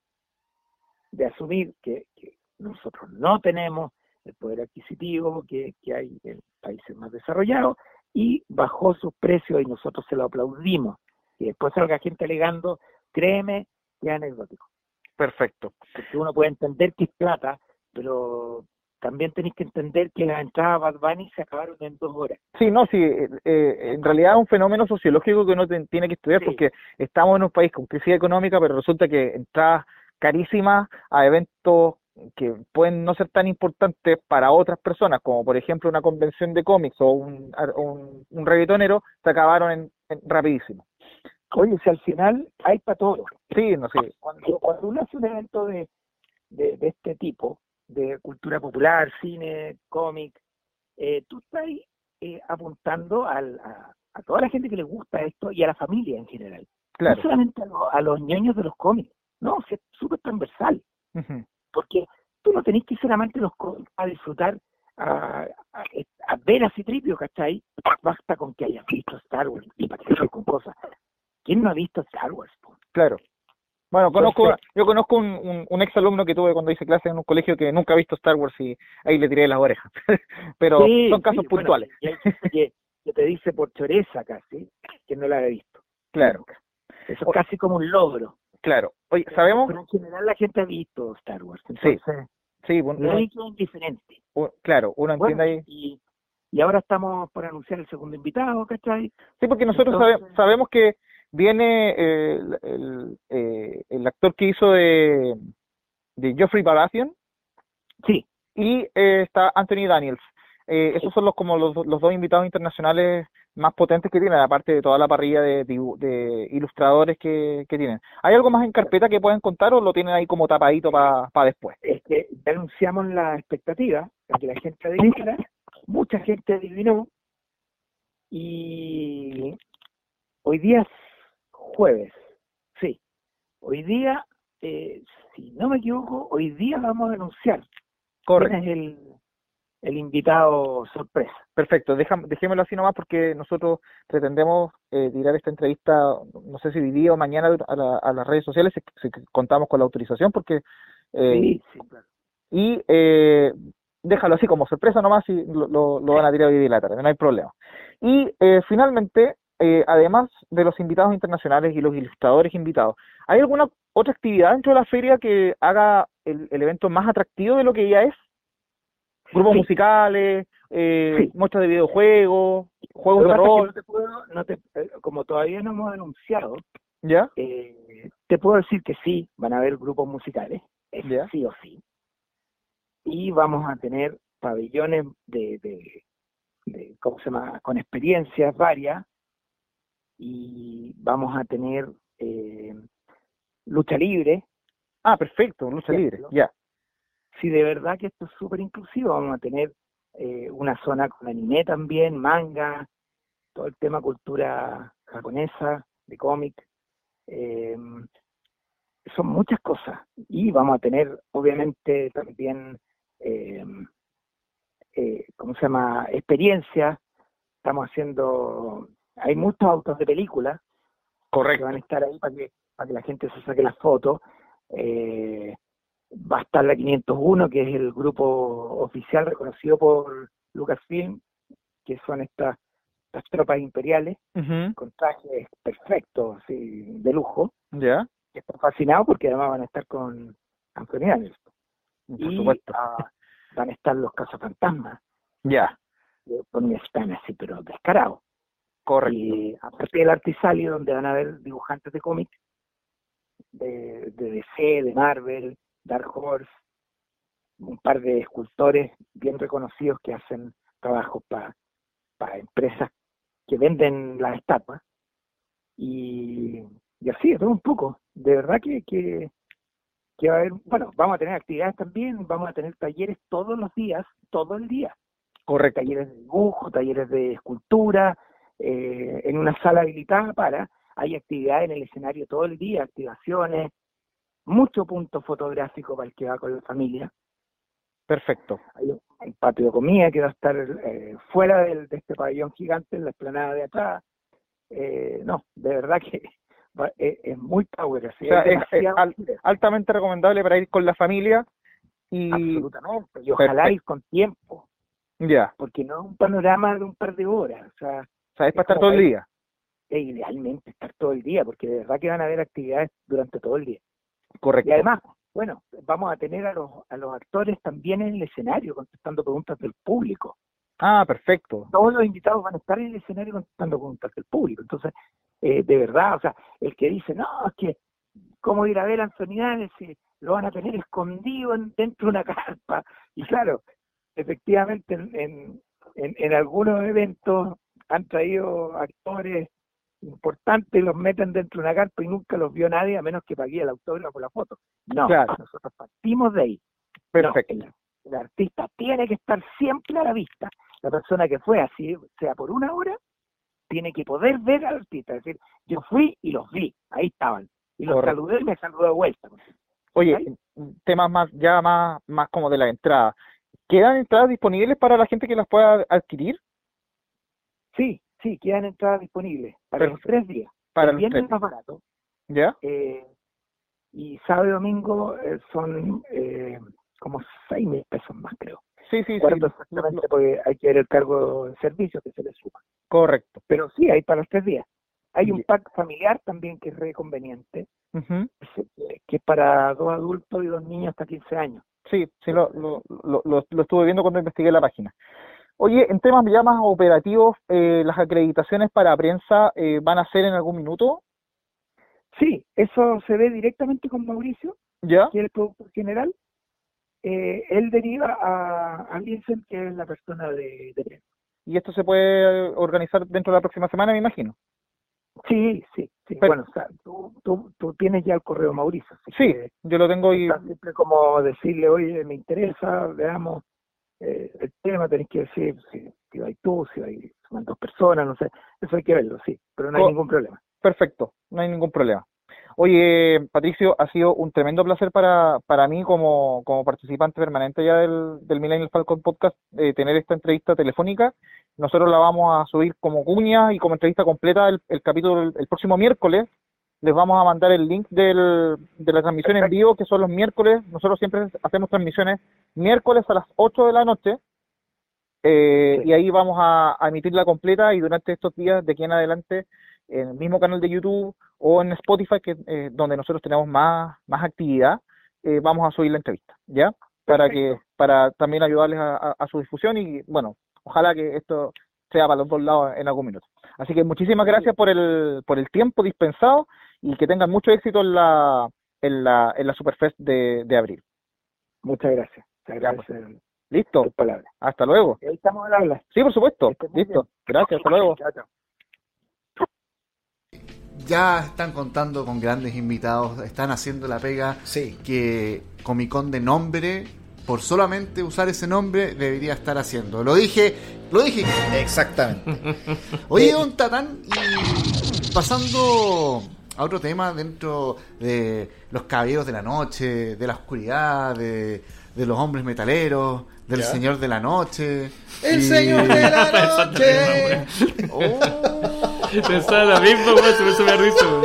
de asumir que, que nosotros no tenemos el poder adquisitivo que, que hay en países más desarrollados, y bajó sus precios y nosotros se lo aplaudimos. Y después salga gente alegando, créeme, que es anecdótico. Perfecto. Porque uno puede entender que es plata, pero también tenéis que entender que las entradas a Bad Bunny se acabaron en dos horas. Sí, no, sí, eh, eh, en realidad es un fenómeno sociológico que uno te- tiene que estudiar, Sí. porque estamos en un país con crisis económica, pero resulta que entradas carísimas a eventos que pueden no ser tan importantes para otras personas, como por ejemplo una convención de cómics o un, ar- o un, un reggaetonero, se acabaron en, en- rapidísimo. Oye, si al final hay para todo. Sí, no sé. Cuando, cuando uno hace un evento de, de, de este tipo, de cultura popular, cine, cómic, eh, tú estás ahí, eh, apuntando al, a, a toda la gente que le gusta esto y a la familia en general. Claro. No solamente a, lo- a los ñoños de los cómics, no, sí, es súper transversal, Ujú. porque tú no tenés que ser amante de los cómics a disfrutar, a, a, a ver a Citripio, ¿cachai? Basta con que hayas visto Star Wars y para que con cosas. ¿Quién no ha visto Star Wars? Po? Claro. Bueno, conozco, Entonces- yo conozco un, un, un ex alumno que tuve cuando hice clase en un colegio que nunca ha visto Star Wars y ahí le tiré las orejas. Pero Sí, son casos sí, bueno, puntuales. y hay gente que, que te dice por choreza casi que no la había visto. Claro. Eso es casi como un logro. Claro. Oye, ¿sabemos? Pero en general la gente ha visto Star Wars. Sí. Entonces, Sí, uno- nadie queda indiferente. uno- claro, uno Bueno, entiende ahí. y, y ahora estamos por anunciar el segundo invitado, ¿cachai? Sí, porque nosotros Entonces- sabe- sabemos que viene eh, el, el, eh, el actor que hizo de, de Geoffrey Baratheon. Sí. y eh, está Anthony Daniels. Eh, esos son los como los, los dos invitados internacionales más potentes que tienen, aparte de toda la parrilla de, dibu- de ilustradores que, que tienen. ¿Hay algo más en carpeta que pueden contar o lo tienen ahí como tapadito para después? Es que ya anunciamos la expectativa para que la gente adivinara, mucha gente adivinó, y hoy día es jueves, sí, hoy día, eh, si no me equivoco, hoy día vamos a anunciar Correcto. quién es el, el invitado sorpresa. Perfecto, Deja- dejémoslo así nomás porque nosotros pretendemos eh, tirar esta entrevista, no sé si hoy día o mañana a, la- a las redes sociales, si, si contamos con la autorización, porque... eh, Sí, sí, claro. y eh, déjalo así como sorpresa nomás y lo, lo, lo van a tirar hoy día en la tarde, no hay problema. Y eh, finalmente, eh, además de los invitados internacionales y los ilustradores invitados, ¿hay alguna otra actividad dentro de la feria que haga el, el evento más atractivo de lo que ya es? Grupos Sí. musicales, eh, Sí. muestras de videojuegos, juegos Lo de que pasa es que rol, no te puedo- no te- eh, como todavía no hemos anunciado, ¿ya? eh, te puedo decir que sí, van a haber grupos musicales, es Ya. sí o sí, y vamos a tener pabellones de, de, de, ¿cómo se llama?, con experiencias varias, y vamos a tener eh, lucha libre. Ah, perfecto, lucha libre, ejemplo. ya. Si de verdad que esto es súper inclusivo, vamos a tener eh, una zona con anime también, manga, todo el tema cultura japonesa, de cómic. Eh, son muchas cosas. Y vamos a tener, obviamente, también, eh, eh, ¿cómo se llama?, experiencias. Estamos haciendo, hay muchos autos de película que van a estar ahí para que, para que la gente se saque las fotos. Eh, va a estar la quinientos uno, que es el grupo oficial reconocido por Lucasfilm, que son estas, estas tropas imperiales, Ujú. con trajes perfectos, así, de lujo. Ya, Estoy fascinado porque además van a estar con Anthony Daniels. por Y supuesto. ah, van a estar los cazafantasmas, Ya, eh, con un stand así, pero descarado. correcto. Y aparte del Artisalio, donde van a haber dibujantes de cómics, de, de D C, de Marvel, Dark Horse, un par de escultores bien reconocidos que hacen trabajos para para empresas que venden las estatuas, y, y así, de todo un poco. De verdad que, que, que va a haber, bueno, vamos a tener actividades también, vamos a tener talleres todos los días, todo el día. Correcto. Talleres de dibujo, talleres de escultura, eh, en una sala habilitada para, hay actividades en el escenario todo el día, activaciones, mucho punto fotográfico para el que va con la familia. Perfecto. Hay un, un patio de comida que va a estar eh, fuera del, de este pabellón gigante, en la explanada de atrás. Eh, no, de verdad que va, es, es muy power. Así, O sea, es es, es demasiado al- chileno. altamente recomendable para ir con la familia y... Absolutamente. Y ojalá Perfecto. ir con tiempo, Ya, porque no es un panorama de un par de horas. O sea, o sea, es para estar como todo el para ir- día. e idealmente estar todo el día, porque de verdad que van a haber actividades durante todo el día. Correcto. Y además, bueno, vamos a tener a los, a los actores también en el escenario contestando preguntas del público. Ah, perfecto. Todos los invitados van a estar en el escenario contestando preguntas del público. Entonces, eh, de verdad, o sea, el que dice, no, es que, ¿cómo ir a ver a Anthony Daniels si lo van a tener escondido en- dentro de una carpa? Y claro, efectivamente, en, en, en, en algunos eventos han traído actores importantes, los meten dentro de una carpa y nunca los vio nadie, a menos que pague el autógrafo o la foto. No, Claro. nosotros partimos de ahí. Perfecto. No, el, el artista tiene que estar siempre a la vista. La persona que fue, así sea por una hora, tiene que poder ver al artista. Es decir, yo fui y los vi, ahí estaban. Y los Correcto. saludé y me saludó de vuelta. Oye, ¿Ahí? temas más ya más, más como de la entrada. ¿Quedan entradas disponibles para la gente que las pueda adquirir? Sí, sí, quedan entradas disponibles para los Perfecto. tres días. Para El los viernes tres. más barato. ¿Ya? Eh, y sábado y domingo eh, son eh, como seis mil pesos más, creo. Sí, sí, sí. Cuarto Lo- exactamente, lo- porque hay que ver el cargo de servicio que se le suma. Correcto. Pero sí, hay para los tres días. Hay un Ya. pack familiar también que es re conveniente, Ujú. que que es para dos adultos y dos niños hasta quince años. Sí, sí, lo, lo, lo, lo- lo estuve viendo cuando investigué la página. Oye, en temas ya más operativos, eh, ¿las acreditaciones para prensa eh, van a ser en algún minuto? Sí, eso se ve directamente con Mauricio, ¿Ya? que es el productor general, eh, él deriva a, a Vincent, que es la persona de, de prensa. Y esto se puede organizar dentro de la próxima semana, me imagino. Sí, sí, sí. Pero, bueno, o sea, tú, tú, tú tienes ya el correo Mauricio. Así sí, que yo lo tengo y... siempre como decirle, oye, me interesa, veamos eh, el tema, tenés que decir si, si vais tú, si vais son dos personas, no sé. Eso hay que verlo, sí, pero no hay oh, ningún problema. Perfecto, no hay ningún problema. Oye, Patricio, ha sido un tremendo placer para, para mí como, como participante permanente ya del, del Millennial Falcon Podcast eh, tener esta entrevista telefónica. Nosotros la vamos a subir como cuña y como entrevista completa el, el capítulo el, el próximo miércoles. Les vamos a mandar el link del, de la transmisión en vivo, que son los miércoles. Nosotros siempre hacemos transmisiones miércoles a las ocho de la noche. Eh, y ahí vamos a, a emitirla completa, y durante estos días de aquí en adelante en el mismo canal de YouTube o en Spotify, que eh, donde nosotros tenemos más, más actividad, eh, vamos a subir la entrevista, ¿ya? Para que para también ayudarles a, a, a su difusión, y bueno, ojalá que esto sea para los dos lados en algún minuto. Así que muchísimas gracias por el por el tiempo dispensado, y que tengan mucho éxito en la en la en la Superfest de, de abril. Muchas gracias. Te agradezco. Listo. Hasta luego. Ahí estamos al habla. Sí, por supuesto. Listo. Gracias. Hasta luego. Chao, chao. Ya están contando con grandes invitados, están haciendo la pega sí. que Comic Con de nombre, por solamente usar ese nombre, debería estar haciendo. Lo dije, lo dije. Exactamente. Oye, don Tatán, y pasando a otro tema dentro de los caballeros de la noche, de la oscuridad, de, de los hombres metaleros, del ¿Ya? Señor de la Noche. El y... Señor de la Noche. Oh. Pensaba la misma, güey, se me hizo risa, güey.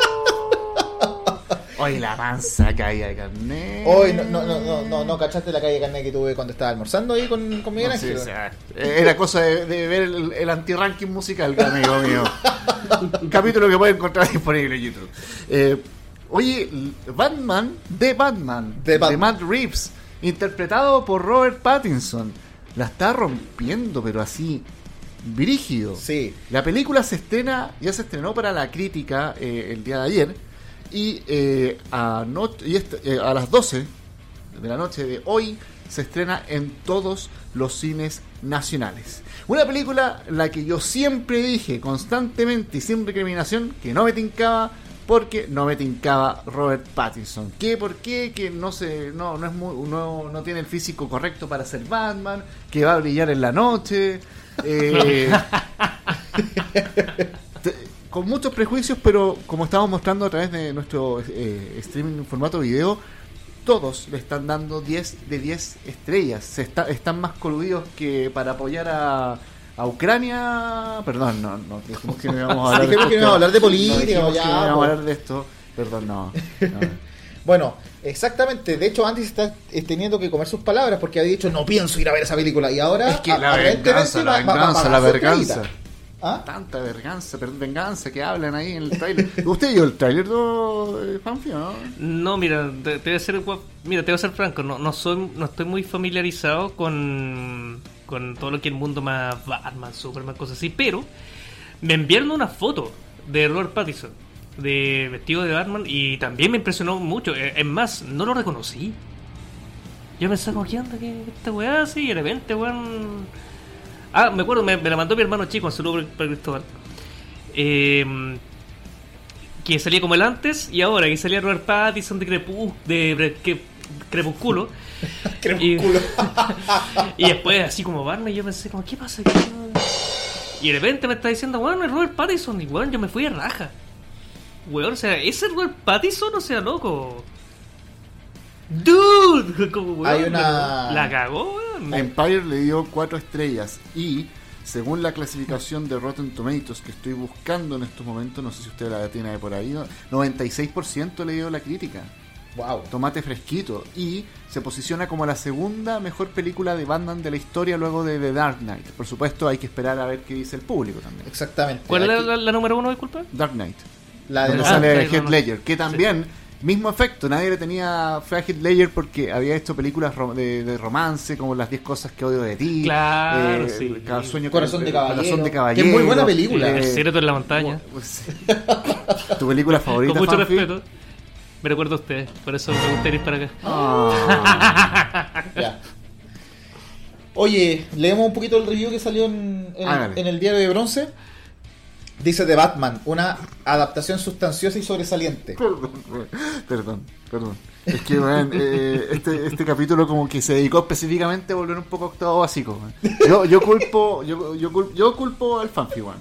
Oye, la mansa caída de carnet. Hoy no, no, no, no, no, no cachaste la calle de carnet que tuve cuando estaba almorzando ahí con, con Miguel No, sí, Ángel. o sea, era cosa de, de ver el, el anti-ranking musical, amigo mío. Un capítulo que pueden encontrar disponible en YouTube. Eh, oye, Batman, de Batman, de, Batman. de Matt Reeves, interpretado por Robert Pattinson, la está rompiendo, pero así, brígido. Sí. La película se estrena, ya se estrenó para la crítica eh, el día de ayer, y, eh, a, no, y este, eh, a las doce de la noche de hoy se estrena en todos los cines nacionales. Una película la que yo siempre dije constantemente y sin recriminación que no me tincaba, porque no me tincaba Robert Pattinson. ¿Qué? ¿Por qué? Que no se, no, no es muy, no, no tiene el físico correcto para ser Batman, que va a brillar en la noche. Eh, con muchos prejuicios, pero como estamos mostrando a través de nuestro eh, streaming en formato video, todos le están dando diez de diez estrellas. Se está, están más coludidos que para apoyar a, a Ucrania. Perdón, no, no dijimos que no íbamos a hablar, sí, de, que no íbamos a hablar de política. No dijimos ya, que no íbamos pues. a hablar de esto. Perdón, no. no. Bueno, exactamente. De hecho, antes está teniendo que comer sus palabras, porque había dicho no pienso ir a ver esa película, y ahora es que la venganza, la venganza, la venganza. ¿Ah? Tanta venganza, venganza que hablan ahí en el tráiler. ¿Usted vio el tráiler, de Fanfi, no? No, mira, te, te voy a ser, mira, te voy a ser franco, no, no soy, no estoy muy familiarizado con, con todo lo que es el mundo más Batman, Superman, cosas así, pero me enviaron una foto de Robert Pattinson, de vestido de Batman, y también me impresionó mucho. Es más, no lo reconocí. Yo pensaba, ¿qué onda? ¿Qué esta weá así? Y de repente, weón. Ah, me acuerdo, me, me la mandó mi hermano chico, un saludo para Cristóbal. Eh, que salía como el antes y ahora, que salía Robert Pattinson de, Crepú, de, de que, Crepúsculo. Crepúsculo. Y, y después, así como Batman, y yo pensé, como, ¿qué pasa aquí? Y de repente me está diciendo, weón, es Robert Pattinson. Y weón, yo me fui de raja. Weón, o sea, ese es Robert Pattinson, o sea, loco. Dude, como weón, hay una... la cagó, weón. Empire le dio cuatro estrellas y según la clasificación de Rotten Tomatoes que estoy buscando en estos momentos, no sé si usted la tiene por ahí, noventa y seis por ciento le dio la crítica. Wow. Tomate fresquito. Y se posiciona como la segunda mejor película de Batman de la historia luego de The Dark Knight. Por supuesto hay que esperar a ver qué dice el público también. Exactamente. ¿Cuál es la, la, la número uno, disculpa? Dark Knight. La de donde los... sale ah, Heath no, Ledger, que también... Sí. Mismo efecto, nadie le tenía fe a Heath Ledger porque había hecho películas de, de romance como Las diez cosas que odio de ti, claro, eh, sí. Cada sueño Corazón, que, de caballero, Corazón de Caballero, que es muy buena película. eh, El secreto en la montaña. Pues, tu película favorita, con mucho Fanfi? respeto. Me recuerdo a usted, por eso me gusta ir para acá. Oh. Oye, leemos un poquito el review que salió en, en, en el diario de Bronce. Dice The Batman, una adaptación sustanciosa y sobresaliente. Perdón, perdón, perdón. Es que, man, eh, este, este capítulo como que se dedicó específicamente a volver un poco octavo básico, man. Yo, yo culpo, yo, yo, culpo, yo culpo al fanfi, man.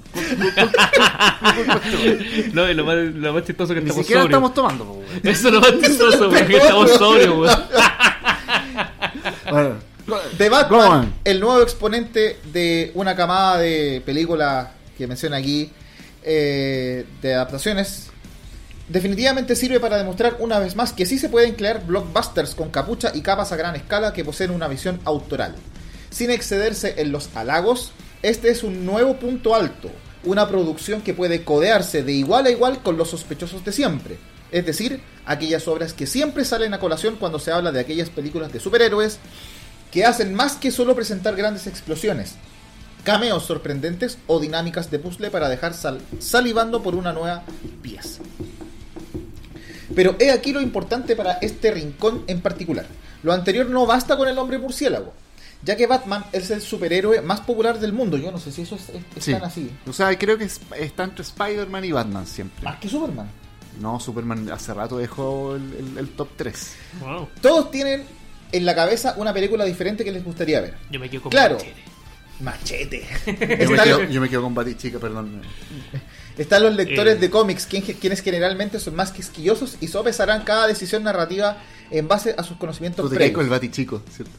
No, y lo más, lo más chistoso que Ni estamos siquiera sobrios. estamos tomando, man. Eso es lo más chistoso, porque estamos sobrios, weón. Bueno, The Batman, el nuevo exponente de una camada de películas que menciona aquí, eh, de adaptaciones, definitivamente sirve para demostrar una vez más que sí se pueden crear blockbusters con capucha y capas a gran escala que poseen una visión autoral. Sin excederse en los halagos, este es un nuevo punto alto, una producción que puede codearse de igual a igual con los sospechosos de siempre, es decir, aquellas obras que siempre salen a colación cuando se habla de aquellas películas de superhéroes que hacen más que solo presentar grandes explosiones, cameos sorprendentes o dinámicas de puzzle para dejar sal- salivando por una nueva pieza. Pero he aquí lo importante para este rincón en particular. Lo anterior no basta con el hombre murciélago, ya que Batman es el superhéroe más popular del mundo. Yo no sé si eso es, es, es Sí. tan así. O sea, creo que es, está entre Spider-Man y Batman siempre. Más que Superman. No, Superman hace rato dejó el, el, el top tres. Wow. Todos tienen en la cabeza una película diferente que les gustaría ver. Yo me quedo con Claro. Machete. Machete. Yo me, Están, quedo, yo me quedo con Batichica, perdón. están los lectores Eh. de cómics, quien- quienes generalmente son más quisquillosos y sopesarán cada decisión narrativa en base a sus conocimientos Tú te caes previos. con el Batichico, ¿cierto?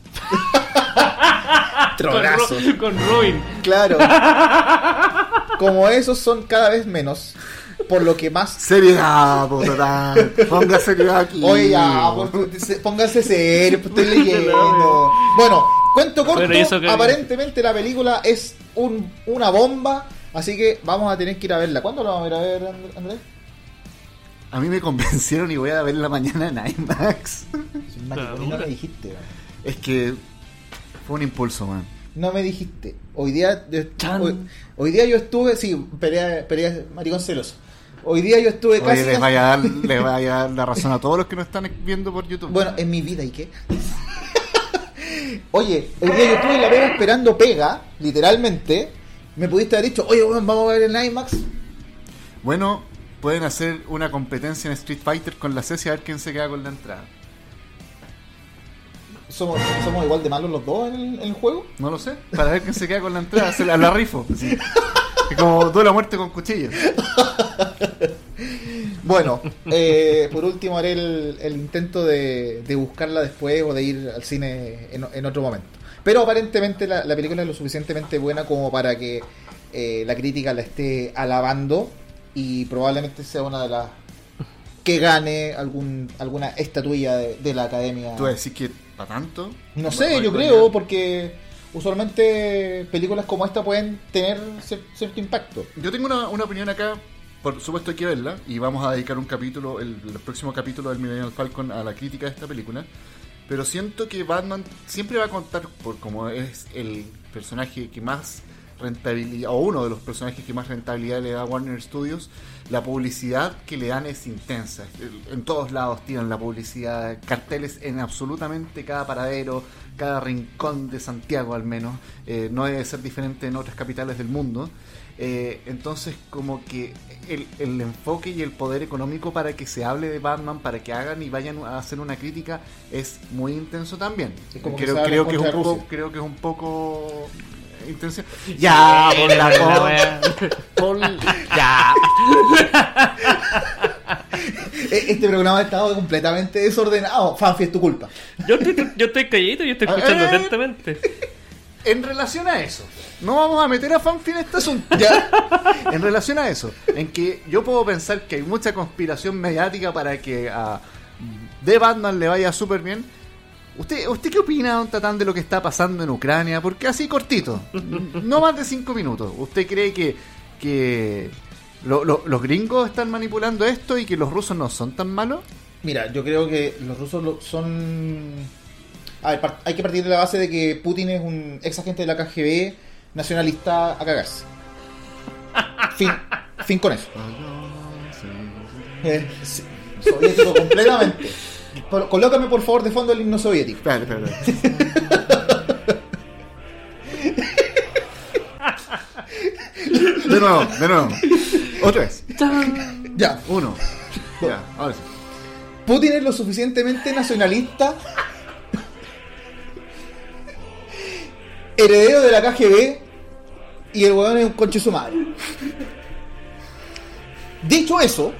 Trolazos. Con, Ro- con Robin. Claro. Como esos son cada vez menos, por lo que más... Seriedad, puta. Ponga seriedad aquí. Oye, ya, por tu- se- pónganse serio, pues estoy leyendo. Bueno, cuento corto, Bueno, ¿y eso qué? aparentemente la película es un, una bomba, así que vamos a tener que ir a verla. ¿Cuándo la vamos a ir a ver, And- Andrés? A mí me convencieron y voy a verla mañana en IMAX. No me dijiste, man. Es que fue un impulso, man. No me dijiste. Hoy día, yo- hoy, hoy día yo estuve, sí, pelea, pelea maricón celoso. Hoy día yo estuve casi... Oye, les vaya a dar, les vaya a dar la razón a todos los que nos están viendo por YouTube. Bueno, en mi vida, ¿y qué? Oye, hoy día yo estuve en la pega esperando pega, literalmente. Me pudiste haber dicho, oye, bueno, vamos a ver en IMAX. Bueno, pueden hacer una competencia en Street Fighter con la Ceci a ver quién se queda con la entrada. ¿Somos, somos igual de malos los dos en el, en el juego? No lo sé, para ver quién se queda con la entrada, se la, la rifo. Así. Es como duelo a muerte con cuchillo. Bueno, eh, por último haré el, el intento de, de buscarla después o de ir al cine en, en otro momento. Pero aparentemente la, la película es lo suficientemente buena como para que eh, la crítica la esté alabando y probablemente sea una de las que gane algún alguna estatuilla de, de la academia. ¿Tú vas a decir que para tanto? No sé, yo creo, porque usualmente películas como esta pueden tener cier- cierto impacto. Yo tengo una, una opinión acá, por supuesto hay que verla, y vamos a dedicar un capítulo, el, el próximo capítulo del Millennial Falcon a la crítica de esta película, pero siento que Batman siempre va a contar, por como es el personaje que más rentabilidad, o uno de los personajes que más rentabilidad le da a Warner Studios, la publicidad que le dan es intensa. En todos lados tiran la publicidad, carteles en absolutamente cada paradero, cada rincón de Santiago al menos. Eh, no debe ser diferente en otras capitales del mundo. Eh, entonces como que el, el enfoque y el poder económico para que se hable de Batman, para que hagan y vayan a hacer una crítica, es muy intenso también. Es como que Creo, se habla creo, en que es contra un de poco, Rusia. creo que es un poco intención. Ya, por la por, ya. Este programa ha estado completamente desordenado. Fanfi, es tu culpa. Yo estoy, yo estoy calladito y estoy escuchando Eh. atentamente. En relación a eso, no vamos a meter a Fanfi en este asunto. ¿Ya? En relación a eso, en que yo puedo pensar que hay mucha conspiración mediática para que a The Batman le vaya súper bien. ¿Usted, ¿Usted qué opina, don Tatán, de lo que está pasando en Ucrania? Porque así cortito, no más de cinco minutos. ¿Usted cree que, que lo, lo, los gringos están manipulando esto y que los rusos no son tan malos? Mira, yo creo que los rusos lo- son... A ver, par- hay que partir de la base de que Putin es un ex agente de la K G B nacionalista a cagarse. Fin, fin con eso. Eh, sí, soviético completamente. Por- colócame por favor de fondo el himno soviético. Espérate, espérate. De nuevo, de nuevo. Otra vez. Ya. Uno. Ya, ahora sí. Putin es lo suficientemente nacionalista, heredero de la K G B, y el weón es un conche su madre. Dicho eso,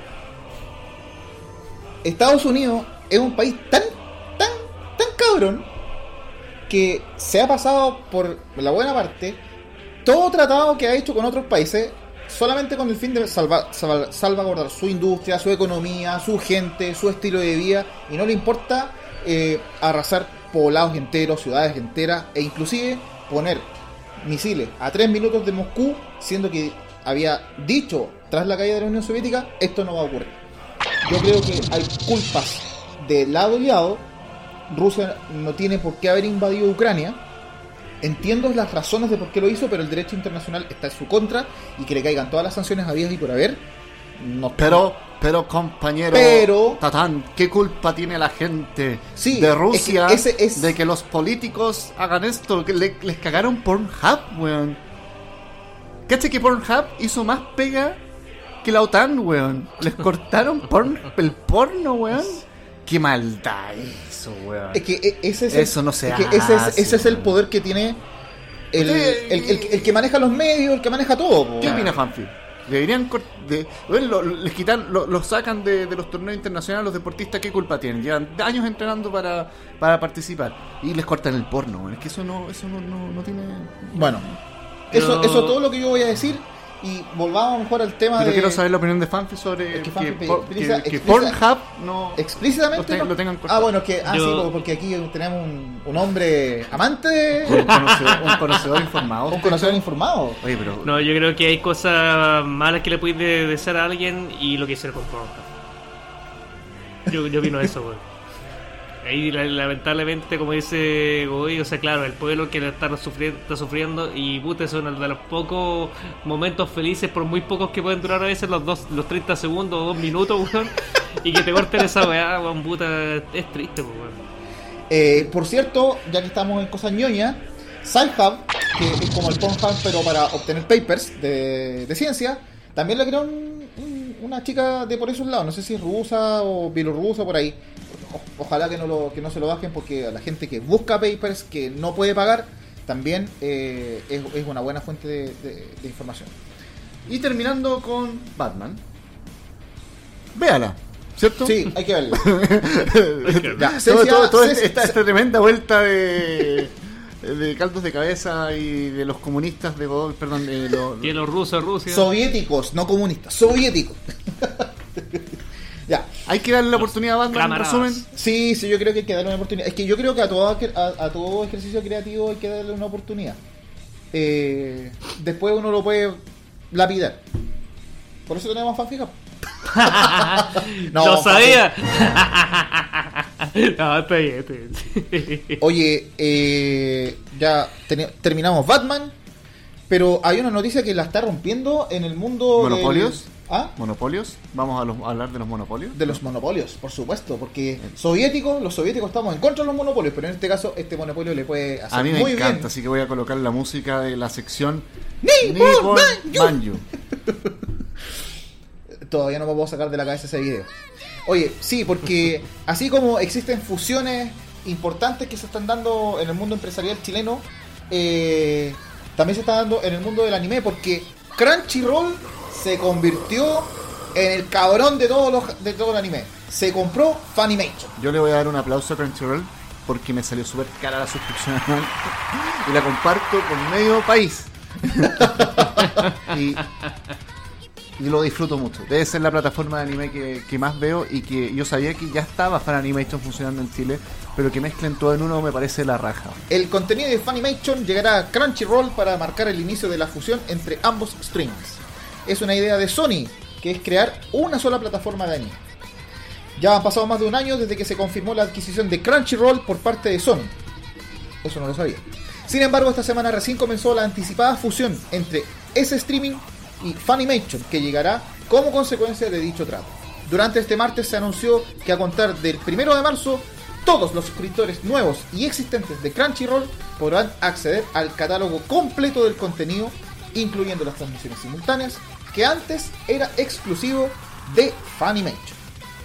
Estados Unidos es un país tan, tan, tan cabrón que se ha pasado por la buena parte todo tratado que ha hecho con otros países solamente con el fin de salva, salva, salvaguardar su industria, su economía, su gente, su estilo de vida, y no le importa eh, arrasar poblados enteros, ciudades enteras, e inclusive poner misiles a tres minutos de Moscú, siendo que había dicho tras la caída de la Unión Soviética, esto no va a ocurrir. Yo creo que hay culpas de lado y lado. Rusia no tiene por qué haber invadido Ucrania. Entiendo las razones de por qué lo hizo, pero el derecho internacional está en su contra, y que le caigan todas las sanciones habidas y por haber. No, pero, pero compañero, pero, Tatán, ¿qué culpa tiene la gente sí, de Rusia es que ese es... de que los políticos hagan esto? Que le, les cagaron Pornhub, weón. ¿Caché que Pornhub hizo más pega que la OTAN, weón? Les cortaron porn, el porno, weón. Qué maldad eso, weón. Es que ese es eso el, no se es hace. Que ese, es, ese es el poder que tiene el, el, el, el que maneja los medios, el que maneja todo. ¿Qué opina Fanfi? Deberían de, bueno, lo, les quitan, lo, lo sacan de, de los torneos internacionales. Los deportistas, ¿qué culpa tienen? Llevan años entrenando para, para participar y les cortan el porno, weón. Es que eso no, eso no, no, no tiene. Bueno, Pero... eso, eso es todo lo que yo voy a decir. Y volvamos mejor al tema. Pero de... quiero saber la opinión de Fanfi sobre que, que, que, por, que, que Pornhub no explícitamente lo, te, no. lo tengan cortado. Ah, bueno, que ah, Yo... sí, porque aquí tenemos un, un hombre amante, un conocedor, un conocedor informado, un conocedor informado. Oye, pero no, yo creo que hay cosas malas que le puedes desear a alguien y lo que hicieron con Pornhub. Yo, yo opino eso, güey. Ahí lamentablemente, como dice Goy, o sea, claro, el pueblo que está sufriendo, está sufriendo, y puta, son uno de los pocos momentos felices, por muy pocos que pueden durar a veces, los dos, los treinta segundos o dos minutos, weón, y que te corten esa weá, weón, puta, es triste, weón. Eh, por cierto, ya que estamos en cosas ñoñas, Sci-Hub, que es como el Pornhub pero para obtener papers de, de ciencia, también lo creó un, un, una chica de por esos lados, no sé si es rusa o bielorrusa, por ahí. O, ojalá que no, lo, que no se lo bajen, porque a la gente que busca papers que no puede pagar, también eh, es, es una buena fuente de, de, de información. Y terminando con Batman, véala, ¿cierto? Sí, hay que verla. Ya, todo, todo, todo esta, esta, esta tremenda vuelta de, de caldos de cabeza y de los comunistas de perdón, de los, de los rusos, Rusia. Soviéticos, no comunistas, soviéticos. Ya. Hay que darle la oportunidad a Batman, en resumen. Sí, sí, yo creo que hay que darle una oportunidad. Es que yo creo que a todo, a, a todo ejercicio creativo hay que darle una oportunidad. Eh, después uno lo puede lapidar. Por eso tenemos fanfic. No, lo sabía. No, está bien, está bien. Oye, eh, ya ten- terminamos Batman, pero hay una noticia que la está rompiendo en el mundo. ¿Monopolios? Del... ¿Ah? ¿Monopolios? ¿Vamos a, los, a hablar de los monopolios? De los monopolios, por supuesto, porque soviéticos, los soviéticos estamos en contra de los monopolios, pero en este caso este monopolio le puede hacer muy bien. A mí me encanta, así que voy a colocar la música de la sección Nippon Manju. Todavía no me puedo sacar de la cabeza ese video. Oye, sí, porque así como existen fusiones importantes que se están dando en el mundo empresarial chileno, eh, también se está dando en el mundo del anime, porque Crunchyroll se convirtió en el cabrón de todo, los, de todo el anime. Se compró Funimation. Yo le voy a dar un aplauso a Crunchyroll porque me salió súper cara la suscripción anual y la comparto con medio país. y, y lo disfruto mucho. Debe ser la plataforma de anime que, que más veo, y que yo sabía que ya estaba Funimation funcionando en Chile, pero que mezclen todo en uno me parece la raja. El contenido de Funimation llegará a Crunchyroll para marcar el inicio de la fusión entre ambos streams. Es una idea de Sony, que es crear una sola plataforma de anime. Ya han pasado más de un año desde que se confirmó la adquisición de Crunchyroll por parte de Sony. Eso no lo sabía. Sin embargo, esta semana recién comenzó la anticipada fusión entre ese streaming y Funimation, que llegará como consecuencia de dicho trato. Durante este martes se anunció que a contar del primero de marzo, todos los suscriptores nuevos y existentes de Crunchyroll podrán acceder al catálogo completo del contenido incluyendo las transmisiones simultáneas, que antes era exclusivo de Funimation.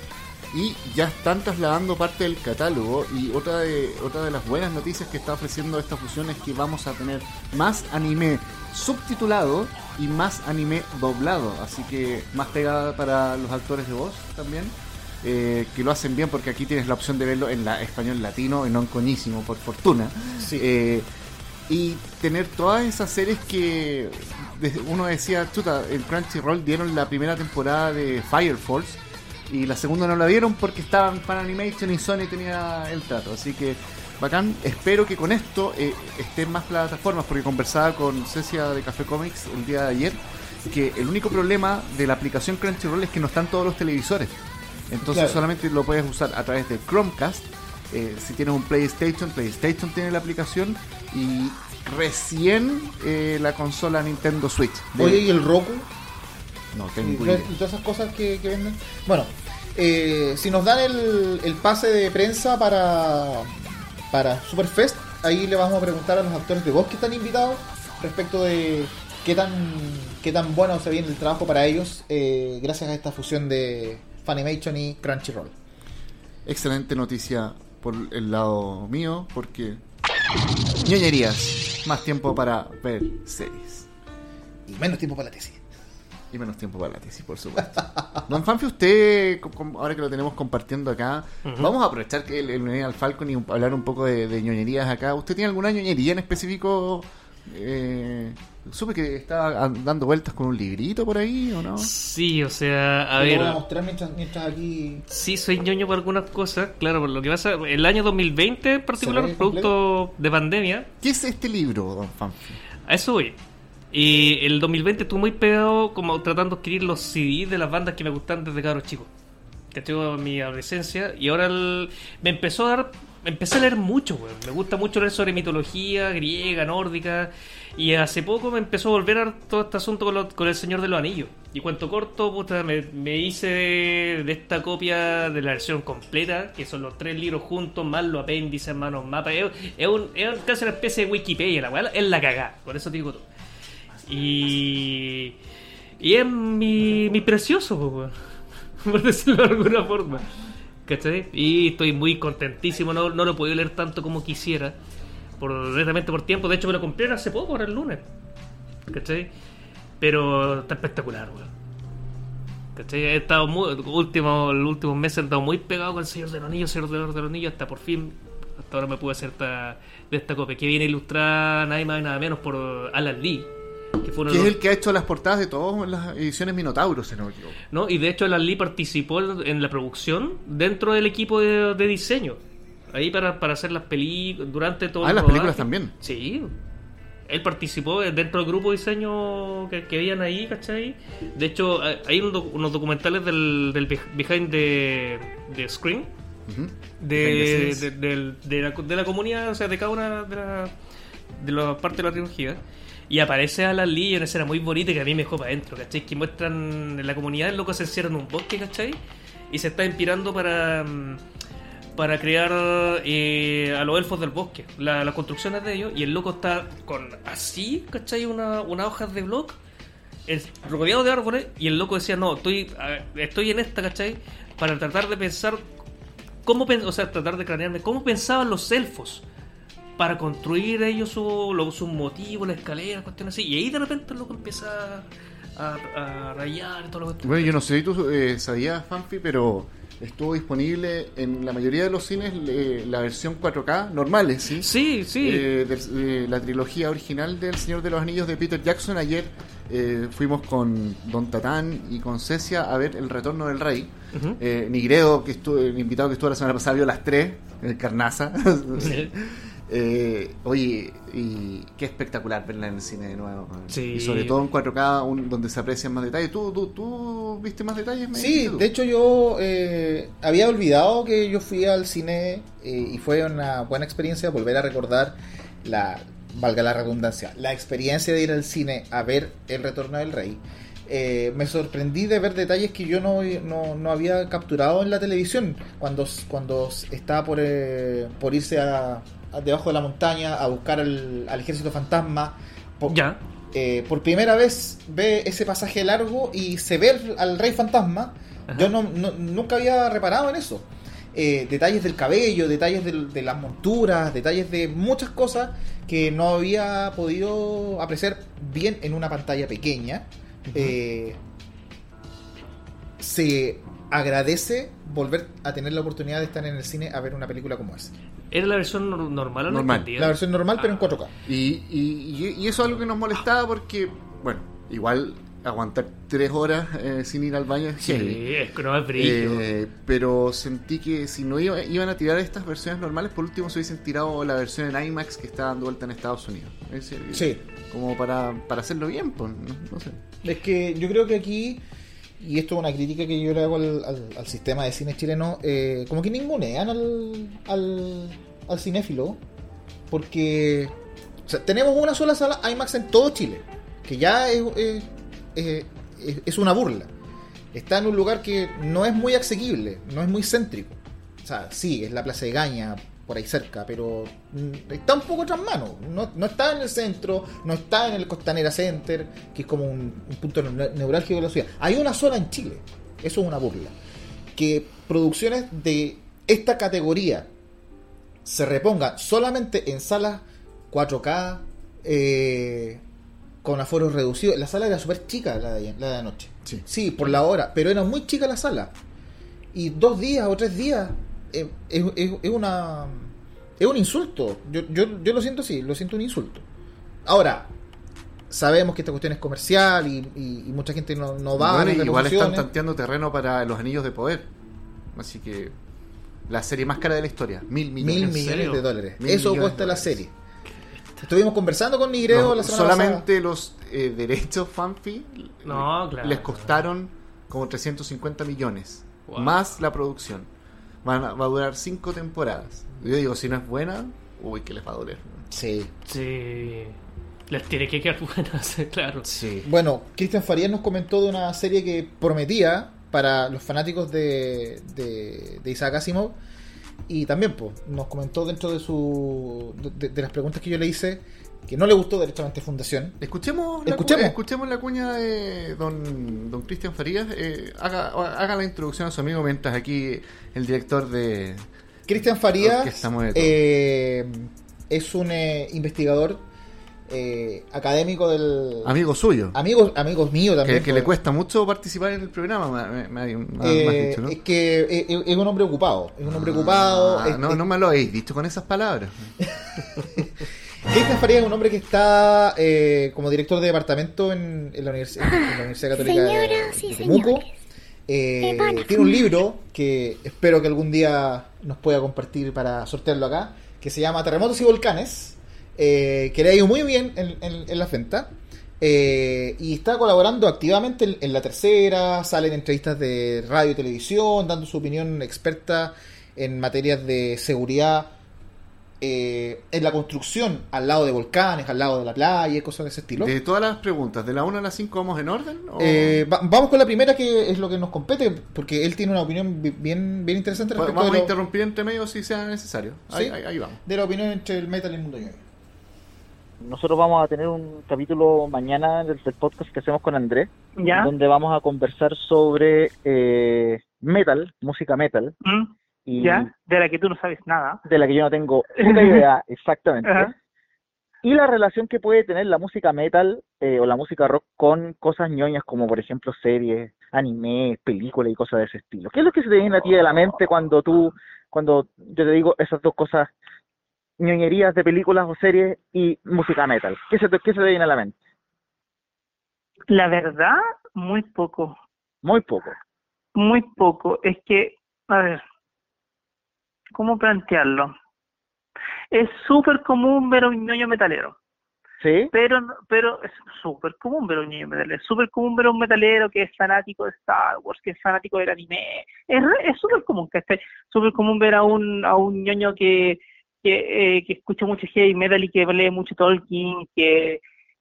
Y ya están trasladando parte del catálogo. Y otra de otra de las buenas noticias que está ofreciendo esta fusión es que vamos a tener más anime subtitulado y más anime doblado, así que más pegada para los actores de voz también, eh, que lo hacen bien, porque aquí tienes la opción de verlo en la español latino y no en coñísimo, por fortuna. Sí. Eh, y tener todas esas series que uno decía, chuta, en Crunchyroll dieron la primera temporada de Fire Force y la segunda no la dieron porque estaban para Animation y Sony tenía el trato, así que bacán. Espero que con esto eh, estén más plataformas, porque conversaba con Cecia de Café Comics el día de ayer que el único problema de la aplicación Crunchyroll es que no están todos los televisores, entonces Claro. solamente lo puedes usar a través de Chromecast. Eh, si tienes un PlayStation, PlayStation tiene la aplicación, y recién eh, la consola Nintendo Switch. De- Oye, ¿y el Roku? No Y, tengo idea. y todas esas cosas que, que venden. Bueno, eh, si nos dan el, el pase de prensa para, para Superfest, ahí le vamos a preguntar a los actores de voz que están invitados respecto de qué tan qué tan bueno se viene el trabajo para ellos eh, gracias a esta fusión de Funimation y Crunchyroll. Excelente noticia por el lado mío, porque ñoñerías, más tiempo para ver series y menos tiempo para la tesis. Y menos tiempo para la tesis, por supuesto. Don Fanfi, usted, com- com- ahora que lo tenemos compartiendo acá, Ujú. vamos a aprovechar que el, el venir al Falcon y un- hablar un poco de, de ñoñerías acá. ¿Usted tiene alguna ñoñería en específico? Eh, supe que estaba dando vueltas con un librito por ahí, ¿o no? Sí, o sea, a Te ver. lo voy a mostrar mientras, mientras aquí. Sí, soy ñoño por algunas cosas, claro, por lo que pasa, el año dos mil veinte en particular, ¿Se ve producto de pandemia, ¿Qué es este libro, Don Fanfi? a eso voy. Y el dos mil veinte estuve muy pegado como tratando de adquirir los C Ds de las bandas que me gustan desde cabros chicos. Que tengo en mi adolescencia, y ahora el- me empezó a dar, empecé a leer mucho, weón. Me gusta mucho leer sobre mitología griega, nórdica, y hace poco me empezó a volver a todo este asunto con, lo- con El Señor de los Anillos. Y cuento corto, puta, me, me hice de, de esta copia de la versión completa, que son los tres libros juntos, más los apéndices, más los mapas. Es, es, un, es casi una especie de Wikipedia, la weá, es la cagá, por eso te digo todo. Y, y es mi, mi precioso, po, weón. Por decirlo de alguna forma, ¿cachai? Y estoy muy contentísimo, no, no lo he podido leer tanto como quisiera, por netamente por tiempo. De hecho me lo compré hace poco, ahora el lunes, ¿cachai? Pero está espectacular, weón. ¿Cachai? He estado muy, último, los últimos meses he estado muy pegado con El Señor de los Anillos, Señor de los Anillos, hasta por fin, hasta ahora me pude hacer esta, de esta copia, que viene ilustrada nada más y nada menos por Alan Lee, que fue uno Que de es los- el que ha hecho las portadas de todas las ediciones Minotauro, si no me equivoco. ¿no? Y de hecho Alan Lee participó en la producción dentro del equipo de, de diseño, ahí para, para hacer las películas durante todo Ah, el las rodaje. películas también. Sí, él participó dentro del grupo de diseño que, que habían ahí, ¿cachai? De hecho hay un doc- unos documentales del, del beh- behind the, the screen Ujú. de, Behind the de, scenes. del- de la, de la comunidad, o sea, de cada una de la, de la parte de la trilogía. Y aparece Alan Lee en una escena muy bonita que a mí me dejó para adentro, ¿cachai? Que muestran en la comunidad, el loco se encierra en un bosque, ¿cachai? Y se está inspirando para mm, para crear eh, a los elfos del bosque, la- las construcciones de ellos. Y el loco está con así, ¿cachai? Una, unas hojas de bloc, es rodeado de árboles. Y el loco decía, no, estoy, ah, estoy en esta, ¿cachai? Para tratar de pensar cómo, pen- o sea, tratar de cranearme cómo pensaban los elfos para construir ellos su, lo- sus motivos, la escalera, cuestiones así. Y ahí de repente el loco empieza a, a rayar y todo lo que... Bueno, yo no sé si tú eh, sabías, Fanfi, pero estuvo disponible en la mayoría de los cines eh, la versión cuatro K normales, ¿sí? Sí, sí. Eh, de, la trilogía original del Señor de los Anillos de Peter Jackson. Ayer eh, fuimos con Don Tatán y con Cecia a ver El Retorno del Rey. Ujú. eh, Nigredo, que estuvo, el invitado que estuvo la semana pasada, vio las tres, el Carnaza. Eh, oye, y qué espectacular verla en el cine de nuevo. Sí. Y sobre todo en cuatro K, un- donde se aprecian más detalles. ¿Tú, tú, tú viste más detalles? me Sí, dijiste tú? de hecho yo eh, había olvidado que yo fui al cine eh, y fue una buena experiencia volver a recordar la, valga la redundancia, la experiencia de ir al cine a ver El Retorno del Rey. Eh, me sorprendí de ver detalles que yo no, no, no había capturado en la televisión cuando, cuando estaba por, eh, por irse a, a debajo de la montaña a buscar al, al ejército fantasma. Po- Ya. eh, por primera vez ve ese pasaje largo y se ve al, al Rey Fantasma. Ajá. Yo no, no, nunca había reparado en eso. Eh, detalles del cabello, detalles del, de las monturas, detalles de muchas cosas que no había podido apreciar bien en una pantalla pequeña. Uh-huh. Eh, se agradece volver a tener la oportunidad de estar en el cine a ver una película como esa. ¿Era la versión normal o no? Normal. La versión normal, ah. pero en cuatro K. Y, y, y eso es algo que nos molestaba porque, bueno, igual aguantar tres horas eh, sin ir al baño es sí, es que no es brillo. Eh, pero sentí que si no iba, iban a tirar estas versiones normales, por último se hubiesen tirado la versión en IMAX que está dando vuelta en Estados Unidos. Es decir, sí. Como para, para hacerlo bien, pues, no, no sé. Es que yo creo que aquí, y esto es una crítica que yo le hago al, al, al sistema de cine chileno, eh, como que ningunean al, al, al cinéfilo, porque o sea, tenemos una sola sala IMAX en todo Chile, que ya es... es Es, es una burla. Está en un lugar que no es muy asequible, no es muy céntrico. O sea, sí, es la Plaza de Gaña, por ahí cerca, pero está un poco tras mano. No, no está en el centro, no está en el Costanera Center, que es como un, un punto neurálgico de la ciudad. Hay una sola en Chile. Eso es una burla. Que producciones de esta categoría se repongan solamente en salas cuatro K, eh... con aforos reducidos. La sala era súper chica, la de, la de anoche. Sí. sí, por la hora, pero era muy chica la sala. Y dos días o tres días eh, es, es, es una es un insulto. Yo, yo, yo lo siento así, lo siento un insulto. Ahora, sabemos que esta cuestión es comercial y, y, y mucha gente no, no va bueno, a las igual están tanteando terreno para los Anillos de Poder. Así que la serie más cara de la historia, mil millones, mil millones de dólares. Mil Eso millones cuesta de la serie. Estuvimos conversando con Nigreo no, la semana solamente pasada. los eh, derechos fanfi no, claro, les costaron como trescientos cincuenta millones. Wow. Más la producción. Van a, va a durar cinco temporadas. Yo digo, si no es buena, uy, que les va a doler. Sí. Sí. Les tiene que quedar buenas, claro. Sí. Bueno, Cristian Farías nos comentó de una serie que prometía para los fanáticos de, de, de Isaac Asimov. Y también pues, nos comentó dentro de su de, de las preguntas que yo le hice que no le gustó derechamente Fundación. Escuchemos la, escuchemos. Cu- escuchemos la cuña de don, don Cristian Farías. Eh, haga, haga la introducción a su amigo mientras aquí el director de... Cristian Farías eh, es un eh, investigador eh, académico del... Amigo suyo. Amigos, amigos míos también. Que, que le cuesta mucho participar en el programa, me, me, me, me eh, has dicho, ¿no? Es que es, es un hombre ocupado. Es un hombre ah, ocupado. Es, no, es, no me lo habéis dicho con esas palabras. Cristian Farías es un hombre que está eh, como director de departamento en, en, la, univers- en la Universidad Católica Señoras de, y de Temuco. Eh, tiene un libro que espero que algún día nos pueda compartir para sortearlo acá, que se llama Terremotos y Volcanes. Eh, que le ha ido muy bien en, en, en la venta eh, y está colaborando activamente en, en La Tercera, sale en entrevistas de radio y televisión dando su opinión experta en materias de seguridad eh, en la construcción al lado de volcanes, al lado de la playa y cosas de ese estilo. De todas las preguntas, ¿de la una a la cinco vamos en orden? ¿O? Eh, va, vamos con la primera, que es lo que nos compete, porque él tiene una opinión bien, bien interesante respecto vamos de a lo, interrumpir entre medio si sea necesario. Ahí, ¿sí? ahí, ahí vamos. De la opinión entre el metal y el mundo ñoño. Nosotros vamos a tener un capítulo mañana del, del podcast que hacemos con Andrés, ¿ya? Donde vamos a conversar sobre eh, metal, música metal. ¿Mm? Y ¿Ya? De la que tú no sabes nada. De la que yo no tengo puta idea, exactamente. Ajá. Y la relación que puede tener la música metal eh, o la música rock con cosas ñoñas como, por ejemplo, series, anime, películas y cosas de ese estilo. ¿Qué es lo que se te viene a ti de la mente cuando tú, cuando yo te digo esas dos cosas, ñoñerías de películas o series y música metal? ¿Qué se te, qué se te viene a la mente? La verdad, muy poco. Muy poco. Muy poco. Es que, a ver, ¿cómo plantearlo? Es súper común ver a un ñoño metalero. Sí. Pero, pero es súper común ver a un ñoño metalero. Es súper común ver a un metalero que es fanático de Star Wars, que es fanático del anime. Es es súper común, que es súper común ver a un a un ñoño que que, eh, que escucha mucho heavy metal y que lee mucho Tolkien, que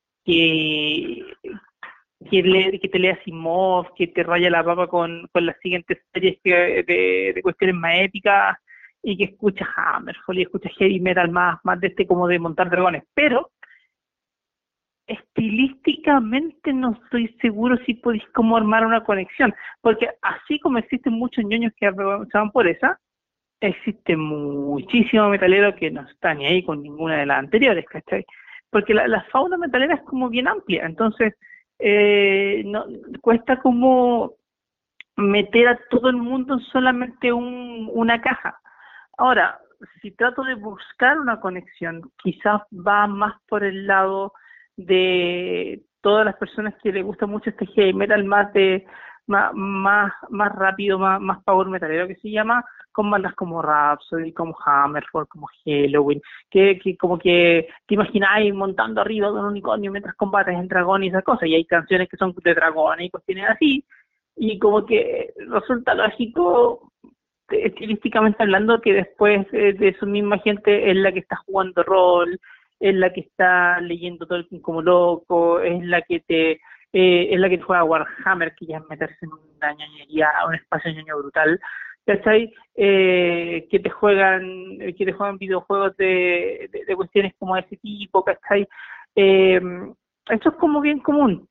que que, lee, que te lee Asimov, que te raya la papa con, con las siguientes series que, de, de cuestiones más épicas, y que escucha Hammerfall y escucha heavy metal más, más de este como de montar dragones. Pero estilísticamente no estoy seguro si podéis como armar una conexión, porque así como existen muchos ñoños que aprovechaban por esa, existe muchísimo metalero que no está ni ahí con ninguna de las anteriores, ¿cachai? Porque la, la fauna metalera es como bien amplia, entonces eh, no cuesta como meter a todo el mundo en solamente un, una caja. Ahora, si trato de buscar una conexión, quizás va más por el lado de todas las personas que les gusta mucho este heavy metal más de más más, más rápido, más, más power metalero que se llama, con bandas como Rhapsody, como Hammerfall, como Halloween, que, que como que te imagináis montando arriba de un unicornio mientras combates en dragón y esas cosas, y hay canciones que son de dragones y cuestiones así, y como que resulta lógico estilísticamente hablando que después eh, de su misma gente es la que está jugando rol, es la que está leyendo Tolkien como loco, es la que te eh, es la que te juega Warhammer, que ya es meterse en una ñoñería, un espacio ñoño brutal, ¿cachai? Eh, que te juegan que te juegan videojuegos de, de, de cuestiones como de ese tipo, ¿cachai? Eh, eso es como bien común.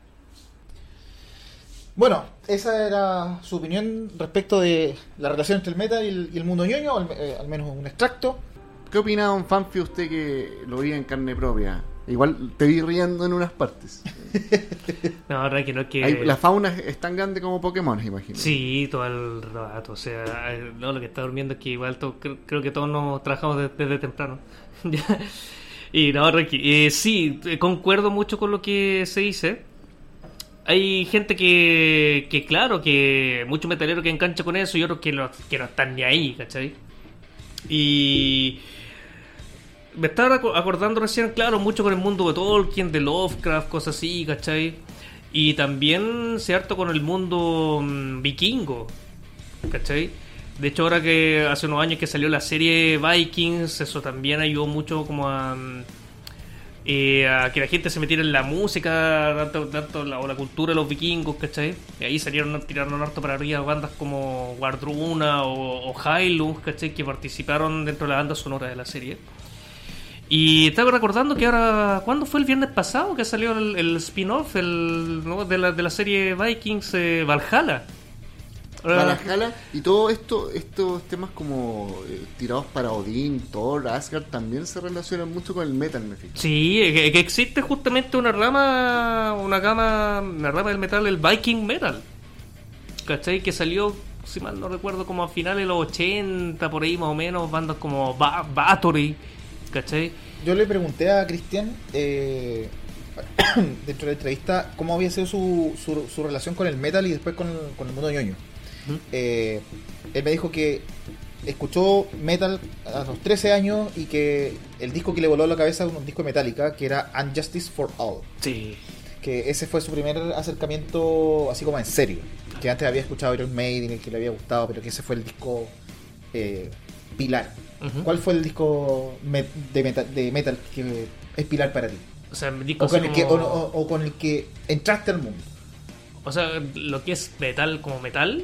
Bueno, esa era su opinión respecto de la relación entre el metal y el, y el mundo ñoño, al, eh, al menos un extracto. ¿Qué opina don Fanfi, usted que lo vi en carne propia? Igual te vi riendo en unas partes. No, verdad que no es que... Hay, la fauna es tan grande como Pokémon, imagino. Sí, todo el rato. O sea, no, lo que está durmiendo es que igual to, creo, creo que todos nos trabajamos desde, desde temprano. Y no, Ricky, eh, sí, concuerdo mucho con lo que se dice. Hay gente que, que claro, que muchos metaleros que engancha con eso y otros que no, que no están ni ahí, ¿cachai? Y me estaba acordando recién, claro, mucho con el mundo de Tolkien, de Lovecraft, cosas así, ¿cachai? Y también cierto con el mundo mmm, vikingo, ¿cachai? De hecho, ahora que hace unos años que salió la serie Vikings, eso también ayudó mucho como a... Eh, a que la gente se metiera en la música, tanto, tanto la, o la cultura de los vikingos, ¿cachai? Y ahí salieron, tiraron harto para arriba bandas como Wardruna o, o Hylung, ¿cachai? Que participaron dentro de la banda sonora de la serie. Y estaba recordando que ahora, ¿cuándo fue el viernes pasado que salió el, el spin-off el, ¿no? de, la, de la serie Vikings eh, Valhalla? Valhalla y todo esto, estos temas como eh, tirados para Odín, Thor, Asgard también se relacionan mucho con el metal, me fijo. Sí, que, que existe justamente una rama, una gama, una rama del metal, el Viking Metal, ¿cachai? Que salió, si mal no recuerdo, como a finales de los ochenta, por ahí más o menos, bandas como ba- Bathory, ¿cachai? Yo le pregunté a Cristian eh, dentro de la entrevista cómo había sido su, su, su relación con el metal y después con el, con el mundo ñoño. Eh, él me dijo que escuchó metal a los trece años y que el disco que le voló la cabeza era un disco de Metallica que era Unjustice for All. Sí. Que ese fue su primer acercamiento así como en serio. Que antes había escuchado Iron Maiden y que le había gustado, pero que ese fue el disco eh, pilar. Uh-huh. ¿Cuál fue el disco me- de, metal, de metal que es pilar para ti? O sea, disco o, con el como... que, o, o, o con el que entraste al mundo. O sea, lo que es metal como metal...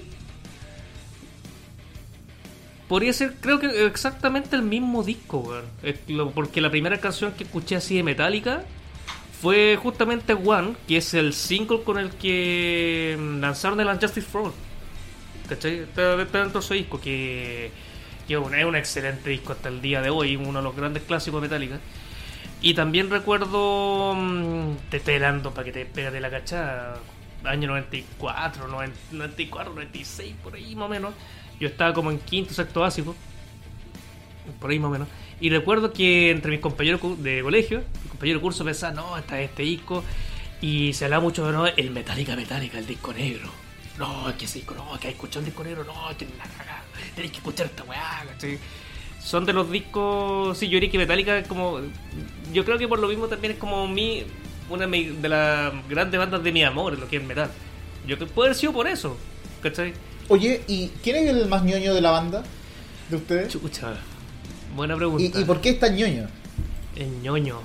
Podría ser, creo que exactamente el mismo disco, weón. Porque la primera canción que escuché así de Metallica fue justamente One, que es el single con el que lanzaron el Unjustice for All. ¿Cachai? Está dentro de su disco, que, que bueno, es un excelente disco hasta el día de hoy, uno de los grandes clásicos de Metallica. Y también recuerdo, te estoy helando para que te pegate la cachada, año noventa y cuatro, noventa y cuatro, noventa y seis, por ahí más o menos. Yo estaba como en quinto, sexto básico, por ahí más o menos. Y recuerdo que entre mis compañeros de colegio, mis compañeros de curso pensaban, no, está este disco. Y se hablaba mucho de, no, el Metallica, Metallica, el disco negro. No, es que ese disco, no, que hay escuchado un disco negro, no, que la cagada, tenéis que escuchar esta weá, ¿cachai? Son de los discos, sí, yo diría que Metallica es como, yo creo que por lo mismo también es como mi, una de las grandes bandas de mi amor, lo que es metal. Yo creo que puede haber sido por eso, ¿cachai? Oye, ¿y quién es el más ñoño de la banda? ¿De ustedes? Chucha, buena pregunta. ¿Y, y por qué es tan ñoño? El ñoño.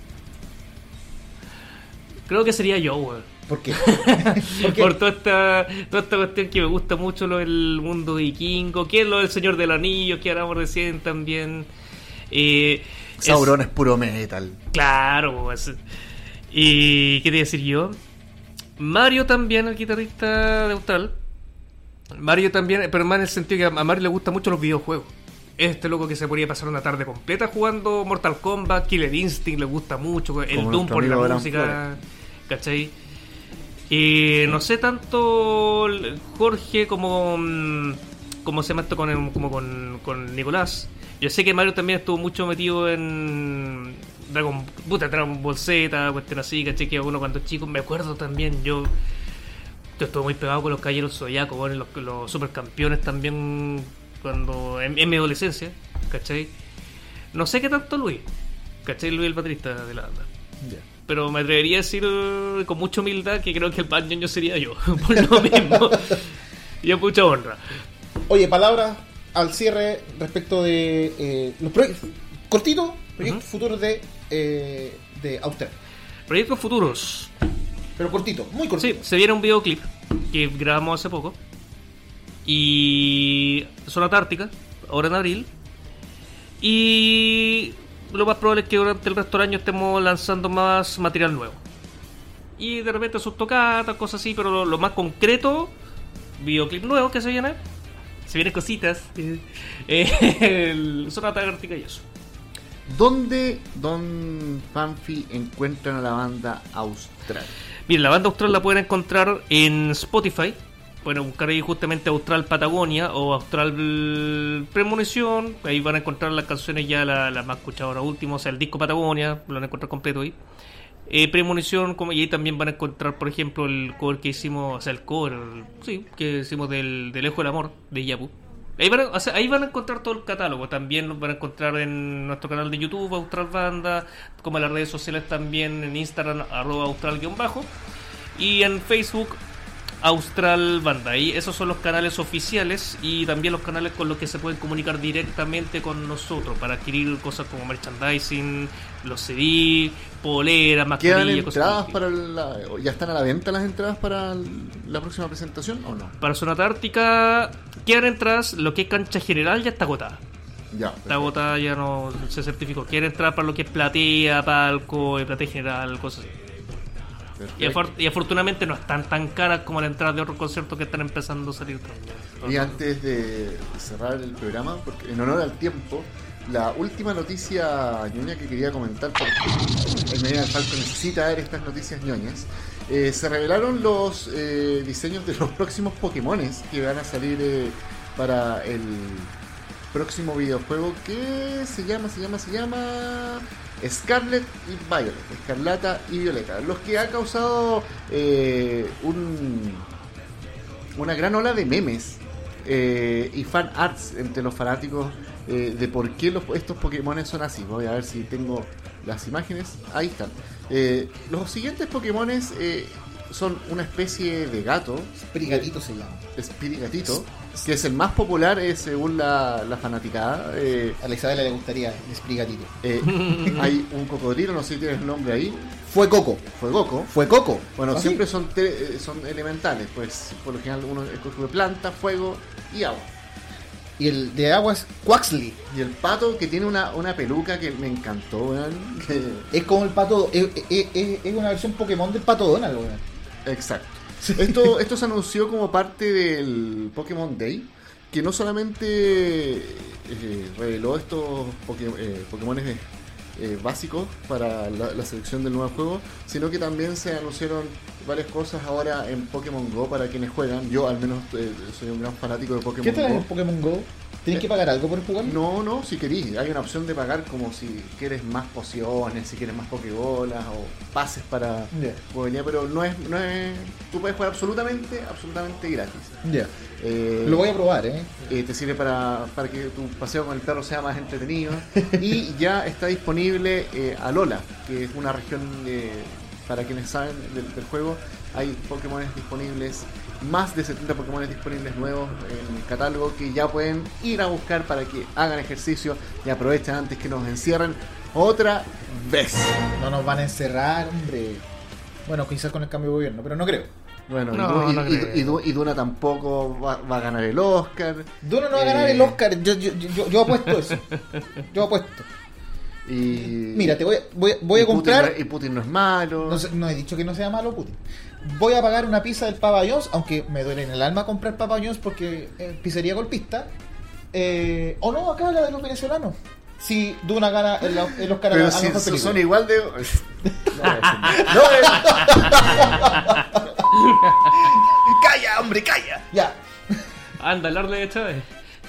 Creo que sería yo, weón. ¿Por qué? ¿Por qué? Por toda esta, toda esta cuestión que me gusta mucho, lo del mundo vikingo, que es lo del Señor del Anillo, que hablamos recién también. Eh, Sauron es, es puro metal. Claro, pues. Y qué te iba a decir yo. Mario también, el guitarrista de Austral. Mario también, pero más en el sentido que a Mario le gustan mucho los videojuegos. Este loco que se podría pasar una tarde completa jugando Mortal Kombat, Killer Instinct, le gusta mucho, el Como Doom por la amigo música, ¿cachai? Y no sé tanto Jorge como como se llama esto con el- como con, con Nicolás. Yo sé que Mario también estuvo mucho metido en Dragon, puta, Dragon Ball Z, cuestión así, ¿cachai? Que uno cuando chico, me acuerdo también, yo yo estuve muy pegado con los Caballeros Zodiaco, bueno, los, los supercampeones también cuando en, en mi adolescencia, ¿cachai? No sé qué tanto Luis, ¿cachai? Luis el baterista de la banda. Ya. Pero me atrevería a decir eh, con mucha humildad que creo que el más ñoño sería yo, por lo mismo. Y a mucha honra. Oye, palabras al cierre respecto de eh, los proyectos cortitos, proyectos futuros de, eh, de Austral. Proyectos futuros. Pero cortito, muy cortito. Sí, se viene un videoclip que grabamos hace poco. Y Zona Antártica, ahora en abril. Y lo más probable es que durante el resto del año estemos lanzando más material nuevo. Y de repente sus tocatas, cosas así, pero lo, lo más concreto, videoclip nuevo que se viene. Se vienen cositas. Eh, el Zona Antártica y eso. ¿Dónde, Don Fanfi, encuentran a la banda Austral? Miren, la banda Austral la pueden encontrar en Spotify. Pueden buscar ahí justamente Austral Patagonia o Austral Premonición. Ahí van a encontrar las canciones ya las la más escuchadas ahora último. O sea, el disco Patagonia, lo van a encontrar completo ahí. Eh, Premonición, como, y ahí también van a encontrar, por ejemplo, el cover que hicimos, o sea, el cover, el- sí, que hicimos del, del Ejo del Amor, de Yapu. Ahí van, a, o sea, ahí van a encontrar todo el catálogo. También lo van a encontrar en nuestro canal de YouTube, Austral Banda, como en las redes sociales también, en Instagram, arroba austral-bajo, y en Facebook, Austral Banda. Y esos son los canales oficiales y también los canales con los que se pueden comunicar directamente con nosotros para adquirir cosas como merchandising, los C D, poleras, ¿Quedan mascarillas, cosas entradas así. para la, ya están a la venta las entradas para la próxima presentación o no? Para Zona Antártica quedan entradas, lo que es cancha general ya está agotada. Ya, Está agotada, ya no se certificó. Quieren entrar para lo que es platea, palco, eh, platea general, cosas así. Y, afor- y afortunadamente no están tan caras como las entradas de otros conciertos que están empezando a salir también. Y antes de cerrar el programa, porque en honor al tiempo, la última noticia ñoña que quería comentar, porque el Medina del Falco necesita ver estas noticias ñoñas. Eh, se revelaron los eh, diseños de los próximos Pokémones que van a salir eh, para el próximo videojuego que se llama, se llama, se llama Scarlet y Violet, Escarlata y Violeta, los que ha causado eh, un, una gran ola de memes eh, y fan arts entre los fanáticos eh, de por qué los, estos Pokémones son así. Voy a ver si tengo las imágenes. Ahí están. Eh, los siguientes Pokémones eh, son una especie de gato. Spirigatito se llama. Spirigatito, que es el más popular eh, según la, la fanaticada. Eh, A la Isabela le gustaría el Spirigatito. eh, hay un cocodrilo, no sé si tienes el nombre ahí. Fue Coco. Fue Coco. Fue Coco. Bueno, ¿Ah, siempre sí? son te- eh, son elementales, pues por lo general uno es de planta, fuego y agua. Y el de agua es Quaxley. Y el pato que tiene una, una peluca que me encantó, weón. que- Es como el pato. Es, es- es- es una versión Pokémon del pato Donald, weón. Exacto. Esto, esto se anunció como parte del Pokémon Day, que no solamente eh, reveló estos Poké- eh, Pokémones eh, eh, básicos para la, la selección del nuevo juego, sino que también se anunciaron varias cosas ahora en Pokémon Go para quienes juegan. Yo al menos eh, soy un gran fanático de Pokémon ¿Qué tal Go. en Pokémon Go? ¿Tienes que pagar algo por jugar? No, no, si querís, hay una opción de pagar como si quieres más pociones, si quieres más Pokébolas o pases para Ya. jugar, pero no es, no es, tú puedes jugar absolutamente, absolutamente gratis. Ya. Eh, Lo voy a probar, ¿eh? eh, te sirve para, para que tu paseo con el perro sea más entretenido. Y ya está disponible eh, Alola, que es una región, eh, para quienes saben del, del juego, hay Pokémones disponibles, más de setenta Pokémones disponibles nuevos en el catálogo que ya pueden ir a buscar para que hagan ejercicio y aprovechen antes que nos encierren otra vez. No nos van a encerrar, hombre. Bueno, quizás con el cambio de gobierno, pero no creo. Bueno, No, y, Du- y- no y- creo. y Du- y Duna tampoco va, va a ganar el Oscar. Duna no va a ganar Eh, el Oscar. Yo, yo, yo, yo apuesto eso. Yo apuesto. Y, Mira, te voy, voy, voy y a comprar... Putin no, y Putin no es malo. No, sé, no he dicho que no sea malo Putin. Voy a pagar una pizza del Papa John's, aunque me duele en el alma comprar Papa John's porque es pizzería golpista. Eh, o no, acá la de los venezolanos. Si Duna gana en, la, en los caras. Pero a si mejor son película. igual de... No, ¡Calla, hombre, calla! Ya. Anda, el orden de Chávez.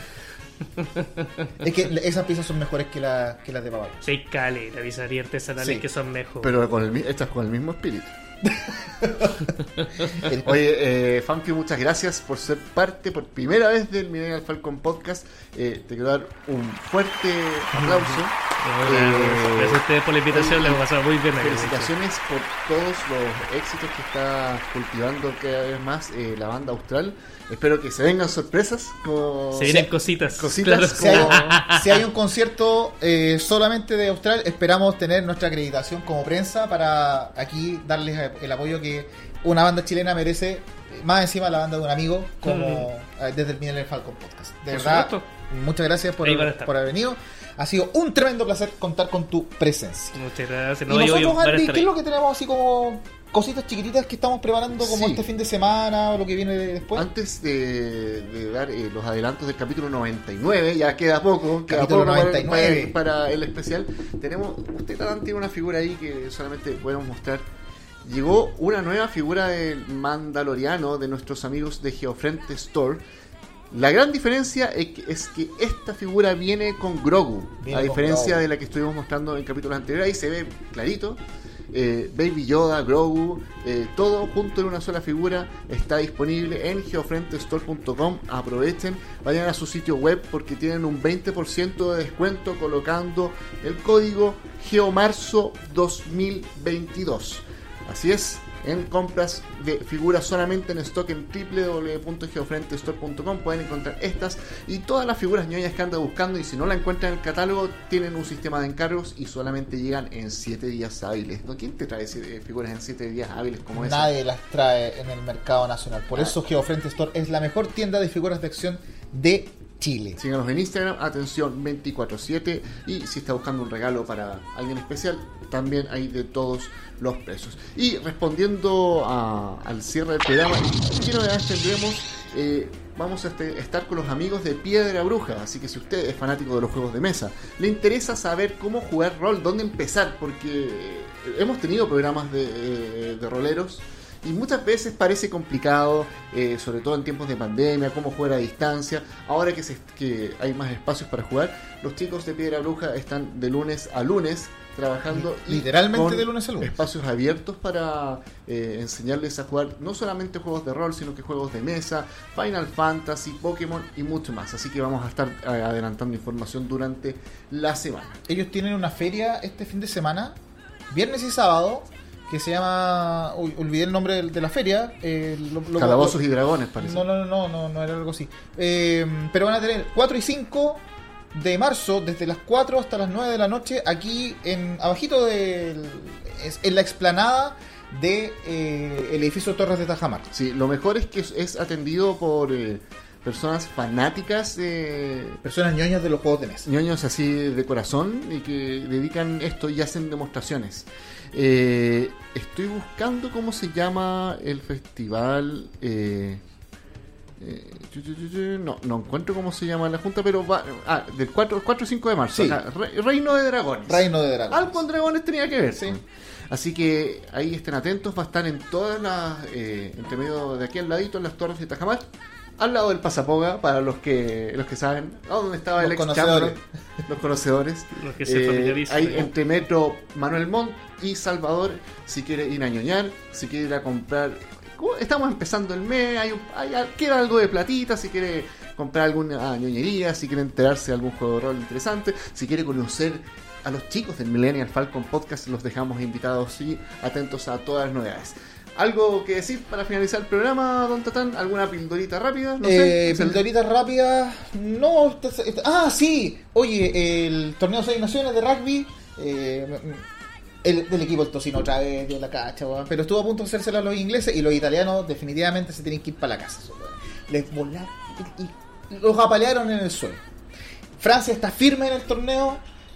Es que esas pizzas son mejores que, la, que las de Papa John's. Sí, caleta, pizzería artesanales Sí. que son mejores. Pero con el, estas con el mismo espíritu. Oye, eh, Funky, muchas gracias por ser parte por primera vez del Millennial Falcon Podcast. Eh, te quiero dar un fuerte aplauso. Eh, gracias a ustedes por la invitación, les hemos pasado muy bien. Felicitaciones por todos los éxitos que está cultivando cada vez más eh, la banda austral. Espero que se vengan sorpresas. Como... Se vienen cositas. Cositas. Claro. Si hay, si hay un concierto eh, solamente de Austral, esperamos tener nuestra acreditación como prensa para aquí darles el apoyo que una banda chilena merece, más encima la banda de un amigo, como mm. desde el Millennial Falcon Podcast. De por verdad, supuesto. Muchas gracias por, por haber venido. Ha sido un tremendo placer contar con tu presencia. Muchas gracias. No, y nosotros, Andy, ¿qué es lo que tenemos así como cositas chiquititas que estamos preparando como sí. este fin de semana o lo que viene después? Antes de, de dar eh, los adelantos del capítulo noventa y nueve, ya queda poco, queda capítulo poco noventa y nueve. Para, para el especial. Tenemos, usted tiene una figura ahí que solamente podemos mostrar. Llegó una nueva figura del Mandaloriano de nuestros amigos de Geofrente Store. La gran diferencia es que, es que esta figura viene con Grogu, viene a diferencia Grogu. de la que estuvimos mostrando en capítulos anteriores. Ahí se ve clarito. Eh, Baby Yoda, Grogu, eh, todo junto en una sola figura. Está disponible en geofrente store punto com. Aprovechen, vayan a su sitio web porque tienen un veinte por ciento de descuento colocando el código GEOMARZO dos mil veintidós. Así es, en compras de figuras solamente en stock en doble u doble u doble u punto geofrente store punto com pueden encontrar estas y todas las figuras ñoñas que andan buscando, y si no la encuentran en el catálogo tienen un sistema de encargos y solamente llegan en siete días hábiles. ¿No? ¿Quién te trae figuras en siete días hábiles como esa? Nadie las trae en el mercado nacional. Por ah. eso Geofrente Store es la mejor tienda de figuras de acción de Chile. Síganos en Instagram, atención veinticuatro siete, y si está buscando un regalo para alguien especial, también hay de todos los precios. Y respondiendo a, al cierre del programa, ¿qué novedades tendremos? Eh, vamos a este, estar con los amigos de Piedra Bruja, así que si usted es fanático de los juegos de mesa, le interesa saber cómo jugar rol, dónde empezar, porque hemos tenido programas de, eh, de roleros y muchas veces parece complicado, eh, sobre todo en tiempos de pandemia, cómo jugar a distancia. Ahora que, se, que hay más espacios para jugar, los chicos de Piedra Bruja están de lunes a lunes trabajando literalmente de lunes a lunes, espacios abiertos para eh, enseñarles a jugar no solamente juegos de rol, sino que juegos de mesa, Final Fantasy, Pokémon y mucho más. Así que vamos a estar eh, adelantando información durante la semana. Ellos tienen una feria este fin de semana, viernes y sábado, que se llama, uy, olvidé el nombre de, de la feria, eh, lo, lo, Calabozos lo, y Dragones parece. No, no, no, no, no era algo así. Eh, pero van a tener cuatro y cinco de marzo, desde las cuatro hasta las nueve de la noche, aquí en abajito del, en la explanada de eh, el edificio Torres de Tajamar. Sí, lo mejor es que es, es atendido por eh, personas fanáticas, eh, personas ñoñas de los juegos de mesa, ñoños así de corazón, y que dedican esto y hacen demostraciones. Eh, estoy buscando cómo se llama el festival. Eh, eh, no, no encuentro cómo se llama la junta, pero va. Ah, del cuatro y cinco de marzo. Sí. Acá, Re, Reino de Dragones. Reino de Dragones. Algo con dragones tenía que ver. Sí. Así que ahí estén atentos. Va a estar en todas las. Eh, entre medio de aquí al ladito, en las Torres de Tajamar. Al lado del Pasapoga, para los que los que saben, oh, donde estaba los el ex conocedores. los conocedores. Los que se familiarizan. Eh, hay entre Metro Manuel Montt y Salvador, si quiere ir a ñoñar, si quiere ir a comprar. Estamos empezando el mes, hay, un, hay queda algo de platita, si quiere comprar alguna ñoñería, si quiere enterarse de algún juego de rol interesante, si quiere conocer a los chicos del Millennial Falcon Podcast, los dejamos invitados y atentos a todas las novedades. ¿Algo que decir para finalizar el programa, don Tatán? ¿Alguna pildorita rápida? No eh, sé. Pildorita rápida. No. Está, está, ah, sí. Oye, el torneo Seis Naciones de rugby. Eh, el, del equipo del Tocino otra vez dio la cacha, ¿verdad? Pero estuvo a punto de hacérsela a los ingleses, y los italianos definitivamente se tienen que ir para la casa. Les volaron y, y los apalearon en el suelo. Francia está firme en el torneo.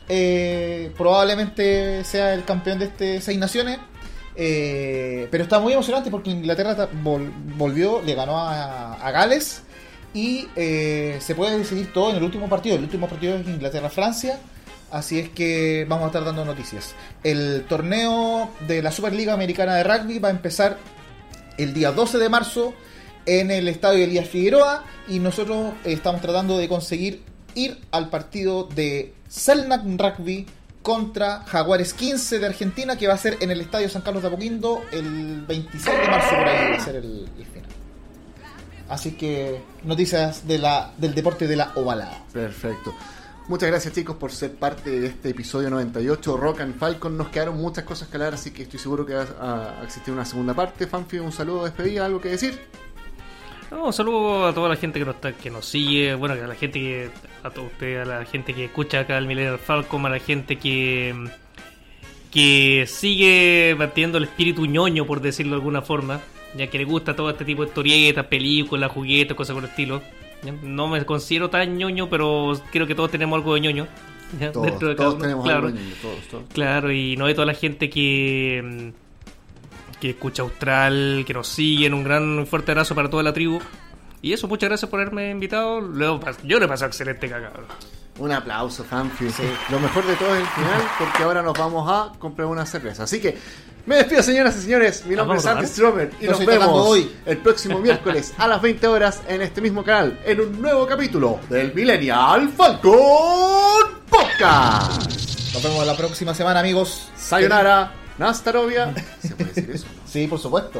eh, probablemente sea el campeón de este Seis Naciones. Eh, pero está muy emocionante porque Inglaterra vol- volvió, le ganó a, a Gales y eh, se puede decidir todo en el último partido. El último partido es Inglaterra-Francia, así es que vamos a estar dando noticias. El torneo de la Superliga Americana de Rugby va a empezar el día doce de marzo en el estadio Elías Figueroa y nosotros eh, estamos tratando de conseguir ir al partido de Selknam Rugby contra Jaguares quince de Argentina, que va a ser en el estadio San Carlos de Apoquindo el veintiséis de marzo, por ahí va a ser el, el final. Así que noticias de la, del deporte de la ovalada. Perfecto. Muchas gracias, chicos, por ser parte de este episodio noventa y ocho Rock and Falcon. Nos quedaron muchas cosas que hablar, así que estoy seguro que va a existir una segunda parte. Fanfi, un saludo de despedida, ¿algo que decir? No, un saludo a toda la gente que nos, que nos sigue, bueno, a la gente que, a todos ustedes, a la gente que escucha acá el Millennial Falcon, a la gente que que sigue manteniendo el espíritu ñoño, por decirlo de alguna forma, ya que le gusta todo este tipo de historietas, películas, juguetes, cosas por el estilo. ¿Ya? No me considero tan ñoño, pero creo que todos tenemos algo de ñoño. ¿Ya? Todos, Dentro de todos cada uno. tenemos Claro. algo de ñoño, todos, todos. Claro, y no de toda la gente que que escucha Austral, que nos siguen, un gran fuerte abrazo para toda la tribu. Y eso, muchas gracias por haberme invitado. Luego, yo le paso excelente cagado. Un aplauso, Fanfi. Sí. Lo mejor de todo es el final, porque ahora nos vamos a comprar una cerveza. Así que me despido, señoras y señores. Mi nombre es Andy Stromer y Lo nos estoy tratando vemos hoy. el próximo miércoles a las veinte horas en este mismo canal, en un nuevo capítulo del Millennial Falcon Podcast. Nos vemos la próxima semana, amigos. Sayonara, Nastarovia. ¿Se puede decir eso? ¿No? Sí, por supuesto.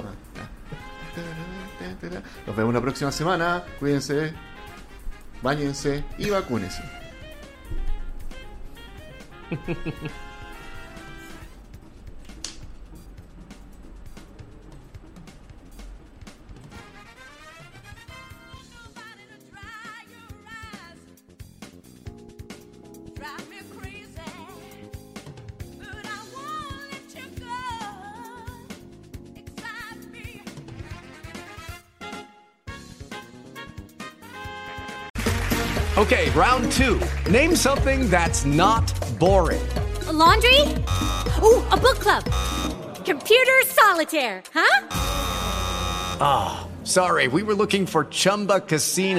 Nos vemos la próxima semana. Cuídense, báñense y vacúnense. Okay, round two. Name something that's not boring. A laundry? Ooh, a book club. Computer solitaire, huh? Ah, oh, sorry, we were looking for Chumba Casino.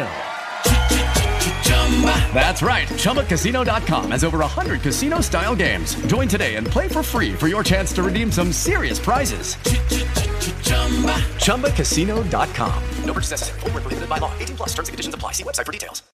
That's right, Chumba Casino dot com has over one hundred casino-style games. Join today and play for free for your chance to redeem some serious prizes. Chumba Casino dot com. No purchase necessary. Void where prohibited by law. eighteen plus terms and conditions apply. See website for details.